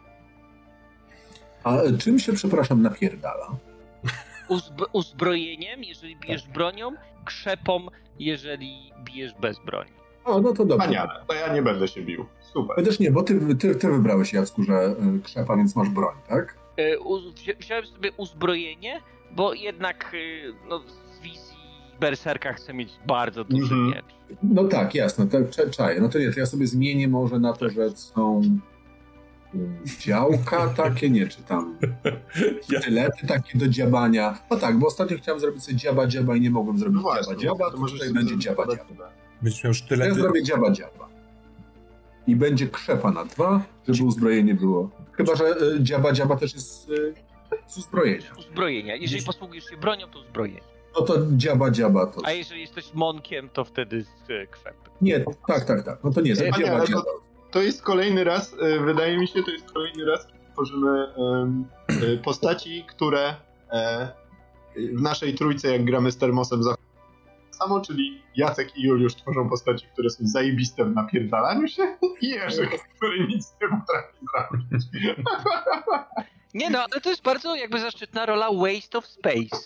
A czym się, przepraszam, napierdala? Uzbrojeniem, jeżeli bijesz bronią, krzepą, jeżeli bijesz bez broni. O, no to dobrze. Wspaniale, to ja nie będę się bił. Super. Chociaż nie, bo ty wybrałeś, Jacku, że krzepa, więc masz broń, tak? Wziąłem sobie uzbrojenie, bo jednak z wizji berserka chcę mieć bardzo duży miecz. No tak, jasne, czaję. No to nie, to ja sobie zmienię może na to, że są działka takie, nie, czy tam sztylety takie do dziabania. No tak, bo ostatnio chciałem zrobić sobie dziaba i nie mogłem zrobić dziaba, to może tutaj będzie dziaba. Będziesz miał sztylety. Ja zrobię dziaba. I będzie krzepa na 2, żeby uzbrojenie było. Chyba że dziaba też jest z uzbrojenia. Uzbrojenia. Jeżeli posługujesz się bronią, to uzbrojenie. No to dziaba to. A jeżeli jesteś monkiem, to wtedy z krzepy. Nie, tak. No to nie, to dziaba. To jest kolejny raz, wydaje mi się, kiedy tworzymy postaci, które w naszej trójce, jak gramy z Termosem, samo, czyli Jacek i Juliusz tworzą postaci, które są zajebiste w napierdalaniu się i Jerzyk, który nic nie potrafi zrobić. Nie no, ale to jest bardzo jakby zaszczytna rola waste of space.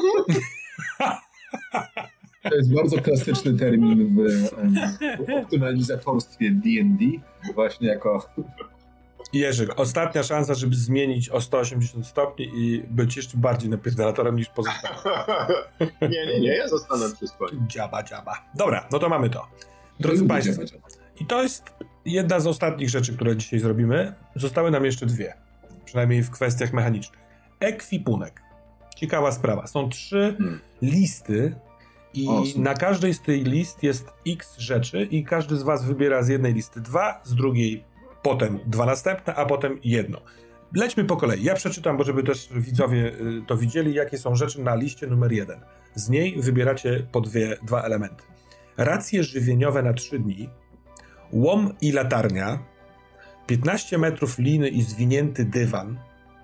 To jest bardzo klasyczny termin w optymalizatorstwie D&D, właśnie jako... Jerzyk, ostatnia szansa, żeby zmienić o 180 stopni i być jeszcze bardziej napierdalatorem niż pozostałym. Nie, ja zostanę przy swoim. Dziaba. Dobra, no to mamy to. Drodzy Państwo, i to jest jedna z ostatnich rzeczy, które dzisiaj zrobimy. Zostały nam jeszcze 2, przynajmniej w kwestiach mechanicznych. Ekwipunek. Ciekawa sprawa. Są 3 listy i na każdej z tych list jest x rzeczy i każdy z was wybiera z jednej listy 2, z drugiej potem 2 następne, a potem 1. Lećmy po kolei. Ja przeczytam, bo żeby też widzowie to widzieli, jakie są rzeczy na liście numer 1. Z niej wybieracie po 2 elementy. Racje żywieniowe na 3 dni, łom i latarnia, 15 metrów liny i zwinięty dywan.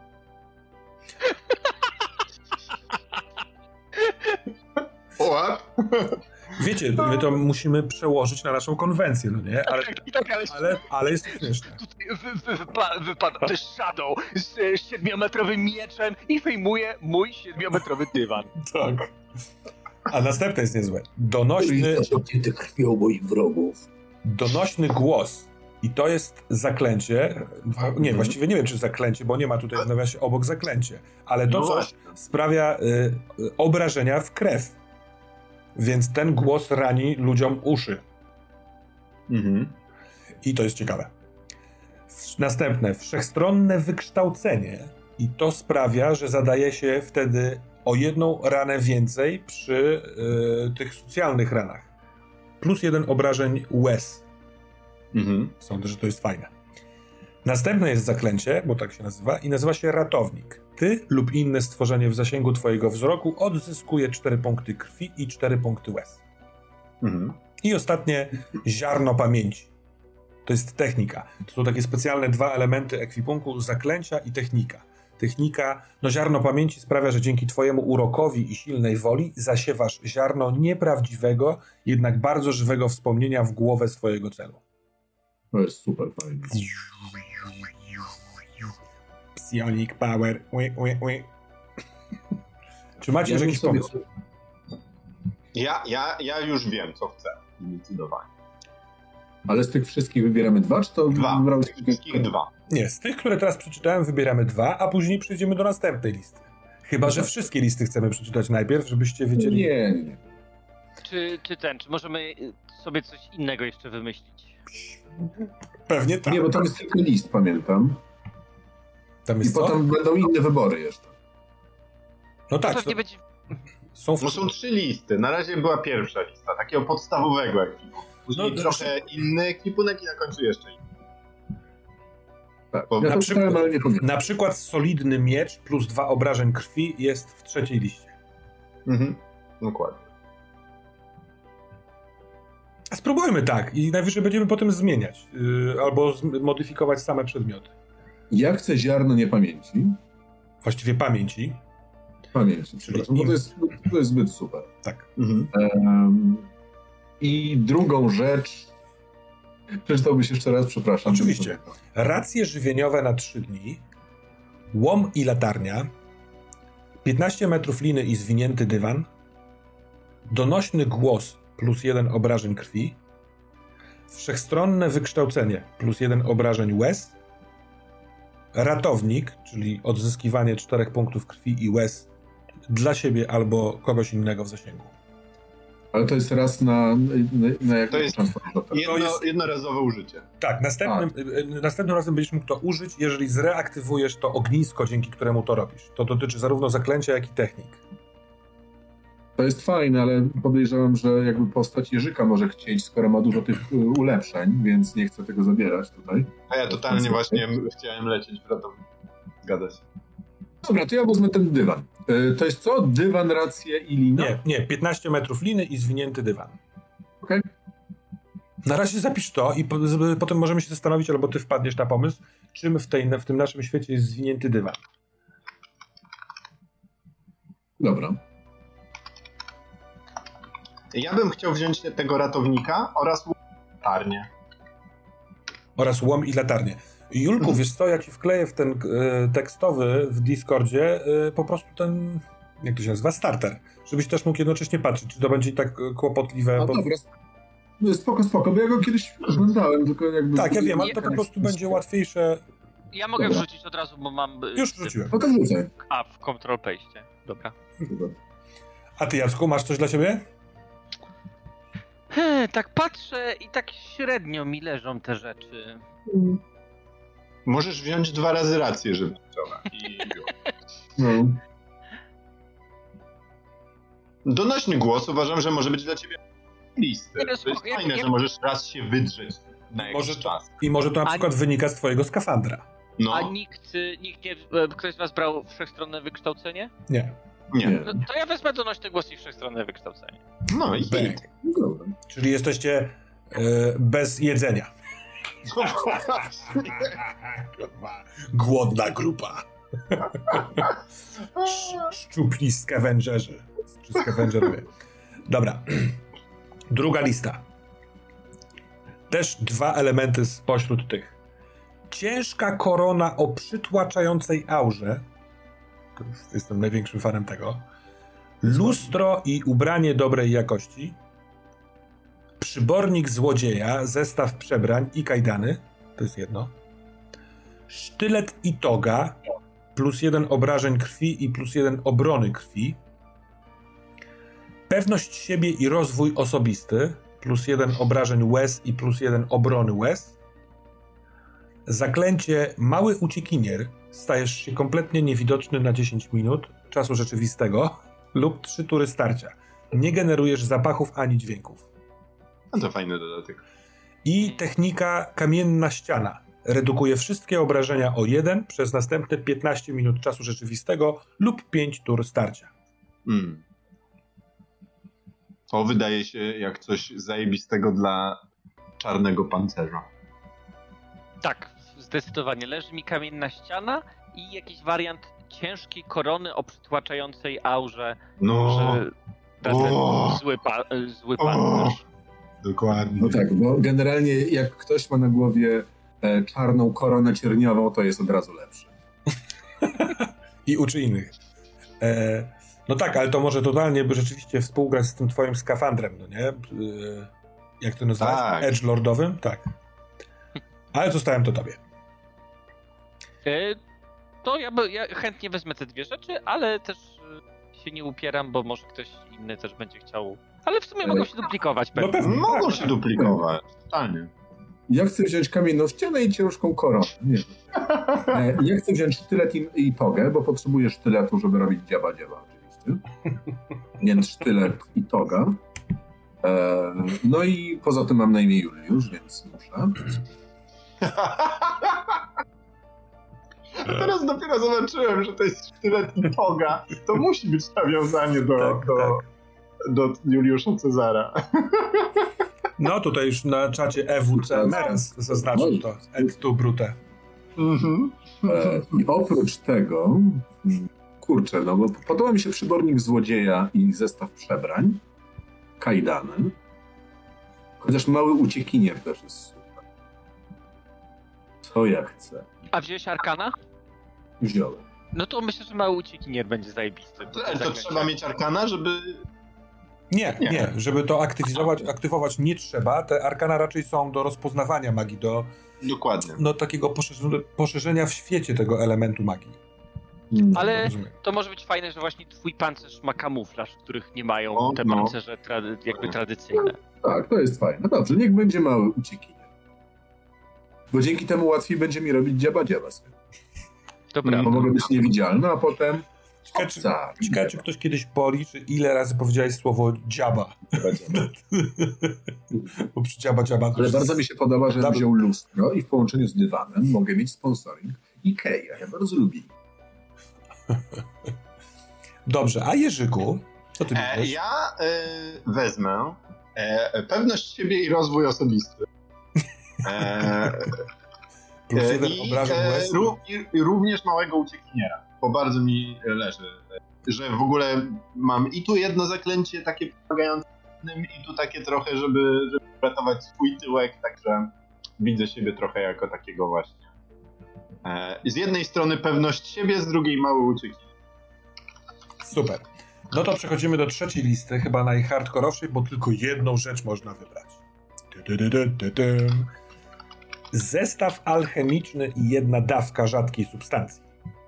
Wiecie, my to musimy przełożyć na naszą konwencję, no nie? Ale jest to śmieszne. Tutaj wypada też Shadow z 7-metrowym mieczem i fejmuje mój 7-metrowy dywan. Tak. A następne jest niezłe. Donośny krwią moich wrogów. Donośny głos. I to jest zaklęcie. Nie, właściwie nie wiem, czy zaklęcie, bo nie ma tutaj w nawiasie obok zaklęcie. Ale to coś sprawia obrażenia w krew. Więc ten głos rani ludziom uszy. I to jest ciekawe. Następne. Wszechstronne wykształcenie. I to sprawia, że zadaje się wtedy o 1 ranę więcej przy tych socjalnych ranach. Plus 1 obrażeń łez. Sądzę, że to jest fajne. Następne jest zaklęcie, bo tak się nazywa, i nazywa się ratownik. Ty lub inne stworzenie w zasięgu twojego wzroku odzyskuje 4 punkty krwi i 4 punkty łez. I ostatnie, ziarno pamięci. To jest technika. To są takie specjalne 2 elementy ekwipunku, zaklęcia i technika. Technika, ziarno pamięci sprawia, że dzięki twojemu urokowi i silnej woli zasiewasz ziarno nieprawdziwego, jednak bardzo żywego wspomnienia w głowę swojego celu. To jest super fajne. Psionic power. Czy macie jakiś pomysł? Ja już wiem, co chcę. Zdecydowanie. Ale z tych wszystkich wybieramy 2, czy to 2? Z wszystkich 2. Nie, z tych, które teraz przeczytałem, wybieramy 2, a później przejdziemy do następnej listy. Chyba że wszystkie listy chcemy przeczytać najpierw, żebyście wiedzieli. Nie. Czy możemy sobie coś innego jeszcze wymyślić? Pewnie tak. Nie, bo tam jest tylko list, pamiętam. Tam jest I potem będą inne wybory jeszcze. No tak. Pewnie będzie... Są 3 listy. Na razie była pierwsza lista, takiego podstawowego ekwipunku. Później trochę inny ekwipunek i na końcu jeszcze inny. Tak. Na przykład solidny miecz plus 2 obrażeń krwi jest w 3. liście. Dokładnie. A spróbujmy tak i najwyżej będziemy potem zmieniać. Albo modyfikować same przedmioty. Ja chcę ziarno niepamięci. Właściwie pamięci. Przepraszam, bo to jest zbyt super. Tak. I drugą rzecz... Przeczytałbyś jeszcze raz, przepraszam. Oczywiście. Racje żywieniowe na 3 dni, łom i latarnia, 15 metrów liny i zwinięty dywan, donośny głos plus 1 obrażeń krwi, wszechstronne wykształcenie plus 1 obrażeń łez, ratownik, czyli odzyskiwanie 4 punktów krwi i łez dla siebie albo kogoś innego w zasięgu. Ale to jest raz na jak to jest jednorazowe użycie. Tak, następnym razem będziesz mógł to użyć, jeżeli zreaktywujesz to ognisko, dzięki któremu to robisz. To dotyczy zarówno zaklęcia, jak i technik. To jest fajne, ale podejrzewam, że jakby postać Jerzyka może chcieć, skoro ma dużo tych ulepszeń, więc nie chcę tego zabierać tutaj. A ja totalnie właśnie chciałem lecieć w ratownik. Zgadza się. Dobra, to ja wezmę ten dywan. To jest co? Dywan, racje i lina? Nie, 15 metrów liny i zwinięty dywan. Okej. Na razie zapisz to i potem możemy się zastanowić, albo ty wpadniesz na pomysł, czym w tym naszym świecie jest zwinięty dywan. Dobra. Ja bym chciał wziąć tego ratownika oraz latarnię. Oraz łom i latarnię. Julku, wiesz co, jak się wkleję w ten tekstowy w Discordzie, po prostu ten, jak to się nazywa, starter, żebyś też mógł jednocześnie patrzeć, czy to będzie tak kłopotliwe. No dobra, spoko, bo ja go kiedyś oglądałem, tylko jakby... Tak, ja wiem, ale to po prostu będzie łatwiejsze. Ja mogę wrzucić od razu, bo mam... Już wrzuciłem. No to wrzucaj. A, w Control Paste. Dobra. A ty, Jacku, masz coś dla siebie? Tak patrzę i tak średnio mi leżą te rzeczy. Możesz wziąć 2 razy rację żywnościowe i No. Donośny głos uważam, że może być dla ciebie listy. Nie, to jest fajne, że możesz raz się wydrzeć na jakiś czas. I może to na przykład wynika z twojego skafandra. No. A nikt nie... Ktoś z was brał wszechstronne wykształcenie? Nie. No, to ja wezmę donośny głos i wszechstronne wykształcenie. No i Dobra. Czyli jesteście bez jedzenia. Głodna grupa. Szczupli scavengerzy. Czy scavengerowie. Dobra. Druga lista. Też 2 elementy spośród tych. Ciężka korona o przytłaczającej aurze. Jestem największym fanem tego. Lustro i ubranie dobrej jakości. Przybornik złodzieja, zestaw przebrań i kajdany. To jest jedno. Sztylet i toga. Plus 1 obrażeń krwi i plus 1 obrony krwi. Pewność siebie i rozwój osobisty. Plus 1 obrażeń łez i plus 1 obrony łez. Zaklęcie mały uciekinier. Stajesz się kompletnie niewidoczny na 10 minut czasu rzeczywistego lub 3 tury starcia. Nie generujesz zapachów ani dźwięków. No to fajny dodatek. I technika kamienna ściana. Redukuje wszystkie obrażenia o 1 przez następne 15 minut czasu rzeczywistego lub 5 tur starcia. To wydaje się jak coś zajebistego dla czarnego pancerza. Tak, zdecydowanie. Leży mi kamienna ściana i jakiś wariant ciężkiej korony o przytłaczającej aurze. No. Że ten zły pancerz. Dokładnie. No tak, bo generalnie jak ktoś ma na głowie czarną koronę cierniową, to jest od razu lepszy. I uczy innych. No tak, ale to może totalnie by rzeczywiście współgrać z tym twoim skafandrem, no nie? Jak to nazwać? Tak. Edgelordowym? Tak. Ale zostałem to tobie. To ja chętnie wezmę te 2 rzeczy, ale też się nie upieram, bo może ktoś inny też będzie chciał. Ale w sumie mogą się duplikować pewnie. No pewnie. Mogą się duplikować, totalnie. Ja chcę wziąć kamienną ścianę i ciężką koronę. Nie. Ja chcę wziąć sztylet i togę, bo potrzebuję sztyletu, żeby robić dziaba. Więc sztylet i toga. No i poza tym mam na imię Juliusz, więc muszę. Teraz dopiero zobaczyłem, że to jest sztylet i toga. To musi być nawiązanie do Juliusza Cezara. No tutaj już na czacie EWC Mers zaznaczył to. Et tu brute. I oprócz tego, kurczę, no bo podoba mi się przybornik złodzieja i zestaw przebrań, kajdany, chociaż mały uciekinier też jest super. Co ja chcę? A wziąłeś Arkana? Wziąłem. No to myślę, że mały uciekinier będzie zajebisty. To trzeba mieć Arkana, żeby... Nie. Żeby to aktywować nie trzeba. Te arkana raczej są do rozpoznawania magii, do Dokładnie. No, takiego poszerzenia w świecie tego elementu magii. Ale to może być fajne, że właśnie twój pancerz ma kamuflaż, których nie mają te pancerze jakby tradycyjne. Tak, to jest fajne. No dobrze, niech będzie mały uciekinier. Bo dzięki temu łatwiej będzie mi robić dziaba. Dobra. Bo mogę być niewidzialny, a potem... Ciekawe, czy ktoś kiedyś policzy, ile razy powiedziałeś słowo dziaba. Bo przy dziaba. Ale bardzo mi się podoba, że wziął lustro i w połączeniu z dywanem mogę mieć sponsoring Ikea. Ja bardzo lubię. Dobrze, a Jerzyku, co ty bierzesz? Ja wezmę pewność siebie i rozwój osobisty. Plus jeden obrażeń łez. I również małego uciekiniera, bo bardzo mi leży, że w ogóle mam i tu jedno zaklęcie takie pomagające innym, i tu takie trochę, żeby ratować swój tyłek, także widzę siebie trochę jako takiego właśnie. Z jednej strony pewność siebie, z drugiej mały uciekinier. Super. No to przechodzimy do trzeciej listy, chyba najhardkorowszej, bo tylko jedną rzecz można wybrać. Zestaw alchemiczny i jedna dawka rzadkiej substancji.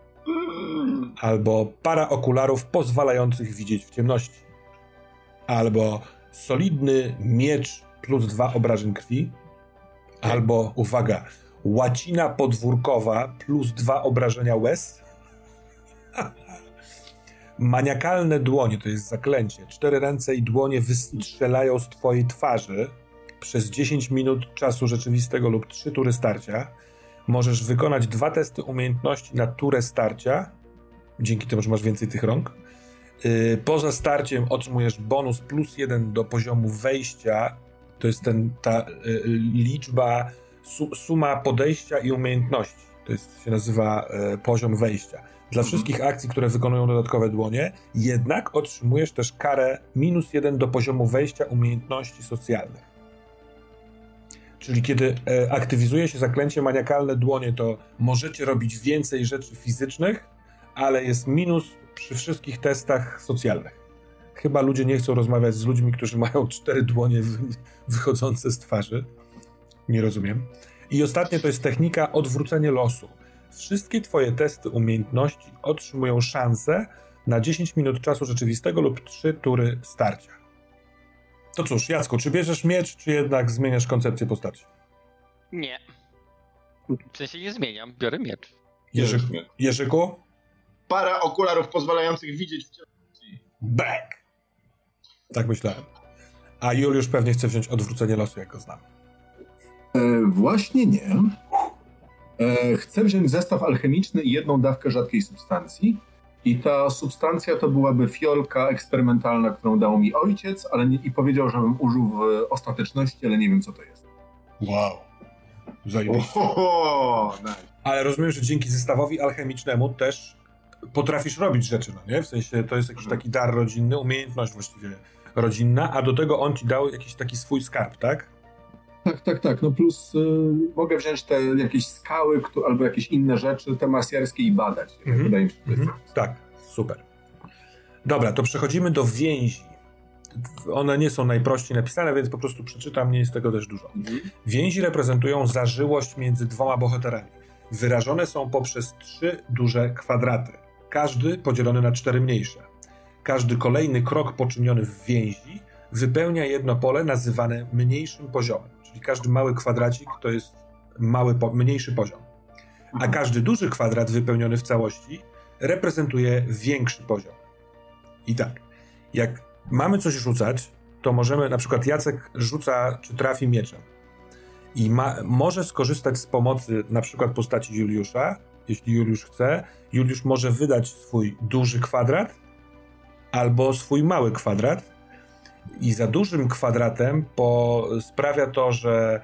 Albo para okularów pozwalających widzieć w ciemności. Albo solidny miecz plus 2 obrażeń krwi. Albo, uwaga, łacina podwórkowa plus 2 obrażenia łez. Maniakalne dłonie, to jest zaklęcie. 4 ręce i dłonie wystrzelają z twojej twarzy przez 10 minut czasu rzeczywistego lub 3 tury starcia. Możesz wykonać 2 testy umiejętności na turę starcia. Dzięki temu, że masz więcej tych rąk. Poza starciem otrzymujesz bonus plus 1 do poziomu wejścia. To jest ta liczba, suma podejścia i umiejętności. To jest, się nazywa poziom wejścia. Dla wszystkich akcji, które wykonują dodatkowe dłonie, jednak otrzymujesz też karę minus 1 do poziomu wejścia umiejętności socjalnych. Czyli kiedy aktywizuje się zaklęcie maniakalne dłonie, to możecie robić więcej rzeczy fizycznych, ale jest minus przy wszystkich testach socjalnych. Chyba ludzie nie chcą rozmawiać z ludźmi, którzy mają 4 dłonie wychodzące z twarzy. Nie rozumiem. I ostatnie to jest technika odwrócenie losu. Wszystkie twoje testy umiejętności otrzymują szansę na 10 minut czasu rzeczywistego lub 3 tury starcia. To cóż, Jacku, czy bierzesz miecz, czy jednak zmieniasz koncepcję postaci? Nie. W sensie nie zmieniam, biorę miecz. Jerzyku? Para okularów pozwalających widzieć w ciemności. Back! Tak myślałem. A Juliusz pewnie chce wziąć odwrócenie losu, jak go znam. Właśnie nie. Chcę wziąć zestaw alchemiczny i jedną dawkę rzadkiej substancji. I ta substancja to byłaby fiolka eksperymentalna, którą dał mi ojciec, ale i powiedział, żebym użył w ostateczności, ale nie wiem, co to jest. Wow. Zajebiście. Nice. Ale rozumiem, że dzięki zestawowi alchemicznemu też potrafisz robić rzeczy, no nie? W sensie to jest jakiś taki dar rodzinny, umiejętność właściwie rodzinna, a do tego on ci dał jakiś taki swój skarb, tak? Tak. No plus mogę wziąć te jakieś skały albo jakieś inne rzeczy, te marsjarskie i badać. Wydaje mi się, że Tak, super. Dobra, to przechodzimy do więzi. One nie są najprościej napisane, więc po prostu przeczytam, nie jest tego też dużo. Więzi reprezentują zażyłość między 2 bohaterami. Wyrażone są poprzez 3 duże kwadraty, każdy podzielony na 4 mniejsze. Każdy kolejny krok poczyniony w więzi wypełnia jedno pole nazywane mniejszym poziomem, czyli każdy mały kwadracik to jest mniejszy poziom. A każdy duży kwadrat wypełniony w całości reprezentuje większy poziom. I tak, jak mamy coś rzucać, to możemy, na przykład Jacek rzuca, czy trafi mieczem. I może skorzystać z pomocy na przykład postaci Juliusza, jeśli Juliusz chce. Juliusz może wydać swój duży kwadrat albo swój mały kwadrat. I za dużym kwadratem sprawia to, że...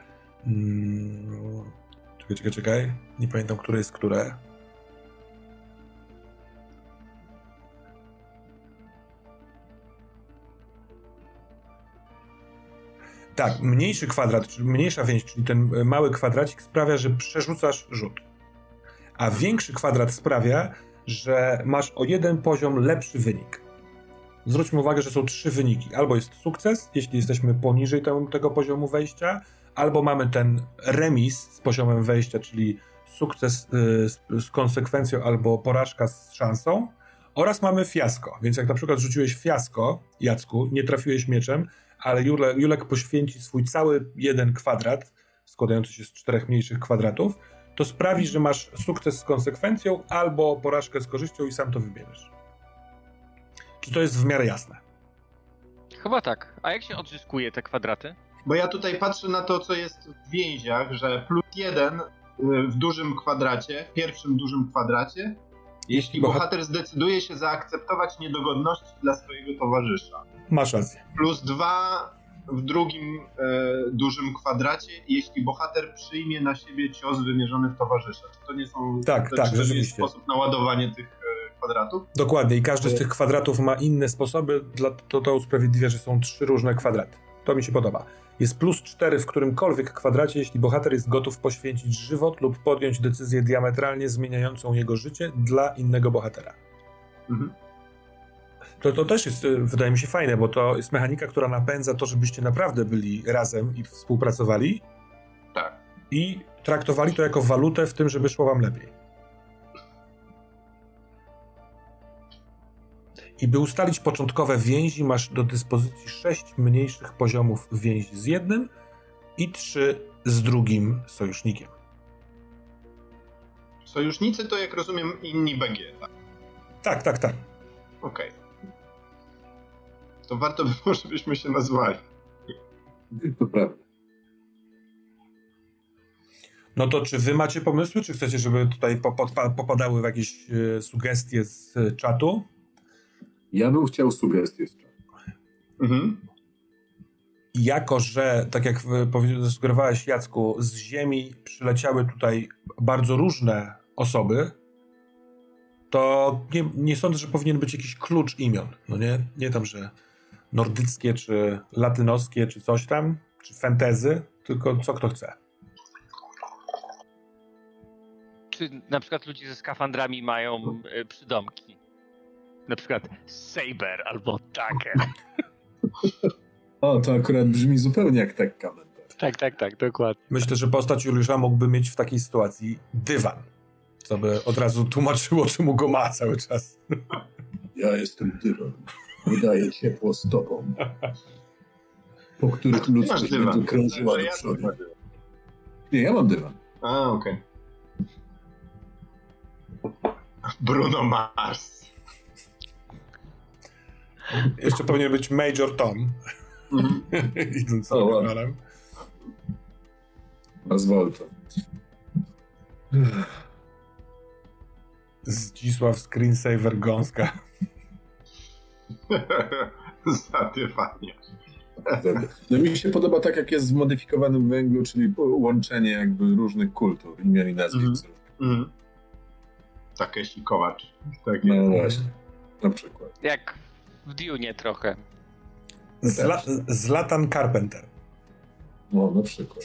Czekaj. Nie pamiętam, które jest które. Tak, mniejszy kwadrat, czyli mniejsza więź, czyli ten mały kwadracik sprawia, że przerzucasz rzut. A większy kwadrat sprawia, że masz o 1 poziom lepszy wynik. Zwróćmy uwagę, że są 3 wyniki. Albo jest sukces, jeśli jesteśmy poniżej tego poziomu wejścia, albo mamy ten remis z poziomem wejścia, czyli sukces z konsekwencją albo porażka z szansą, oraz mamy fiasko. Więc jak na przykład rzuciłeś fiasko, Jacku, nie trafiłeś mieczem, ale Julek poświęci swój cały 1 kwadrat, składający się z 4 mniejszych kwadratów, to sprawi, że masz sukces z konsekwencją albo porażkę z korzyścią i sam to wybierzesz. Czy to jest w miarę jasne? Chyba tak. A jak się odzyskuje te kwadraty? Bo ja tutaj patrzę na to, co jest w więziach, że +1 w dużym kwadracie, w pierwszym dużym kwadracie, jeśli bohater zdecyduje się zaakceptować niedogodności dla swojego towarzysza. Masz rację. +2 w drugim dużym kwadracie, jeśli bohater przyjmie na siebie cios wymierzony w towarzysza. Czy to nie są... Tak, rzeczywiście. Sposób na ładowanie tych kwadratów? Dokładnie. I każdy z tych kwadratów ma inne sposoby, to usprawiedliwia, że są 3 różne kwadraty. To mi się podoba. Jest +4 w którymkolwiek kwadracie, jeśli bohater jest gotów poświęcić żywot lub podjąć decyzję diametralnie zmieniającą jego życie dla innego bohatera. Mhm. To też jest, wydaje mi się, fajne, bo to jest mechanika, która napędza to, żebyście naprawdę byli razem i współpracowali. Tak. I traktowali to jako walutę w tym, żeby szło wam lepiej. I by ustalić początkowe więzi, masz do dyspozycji 6 mniejszych poziomów więzi z jednym i 3 z drugim sojusznikiem. Sojusznicy to, jak rozumiem, inni BG, tak? Tak. Okej. To warto by było, żebyśmy się nazwali. To prawda. No to czy wy macie pomysły, czy chcecie, żeby tutaj popadały w jakieś sugestie z czatu? Ja bym chciał sugestie z czatu. Mhm. Jako że, tak jak zasugerowałeś, Jacku, z Ziemi przyleciały tutaj bardzo różne osoby, to nie sądzę, że powinien być jakiś klucz imion. No nie tam, że nordyckie, czy latynoskie, czy coś tam, czy fantasy, tylko co kto chce. Czy na przykład ludzie ze skafandrami mają przydomki? Na przykład Saber albo Tucker. O, to akurat brzmi zupełnie jak tak komentarz. Tak, dokładnie. Myślę, że postać Juliusza mógłby mieć w takiej sytuacji dywan, co by od razu tłumaczyło, czemu go ma cały czas. Ja jestem dywan. Wydaje ciepło z tobą. Po których ludzkość będzie krążyła do przodu. Nie, ja mam dywan. A, okej. Bruno Mars. Jeszcze powinien być Major Tom. Idąc O, kanałem. Mazwolto. Zdzisław Screensaver Gąska. Zadywanie. No mi się podoba tak, jak jest w modyfikowanym węglu, czyli łączenie jakby różnych kultur, imion i nazwisk. Takeshi Kołacz. Tak No jest. właśnie, na przykład. Jak w Dune trochę. Zlatan Carpenter. No, na przykład.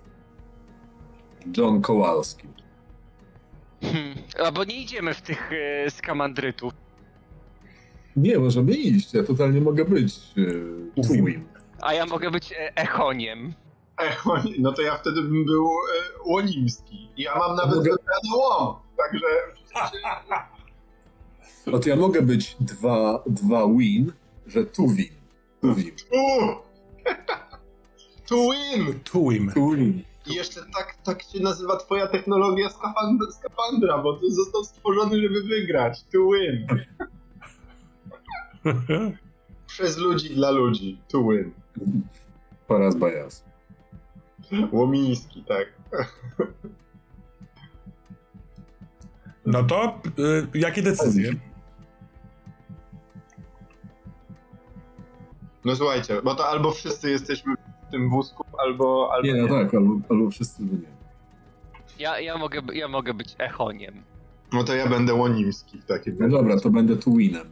John Kowalski. Albo nie idziemy w tych skamandrytów. Nie, możemy iść, ja totalnie mogę być Twim. A ja mogę być Echoniem. No to ja wtedy bym był Łonimski. Ja mam nawet wybrany łom, także... No to ja mogę być dwa win, że Tuwin. Tuwim. I jeszcze tak się nazywa twoja technologia skafandra, bo to został stworzony, żeby wygrać. To win. Przez ludzi, dla ludzi. To win. Po raz bajaz. Łomiński, tak. No to jakie decyzje? No słuchajcie, bo to albo wszyscy jesteśmy w tym wózku, albo Nie, no tak, albo wszyscy by nie. Ja mogę być Echoniem. No to ja będę Łonimski w takim No dobra, to będę Twinem.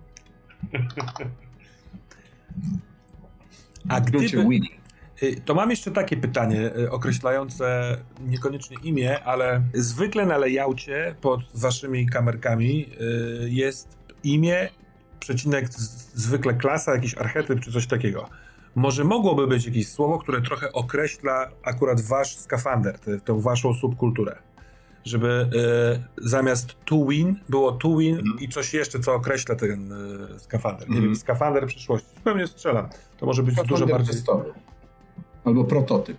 A gdyby... Winnie. To mam jeszcze takie pytanie określające niekoniecznie imię, ale zwykle na layoutie pod waszymi kamerkami jest imię, przecinek, zwykle klasa, jakiś archetyp czy coś takiego. Może mogłoby być jakieś słowo, które trochę określa akurat wasz skafander, tę waszą subkulturę. Żeby zamiast Tuwin było Tuwin i coś jeszcze, co określa ten skafander. Nie wiem, skafander przyszłości. Zupełnie strzelam. To może być skafander dużo bardziej... testowy. Albo prototyp.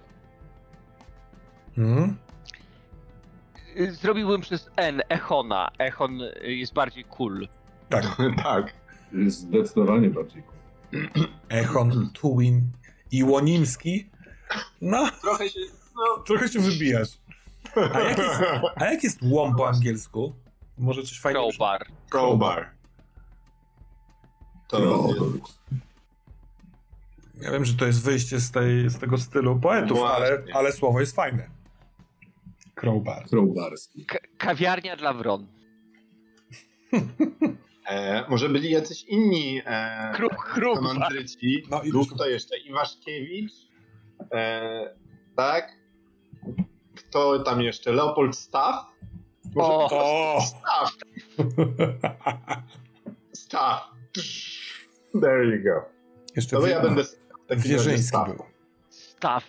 Zrobiłbym przez N Echona. Echon jest bardziej cool. Tak. Tak. Jest zdecydowanie bardziej cool. Echon, Tuwin i Łonimski. No, trochę się wybijasz. A jak jest łom po angielsku? Może coś fajnego? Crowbar. Ja wiem, że to jest wyjście z tego stylu poetów, ale słowo jest fajne. Crowbar. Crowbarski. Kawiarnia dla wron. Może byli jacyś inni komandryci. No i kto jeszcze? Iwaszkiewicz. Tak. Kto tam jeszcze? Leopold Staff? Staff. Staff. There you go. Jeszcze no ja będę taki Wierzyński był. Staff.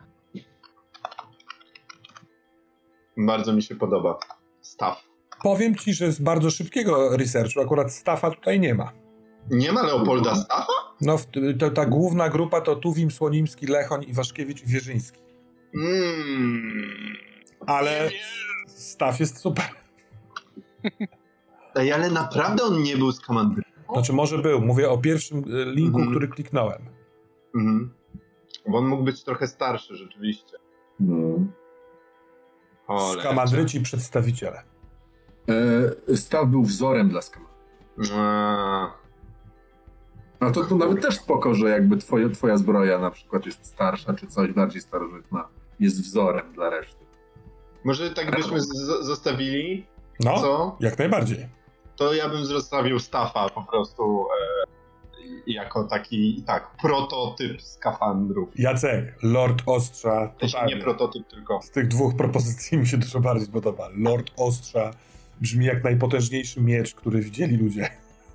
Bardzo mi się podoba. Staff. Powiem ci, że z bardzo szybkiego researchu akurat Staffa tutaj nie ma. Nie ma Leopolda Staffa? No, ta główna grupa to Tuwim, Słonimski, Lechoń, Iwaszkiewicz i Wierzyński. Ale Staff jest super. Ej, ale naprawdę on nie był z komandry. Znaczy może był. Mówię o pierwszym linku, który kliknąłem. Bo on mógł być trochę starszy rzeczywiście. No. Skamandryci przedstawiciele. Staff był wzorem dla skamandrytów. A to nawet też spoko, że jakby twoja zbroja na przykład jest starsza, czy coś bardziej starożytna, jest wzorem dla reszty. Może tak byśmy zostawili? No, co? Jak najbardziej. To ja bym zostawił Staffa po prostu jako taki, prototyp skafandrów. Jacek, Lord Ostrza. Nie prototyp, tylko. Z tych dwóch propozycji mi się dużo bardziej podoba. Lord Ostrza brzmi jak najpotężniejszy miecz, który widzieli ludzie.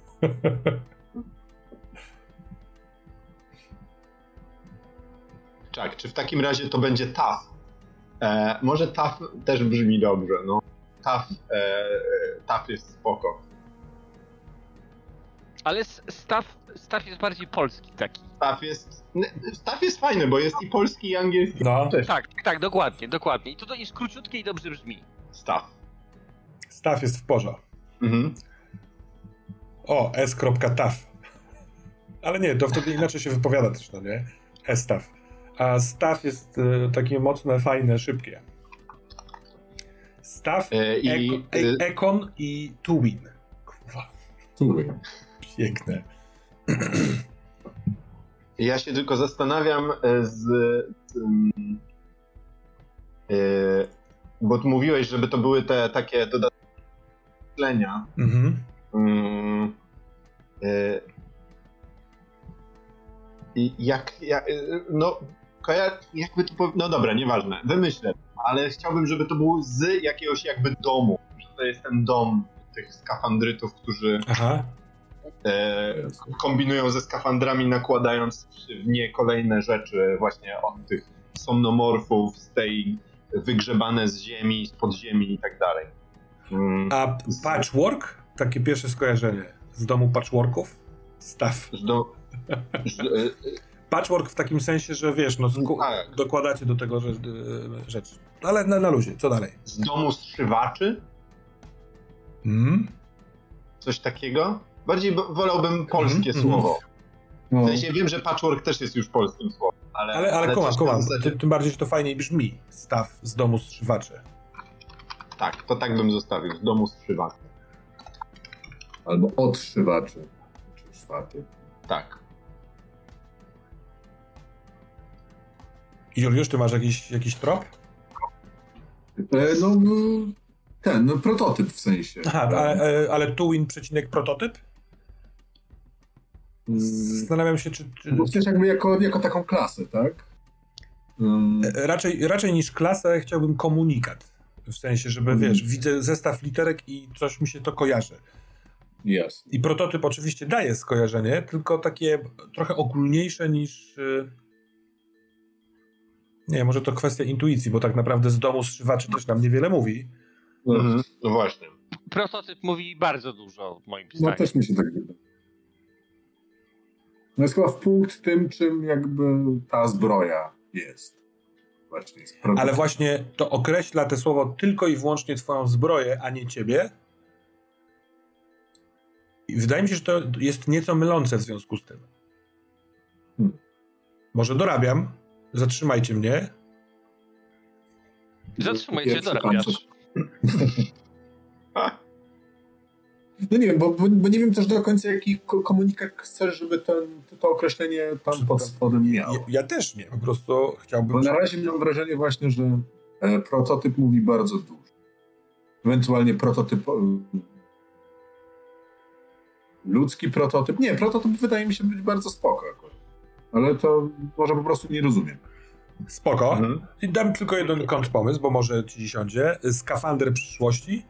Tak, czy w takim razie to będzie Taff? Może Taff też brzmi dobrze, no. Taff jest spoko. Ale Staff jest bardziej polski taki. Staff jest fajny, bo jest i polski, i angielski. No. Tak, dokładnie. I to jest króciutkie i dobrze brzmi. Staff jest w porządku. O, s.taff. Ale nie, to wtedy inaczej się wypowiada też, no nie? S-staff. A staff jest takie mocne, fajne, szybkie. Staff, Ekon i Tuwin. Kurwa. Tuwin. Piękne. Ja się tylko zastanawiam bo tu mówiłeś, żeby to były te takie dodatkowe myślenia. No dobra, nieważne, wymyślę, ale chciałbym, żeby to było z jakiegoś jakby domu, że to jest ten dom tych skafandrytów, którzy kombinują ze skafandrami, nakładając w nie kolejne rzeczy właśnie od tych somnomorfów, z tej wygrzebane z ziemi, z podziemi i tak dalej. A patchwork? Takie pierwsze skojarzenie z domu patchworków? Staff. Patchwork w takim sensie, że wiesz, dokładacie do tego rzeczy. Ale na luzie, co dalej? Z domu zszywaczy? Coś takiego? Bardziej wolałbym polskie słowo. W sensie wiem, że patchwork też jest już polskim słowem, ale kumam. Tym bardziej, że to fajniej brzmi. Staw z domu strzywaczy. Tak, to tak bym zostawił. Z domu strzywaczy. Albo odszywaczy. Czy szwaty. Tak. Juliusz, ty masz jakiś trop? Prototyp w sensie. Aha, ale Tuwin przecinek prototyp? Zastanawiam się, czy... Bo chcesz jakby jako taką klasę, tak? Raczej niż klasę chciałbym komunikat. W sensie, żeby, wiesz, widzę zestaw literek i coś mi się to kojarzy. Yes. I prototyp oczywiście daje skojarzenie, tylko takie trochę ogólniejsze niż... Nie, może to kwestia intuicji, bo tak naprawdę z domu strzywaczy też nam niewiele mówi. No właśnie. Prototyp mówi bardzo dużo, moim zdaniem. No też mi się tak wydaje. No jest chyba w punkt tym, czym jakby ta zbroja jest. Właśnie jest ale właśnie to określa te słowo tylko i wyłącznie twoją zbroję, a nie ciebie. I wydaje mi się, że to jest nieco mylące w związku z tym. Może dorabiam. Zatrzymajcie mnie. Zatrzymajcie, dorabiasz. No nie wiem, bo nie wiem też do końca, jaki komunikat chcesz, żeby to określenie tam pod spodem miało. Ja też nie, po prostu chciałbym... Bo na razie mam wrażenie właśnie, że prototyp mówi bardzo dużo. Ewentualnie prototyp... ludzki prototyp. Nie, prototyp wydaje mi się być bardzo spoko akurat. Ale to może po prostu nie rozumiem. Spoko. I dam tylko jeden kontrpomysł, bo może ci siądzie. Skafander przyszłości.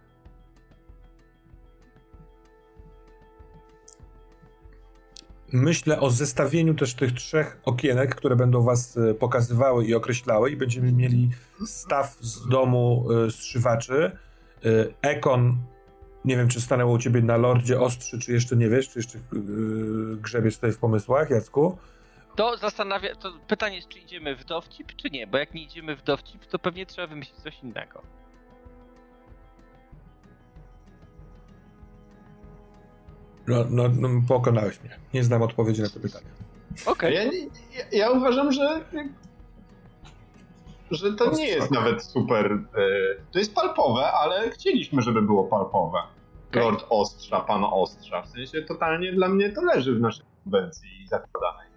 Myślę o zestawieniu też tych 3 okienek, które będą was pokazywały i określały i będziemy mieli staw z domu strzywaczy. Ekon, nie wiem, czy stanęło u ciebie na Lordzie Ostrzy, czy jeszcze nie wiesz, czy jeszcze grzebiesz tutaj w pomysłach, Jacku? To pytanie jest, czy idziemy w dowcip, czy nie, bo jak nie idziemy w dowcip, to pewnie trzeba wymyślić coś innego. No, pokonałeś mnie. Nie znam odpowiedzi na to pytanie. Okej. Ja uważam, że to nie jest nawet super... To jest palpowe, ale chcieliśmy, żeby było palpowe. Okay. Lord Ostrza, pan Ostrza. W sensie totalnie dla mnie to leży w naszej konwencji zakładanej.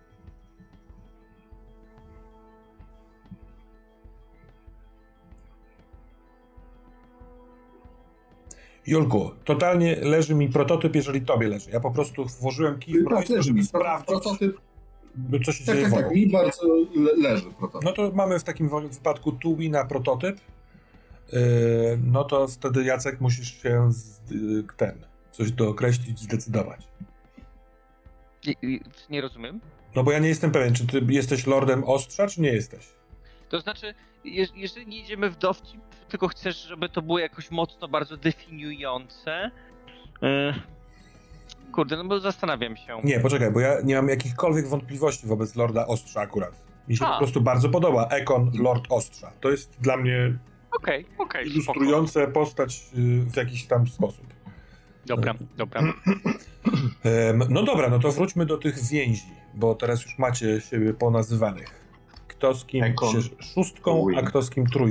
Julku, totalnie leży mi prototyp, jeżeli tobie leży. Ja po prostu włożyłem kij w mrowisko, żeby sprawdzić, prototyp. Co się dzieje Tak, mi bardzo leży prototyp. No to mamy w takim wypadku Tuwina prototyp. No to wtedy, Jacek, musisz się coś dookreślić, zdecydować. Nie rozumiem. No bo ja nie jestem pewien, czy ty jesteś Lordem Ostrza, czy nie jesteś? To znaczy, jeżeli nie idziemy w dowcip, tylko chcesz, żeby to było jakoś mocno bardzo definiujące... Kurde, no bo zastanawiam się. Nie, poczekaj, bo ja nie mam jakichkolwiek wątpliwości wobec Lorda Ostrza akurat. Mi się po prostu bardzo podoba Ekon Lord Ostrza. To jest dla mnie ilustrujące postać w jakiś tam sposób. Dobra. No dobra, no to wróćmy do tych więzi, bo teraz już macie siebie ponazywanych. Kto z kim się 6, a kto z kim 3.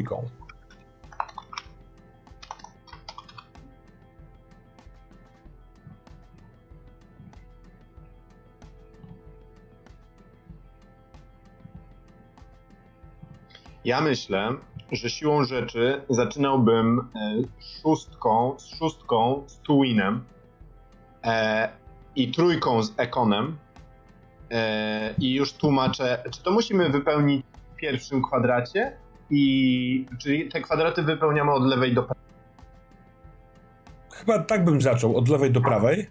Ja myślę, że siłą rzeczy zaczynałbym szóstką z Tuwinem i 3 z Ekonem i już tłumaczę, czy to musimy wypełnić w pierwszym kwadracie i czy te kwadraty wypełniamy od lewej do prawej? Chyba tak bym zaczął, od lewej do prawej.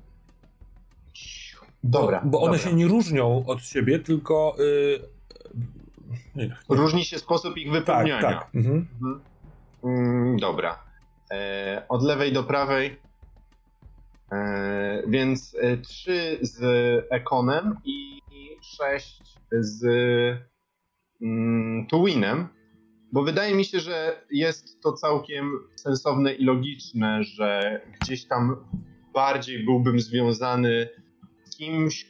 Dobra. Bo one się nie różnią od siebie, tylko... Nie. Różni się sposób ich wypełniania. Tak. Dobra. Od lewej do prawej. Więc 3 z Ekonem i 6 z Tuwinem. Bo wydaje mi się, że jest to całkiem sensowne i logiczne, że gdzieś tam bardziej byłbym związany z kimś,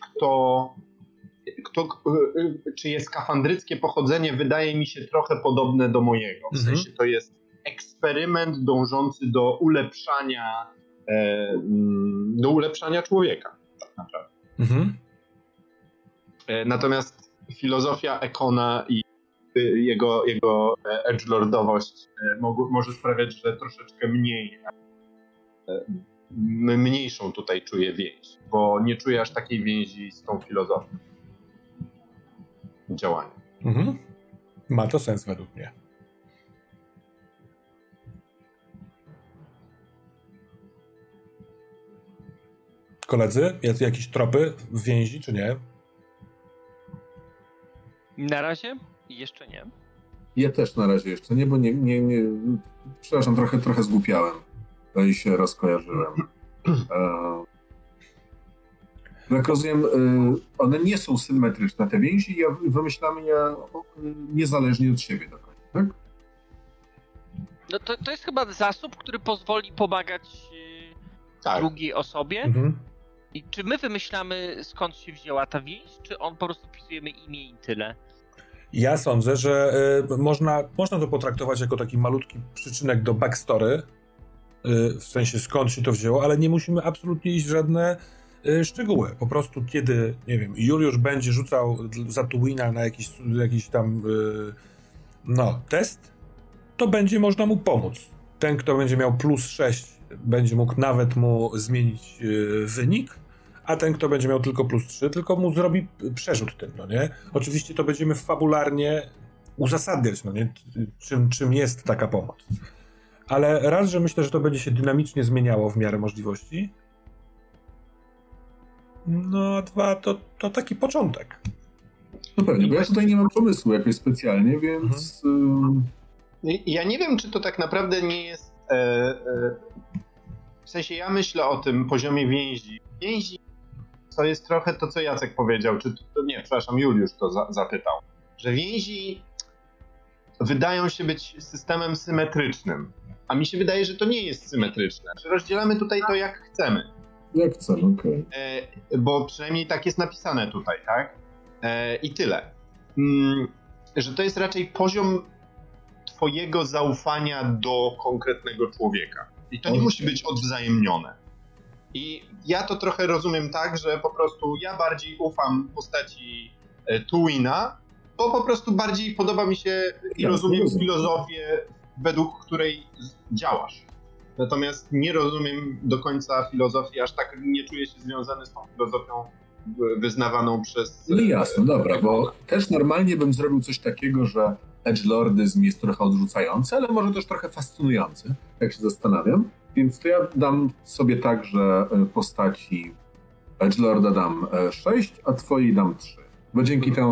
czyje skafandryckie pochodzenie wydaje mi się trochę podobne do mojego. W sensie to jest eksperyment dążący do ulepszania człowieka, tak naprawdę. Natomiast filozofia Ekona i jego edgelordowość może sprawiać, że troszeczkę mniejszą tutaj czuję więź, bo nie czuję aż takiej więzi z tą filozofią działania. Ma to sens według mnie. Koledzy, jest jakieś tropy w więzi, czy nie? Na razie jeszcze nie. Ja też na razie jeszcze nie, bo nie przepraszam, trochę zgłupiałem. To i się rozkojarzyłem. Jak rozumiem, one nie są symetryczne, te więzi, wymyślamy je niezależnie od siebie do końca, tak? No to jest chyba zasób, który pozwoli pomagać drugiej osobie. I czy my wymyślamy, skąd się wzięła ta więź, czy on po prostu wpisujemy imię i tyle? Ja sądzę, że można to potraktować jako taki malutki przyczynek do backstory, w sensie skąd się to wzięło, ale nie musimy absolutnie iść w żadne szczegóły. Po prostu kiedy, nie wiem, Juliusz będzie rzucał za Tuwina na jakiś tam test, to będzie można mu pomóc. Ten, kto będzie miał +6, będzie mógł nawet mu zmienić wynik, a ten, kto będzie miał tylko +3, tylko mu zrobi przerzut tym, no nie? Oczywiście to będziemy fabularnie uzasadniać, no nie? Czym jest taka pomoc. Ale raz, że myślę, że to będzie się dynamicznie zmieniało w miarę możliwości. No, a dwa, to taki początek. No pewnie, bo ja tutaj nie mam pomysłu jakoś specjalnie, więc... Ja nie wiem, czy to tak naprawdę nie jest... W sensie ja myślę o tym poziomie więzi. Więzi to jest trochę to, co Jacek powiedział, Juliusz to zapytał, że więzi wydają się być systemem symetrycznym, a mi się wydaje, że to nie jest symetryczne, że rozdzielamy tutaj to jak chcemy. Jak chcemy, okej. Bo przynajmniej tak jest napisane tutaj, tak? I tyle. Że to jest raczej poziom twojego zaufania do konkretnego człowieka. I to nie musi być odwzajemnione. I ja to trochę rozumiem tak, że po prostu ja bardziej ufam postaci Tuwina, bo po prostu bardziej podoba mi się i rozumiem filozofię, według której działasz. Natomiast nie rozumiem do końca filozofii, aż tak nie czuję się związany z tą filozofią wyznawaną przez... No jasno, dobra, bo też normalnie bym zrobił coś takiego, że edgelordyzm jest trochę odrzucający, ale może też trochę fascynujący, jak się zastanawiam. Więc to ja dam sobie tak, że postaci edgelorda dam 6, a twojej dam 3. Bo dzięki temu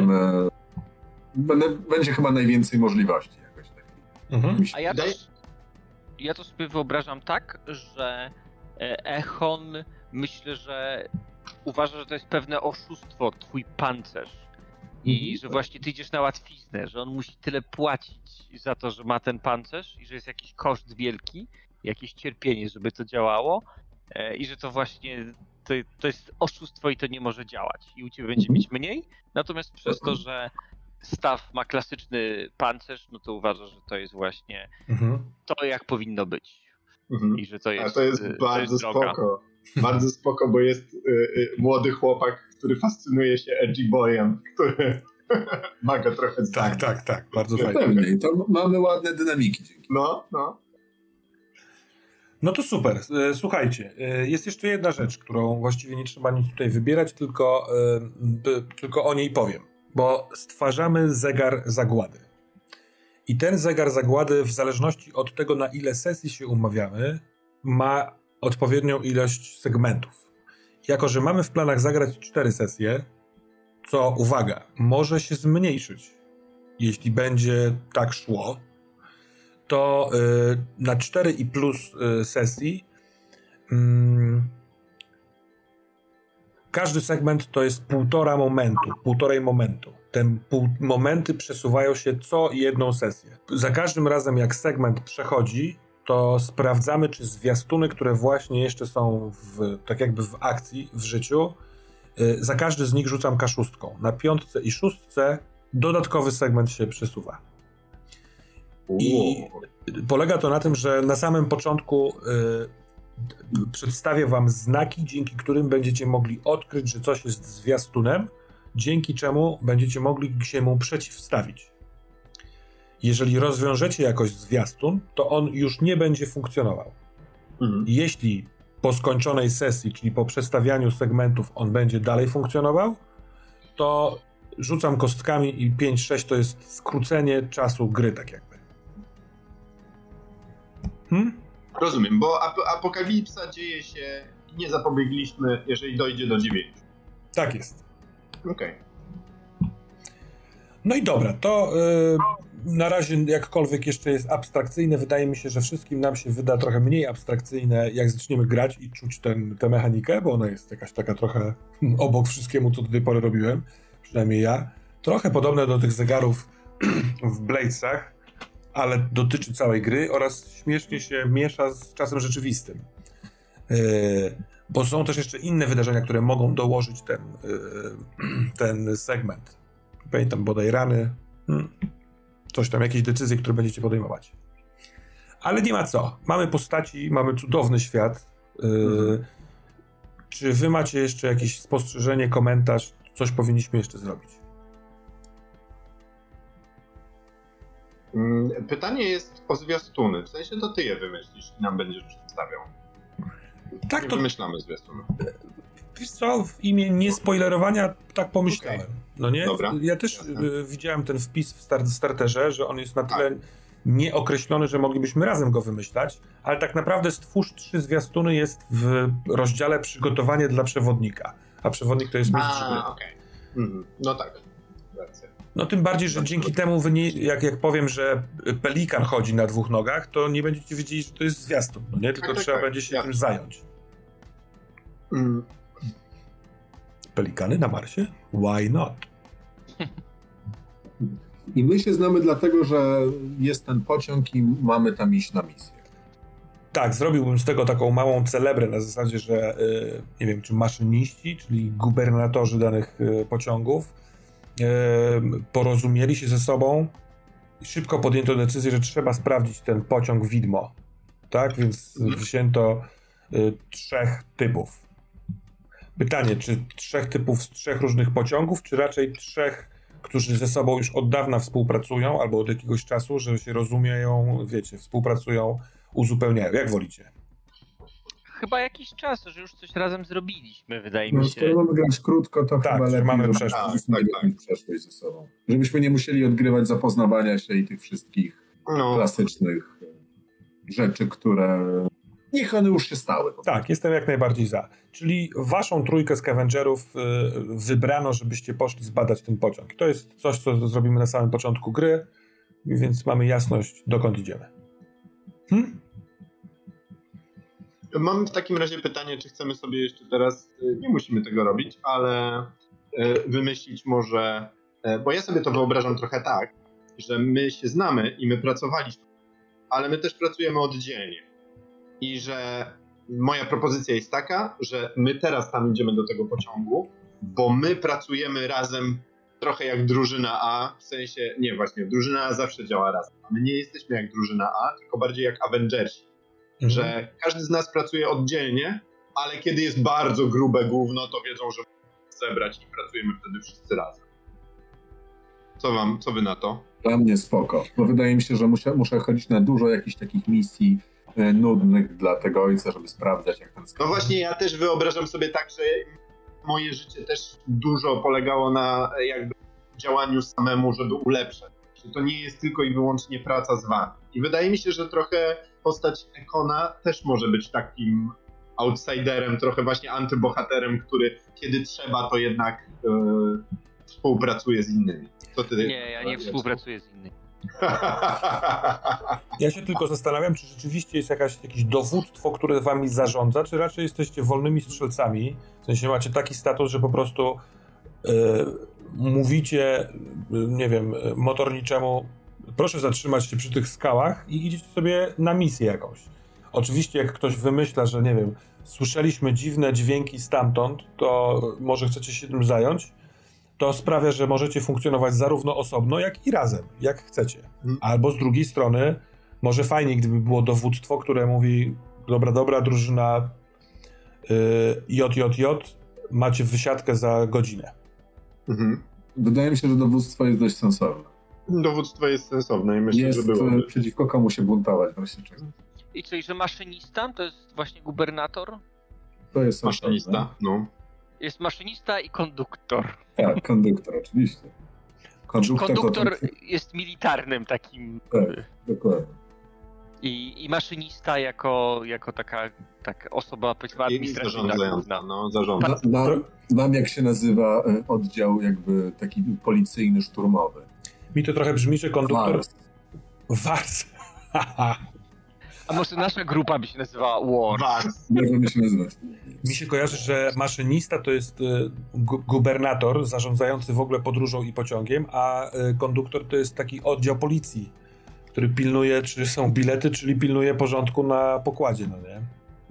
będzie chyba najwięcej możliwości jakoś takiej. A ja to sobie wyobrażam tak, że Echon myślę, że uważa, że to jest pewne oszustwo, twój pancerz. I że właśnie ty idziesz na łatwiznę, że on musi tyle płacić za to, że ma ten pancerz i że jest jakiś koszt wielki, jakieś cierpienie, żeby to działało i że to właśnie to jest oszustwo i to nie może działać. I u ciebie będzie mieć mniej, natomiast przez to, że Staw ma klasyczny pancerz, no to uważa, że to jest właśnie to, jak powinno być. I że to jest. A to jest bardzo spoko. Bardzo spoko, bo jest młody chłopak, który fascynuje się edgy boyem, który ma go trochę znać. Tak. Bardzo fajnie. Pewnie. I to mamy ładne dynamiki dzięki. No to super. Słuchajcie, jest jeszcze jedna rzecz, którą właściwie nie trzeba nic tutaj wybierać, tylko o niej powiem. Bo stwarzamy zegar zagłady. I ten zegar zagłady, w zależności od tego, na ile sesji się umawiamy, ma odpowiednią ilość segmentów. Jako że mamy w planach zagrać 4 sesje, co, uwaga, może się zmniejszyć, jeśli będzie tak szło, to na 4 i plus sesji każdy segment to jest półtorej momentu. Te momenty przesuwają się co jedną sesję. Za każdym razem, jak segment przechodzi, to sprawdzamy, czy zwiastuny, które właśnie jeszcze są tak jakby w akcji, w życiu, za każdy z nich rzucam K6. Na 5 i 6 dodatkowy segment się przesuwa. I polega to na tym, że na samym początku przedstawię wam znaki, dzięki którym będziecie mogli odkryć, że coś jest zwiastunem, dzięki czemu będziecie mogli się mu przeciwstawić. Jeżeli rozwiążecie jakoś zwiastun, to on już nie będzie funkcjonował. Jeśli po skończonej sesji, czyli po przestawianiu segmentów, on będzie dalej funkcjonował, to rzucam kostkami i 5-6 to jest skrócenie czasu gry, tak jakby. Rozumiem, bo apokalipsa dzieje się, nie zapobiegliśmy, jeżeli dojdzie do 9. Tak jest. Okej. No i dobra, to na razie jakkolwiek jeszcze jest abstrakcyjne, wydaje mi się, że wszystkim nam się wyda trochę mniej abstrakcyjne, jak zaczniemy grać i czuć tę mechanikę, bo ona jest jakaś taka trochę obok wszystkiemu, co do tej pory robiłem, przynajmniej ja. Trochę podobne do tych zegarów w Bladesach, ale dotyczy całej gry oraz śmiesznie się miesza z czasem rzeczywistym. Bo są też jeszcze inne wydarzenia, które mogą dołożyć ten segment. Pamiętam bodaj rany, coś tam, jakieś decyzje, które będziecie podejmować. Ale nie ma co. Mamy postaci, mamy cudowny świat. Czy wy macie jeszcze jakieś spostrzeżenie, komentarz? Coś powinniśmy jeszcze zrobić? Pytanie jest o zwiastuny. W sensie to ty je wymyślisz i nam będziesz przedstawiał. Tak, nie to wymyślamy zwiastunu. Wiesz co, w imię niespoilerowania tak pomyślałem. Okay. No nie? Dobra. Ja też widziałem ten wpis w starterze, że on jest na tyle nieokreślony, że moglibyśmy razem go wymyślać, ale tak naprawdę stwórz 3 zwiastuny jest w rozdziale przygotowanie dla przewodnika, a przewodnik to jest mistrz gry. No tak. Racja. No tym bardziej, że dzięki temu jak powiem, że pelikan chodzi na 2 nogach, to nie będziecie wiedzieli, że to jest zwiastun, no nie? Tylko trzeba będzie się tym zająć. Pelikany na Marsie? Why not? I my się znamy dlatego, że jest ten pociąg i mamy tam iść na misję. Tak, zrobiłbym z tego taką małą celebrę na zasadzie, że nie wiem, czy maszyniści, czyli gubernatorzy danych pociągów porozumieli się ze sobą i szybko podjęto decyzję, że trzeba sprawdzić ten pociąg widmo. Tak, więc wzięto 3 typów. Pytanie, czy 3 typów z 3 różnych pociągów, czy raczej 3, którzy ze sobą już od dawna współpracują, albo od jakiegoś czasu, że się rozumieją, wiecie, współpracują, uzupełniają. Jak wolicie? Chyba jakiś czas, że już coś razem zrobiliśmy, wydaje mi się. Skoro mamy grać krótko, to tak, chyba lepiej, mamy przeszłość. Przeszłość ze sobą. Żebyśmy nie musieli odgrywać zapoznawania się i tych wszystkich klasycznych rzeczy, które... Niech one już się stały. Tak, jestem jak najbardziej za. Czyli waszą trójkę Scavengerów wybrano, żebyście poszli zbadać ten pociąg. To jest coś, co zrobimy na samym początku gry, więc mamy jasność, dokąd idziemy. Mam w takim razie pytanie, czy chcemy sobie jeszcze teraz, nie musimy tego robić, ale wymyślić może, bo ja sobie to wyobrażam trochę tak, że my się znamy i my pracowaliśmy, ale my też pracujemy oddzielnie. I że moja propozycja jest taka, że my teraz tam idziemy do tego pociągu, bo my pracujemy razem trochę jak drużyna A, w sensie, nie właśnie, drużyna A zawsze działa razem, a my nie jesteśmy jak drużyna A, tylko bardziej jak Avengersi. Że każdy z nas pracuje oddzielnie, ale kiedy jest bardzo grube gówno, to wiedzą, że musimy zebrać i pracujemy wtedy wszyscy razem. Co wy na to? Dla mnie spoko, bo wydaje mi się, że muszę chodzić na dużo jakichś takich misji nudnych dla tego ojca, żeby sprawdzać, jak ten No właśnie, ja też wyobrażam sobie tak, że moje życie też dużo polegało na jakby działaniu samemu, żeby ulepszać. Że to nie jest tylko i wyłącznie praca z wami. I wydaje mi się, że trochę postać Ekona też może być takim outsiderem, trochę właśnie antybohaterem, który kiedy trzeba, to jednak współpracuje z innymi. Co ty? Nie, ja nie współpracuję z innymi. Ja się tylko zastanawiam, czy rzeczywiście jest jakieś dowództwo, które wami zarządza, czy raczej jesteście wolnymi strzelcami, w sensie macie taki status, że po prostu mówicie, nie wiem, motorniczemu proszę zatrzymać się przy tych skałach i idziecie sobie na misję jakąś. Oczywiście jak ktoś wymyśla, że nie wiem, słyszeliśmy dziwne dźwięki stamtąd, to może chcecie się tym zająć, to sprawia, że możecie funkcjonować zarówno osobno, jak i razem, jak chcecie. Albo z drugiej strony, może fajnie, gdyby było dowództwo, które mówi, dobra, drużyna JJJ, macie wysiadkę za godzinę. Wydaje mi się, że dowództwo jest dość sensowne. Dowództwo jest sensowne i myślę, że było. Przeciwko komu się buntować właśnie czego. I czyli, że maszynista to jest właśnie gubernator? To jest maszynista, no. Jest maszynista i konduktor. Tak, konduktor, oczywiście. Konduktor jest militarnym takim. Tak, dokładnie. I maszynista jako taka osoba, powiedzmy, administracyjna. Zarządza. Znam jak się nazywa oddział jakby taki policyjny, szturmowy. Mi to trochę brzmi, że konduktor... Wars. A może nasza grupa by się nazywała War? Wars. Możemy się nazywać. Mi się kojarzy, że maszynista to jest gubernator zarządzający w ogóle podróżą i pociągiem, a konduktor to jest taki oddział policji, który pilnuje, czy są bilety, czyli pilnuje porządku na pokładzie, no nie?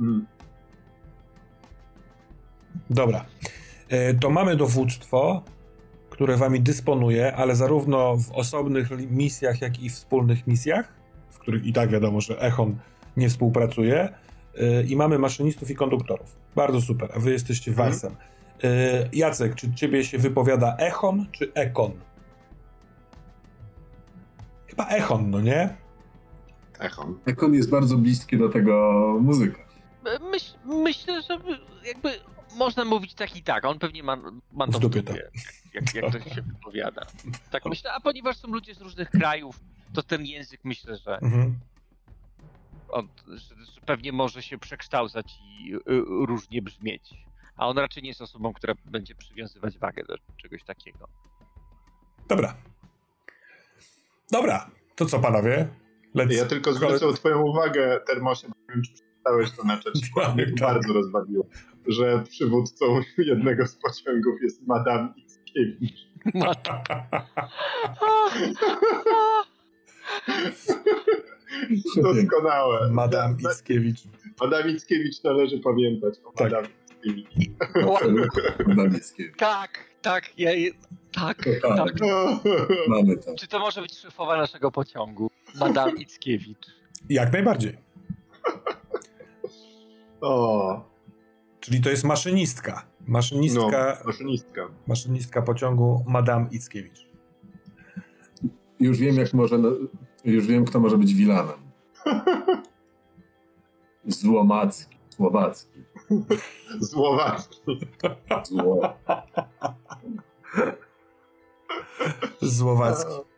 Dobra. To mamy dowództwo, które wami dysponuje, ale zarówno w osobnych misjach, jak i w wspólnych misjach, w których i tak wiadomo, że Echon nie współpracuje, i mamy maszynistów i konduktorów. Bardzo super, a wy jesteście Warsem. Jacek, czy ciebie się wypowiada Echon, czy Ekon? Chyba Echon, no nie? Echon. Ekon jest bardzo bliski do tego muzyka. Myślę, że jakby można mówić tak i tak, a on pewnie ma to w dupie, jak to się wypowiada. Tak myślę, a ponieważ są ludzie z różnych krajów, to ten język myślę, że, że pewnie może się przekształcać i różnie brzmieć. A on raczej nie jest osobą, która będzie przywiązywać wagę do czegoś takiego. Dobra, to co panowie? Ja tylko zwrócę twoją uwagę, Termosie, bo nie wiem, czy przeczytałeś to na czacie, mnie bardzo rozbawiło, że przywódcą jednego z pociągów jest Madame Ickiewicz. Doskonałe. Madame Ickiewicz. Madame Ickiewicz należy pamiętać o Madame Ickiewicz. Madame Ickiewicz. Tak. Mamy to. Czy to może być szefowa naszego pociągu? Madame Ickiewicz. Jak najbardziej. Czyli to jest maszynistka. Maszynistka pociągu Madame Ickiewicz. Już wiem, kto może być Wilanem. Słowacki. Słowacki.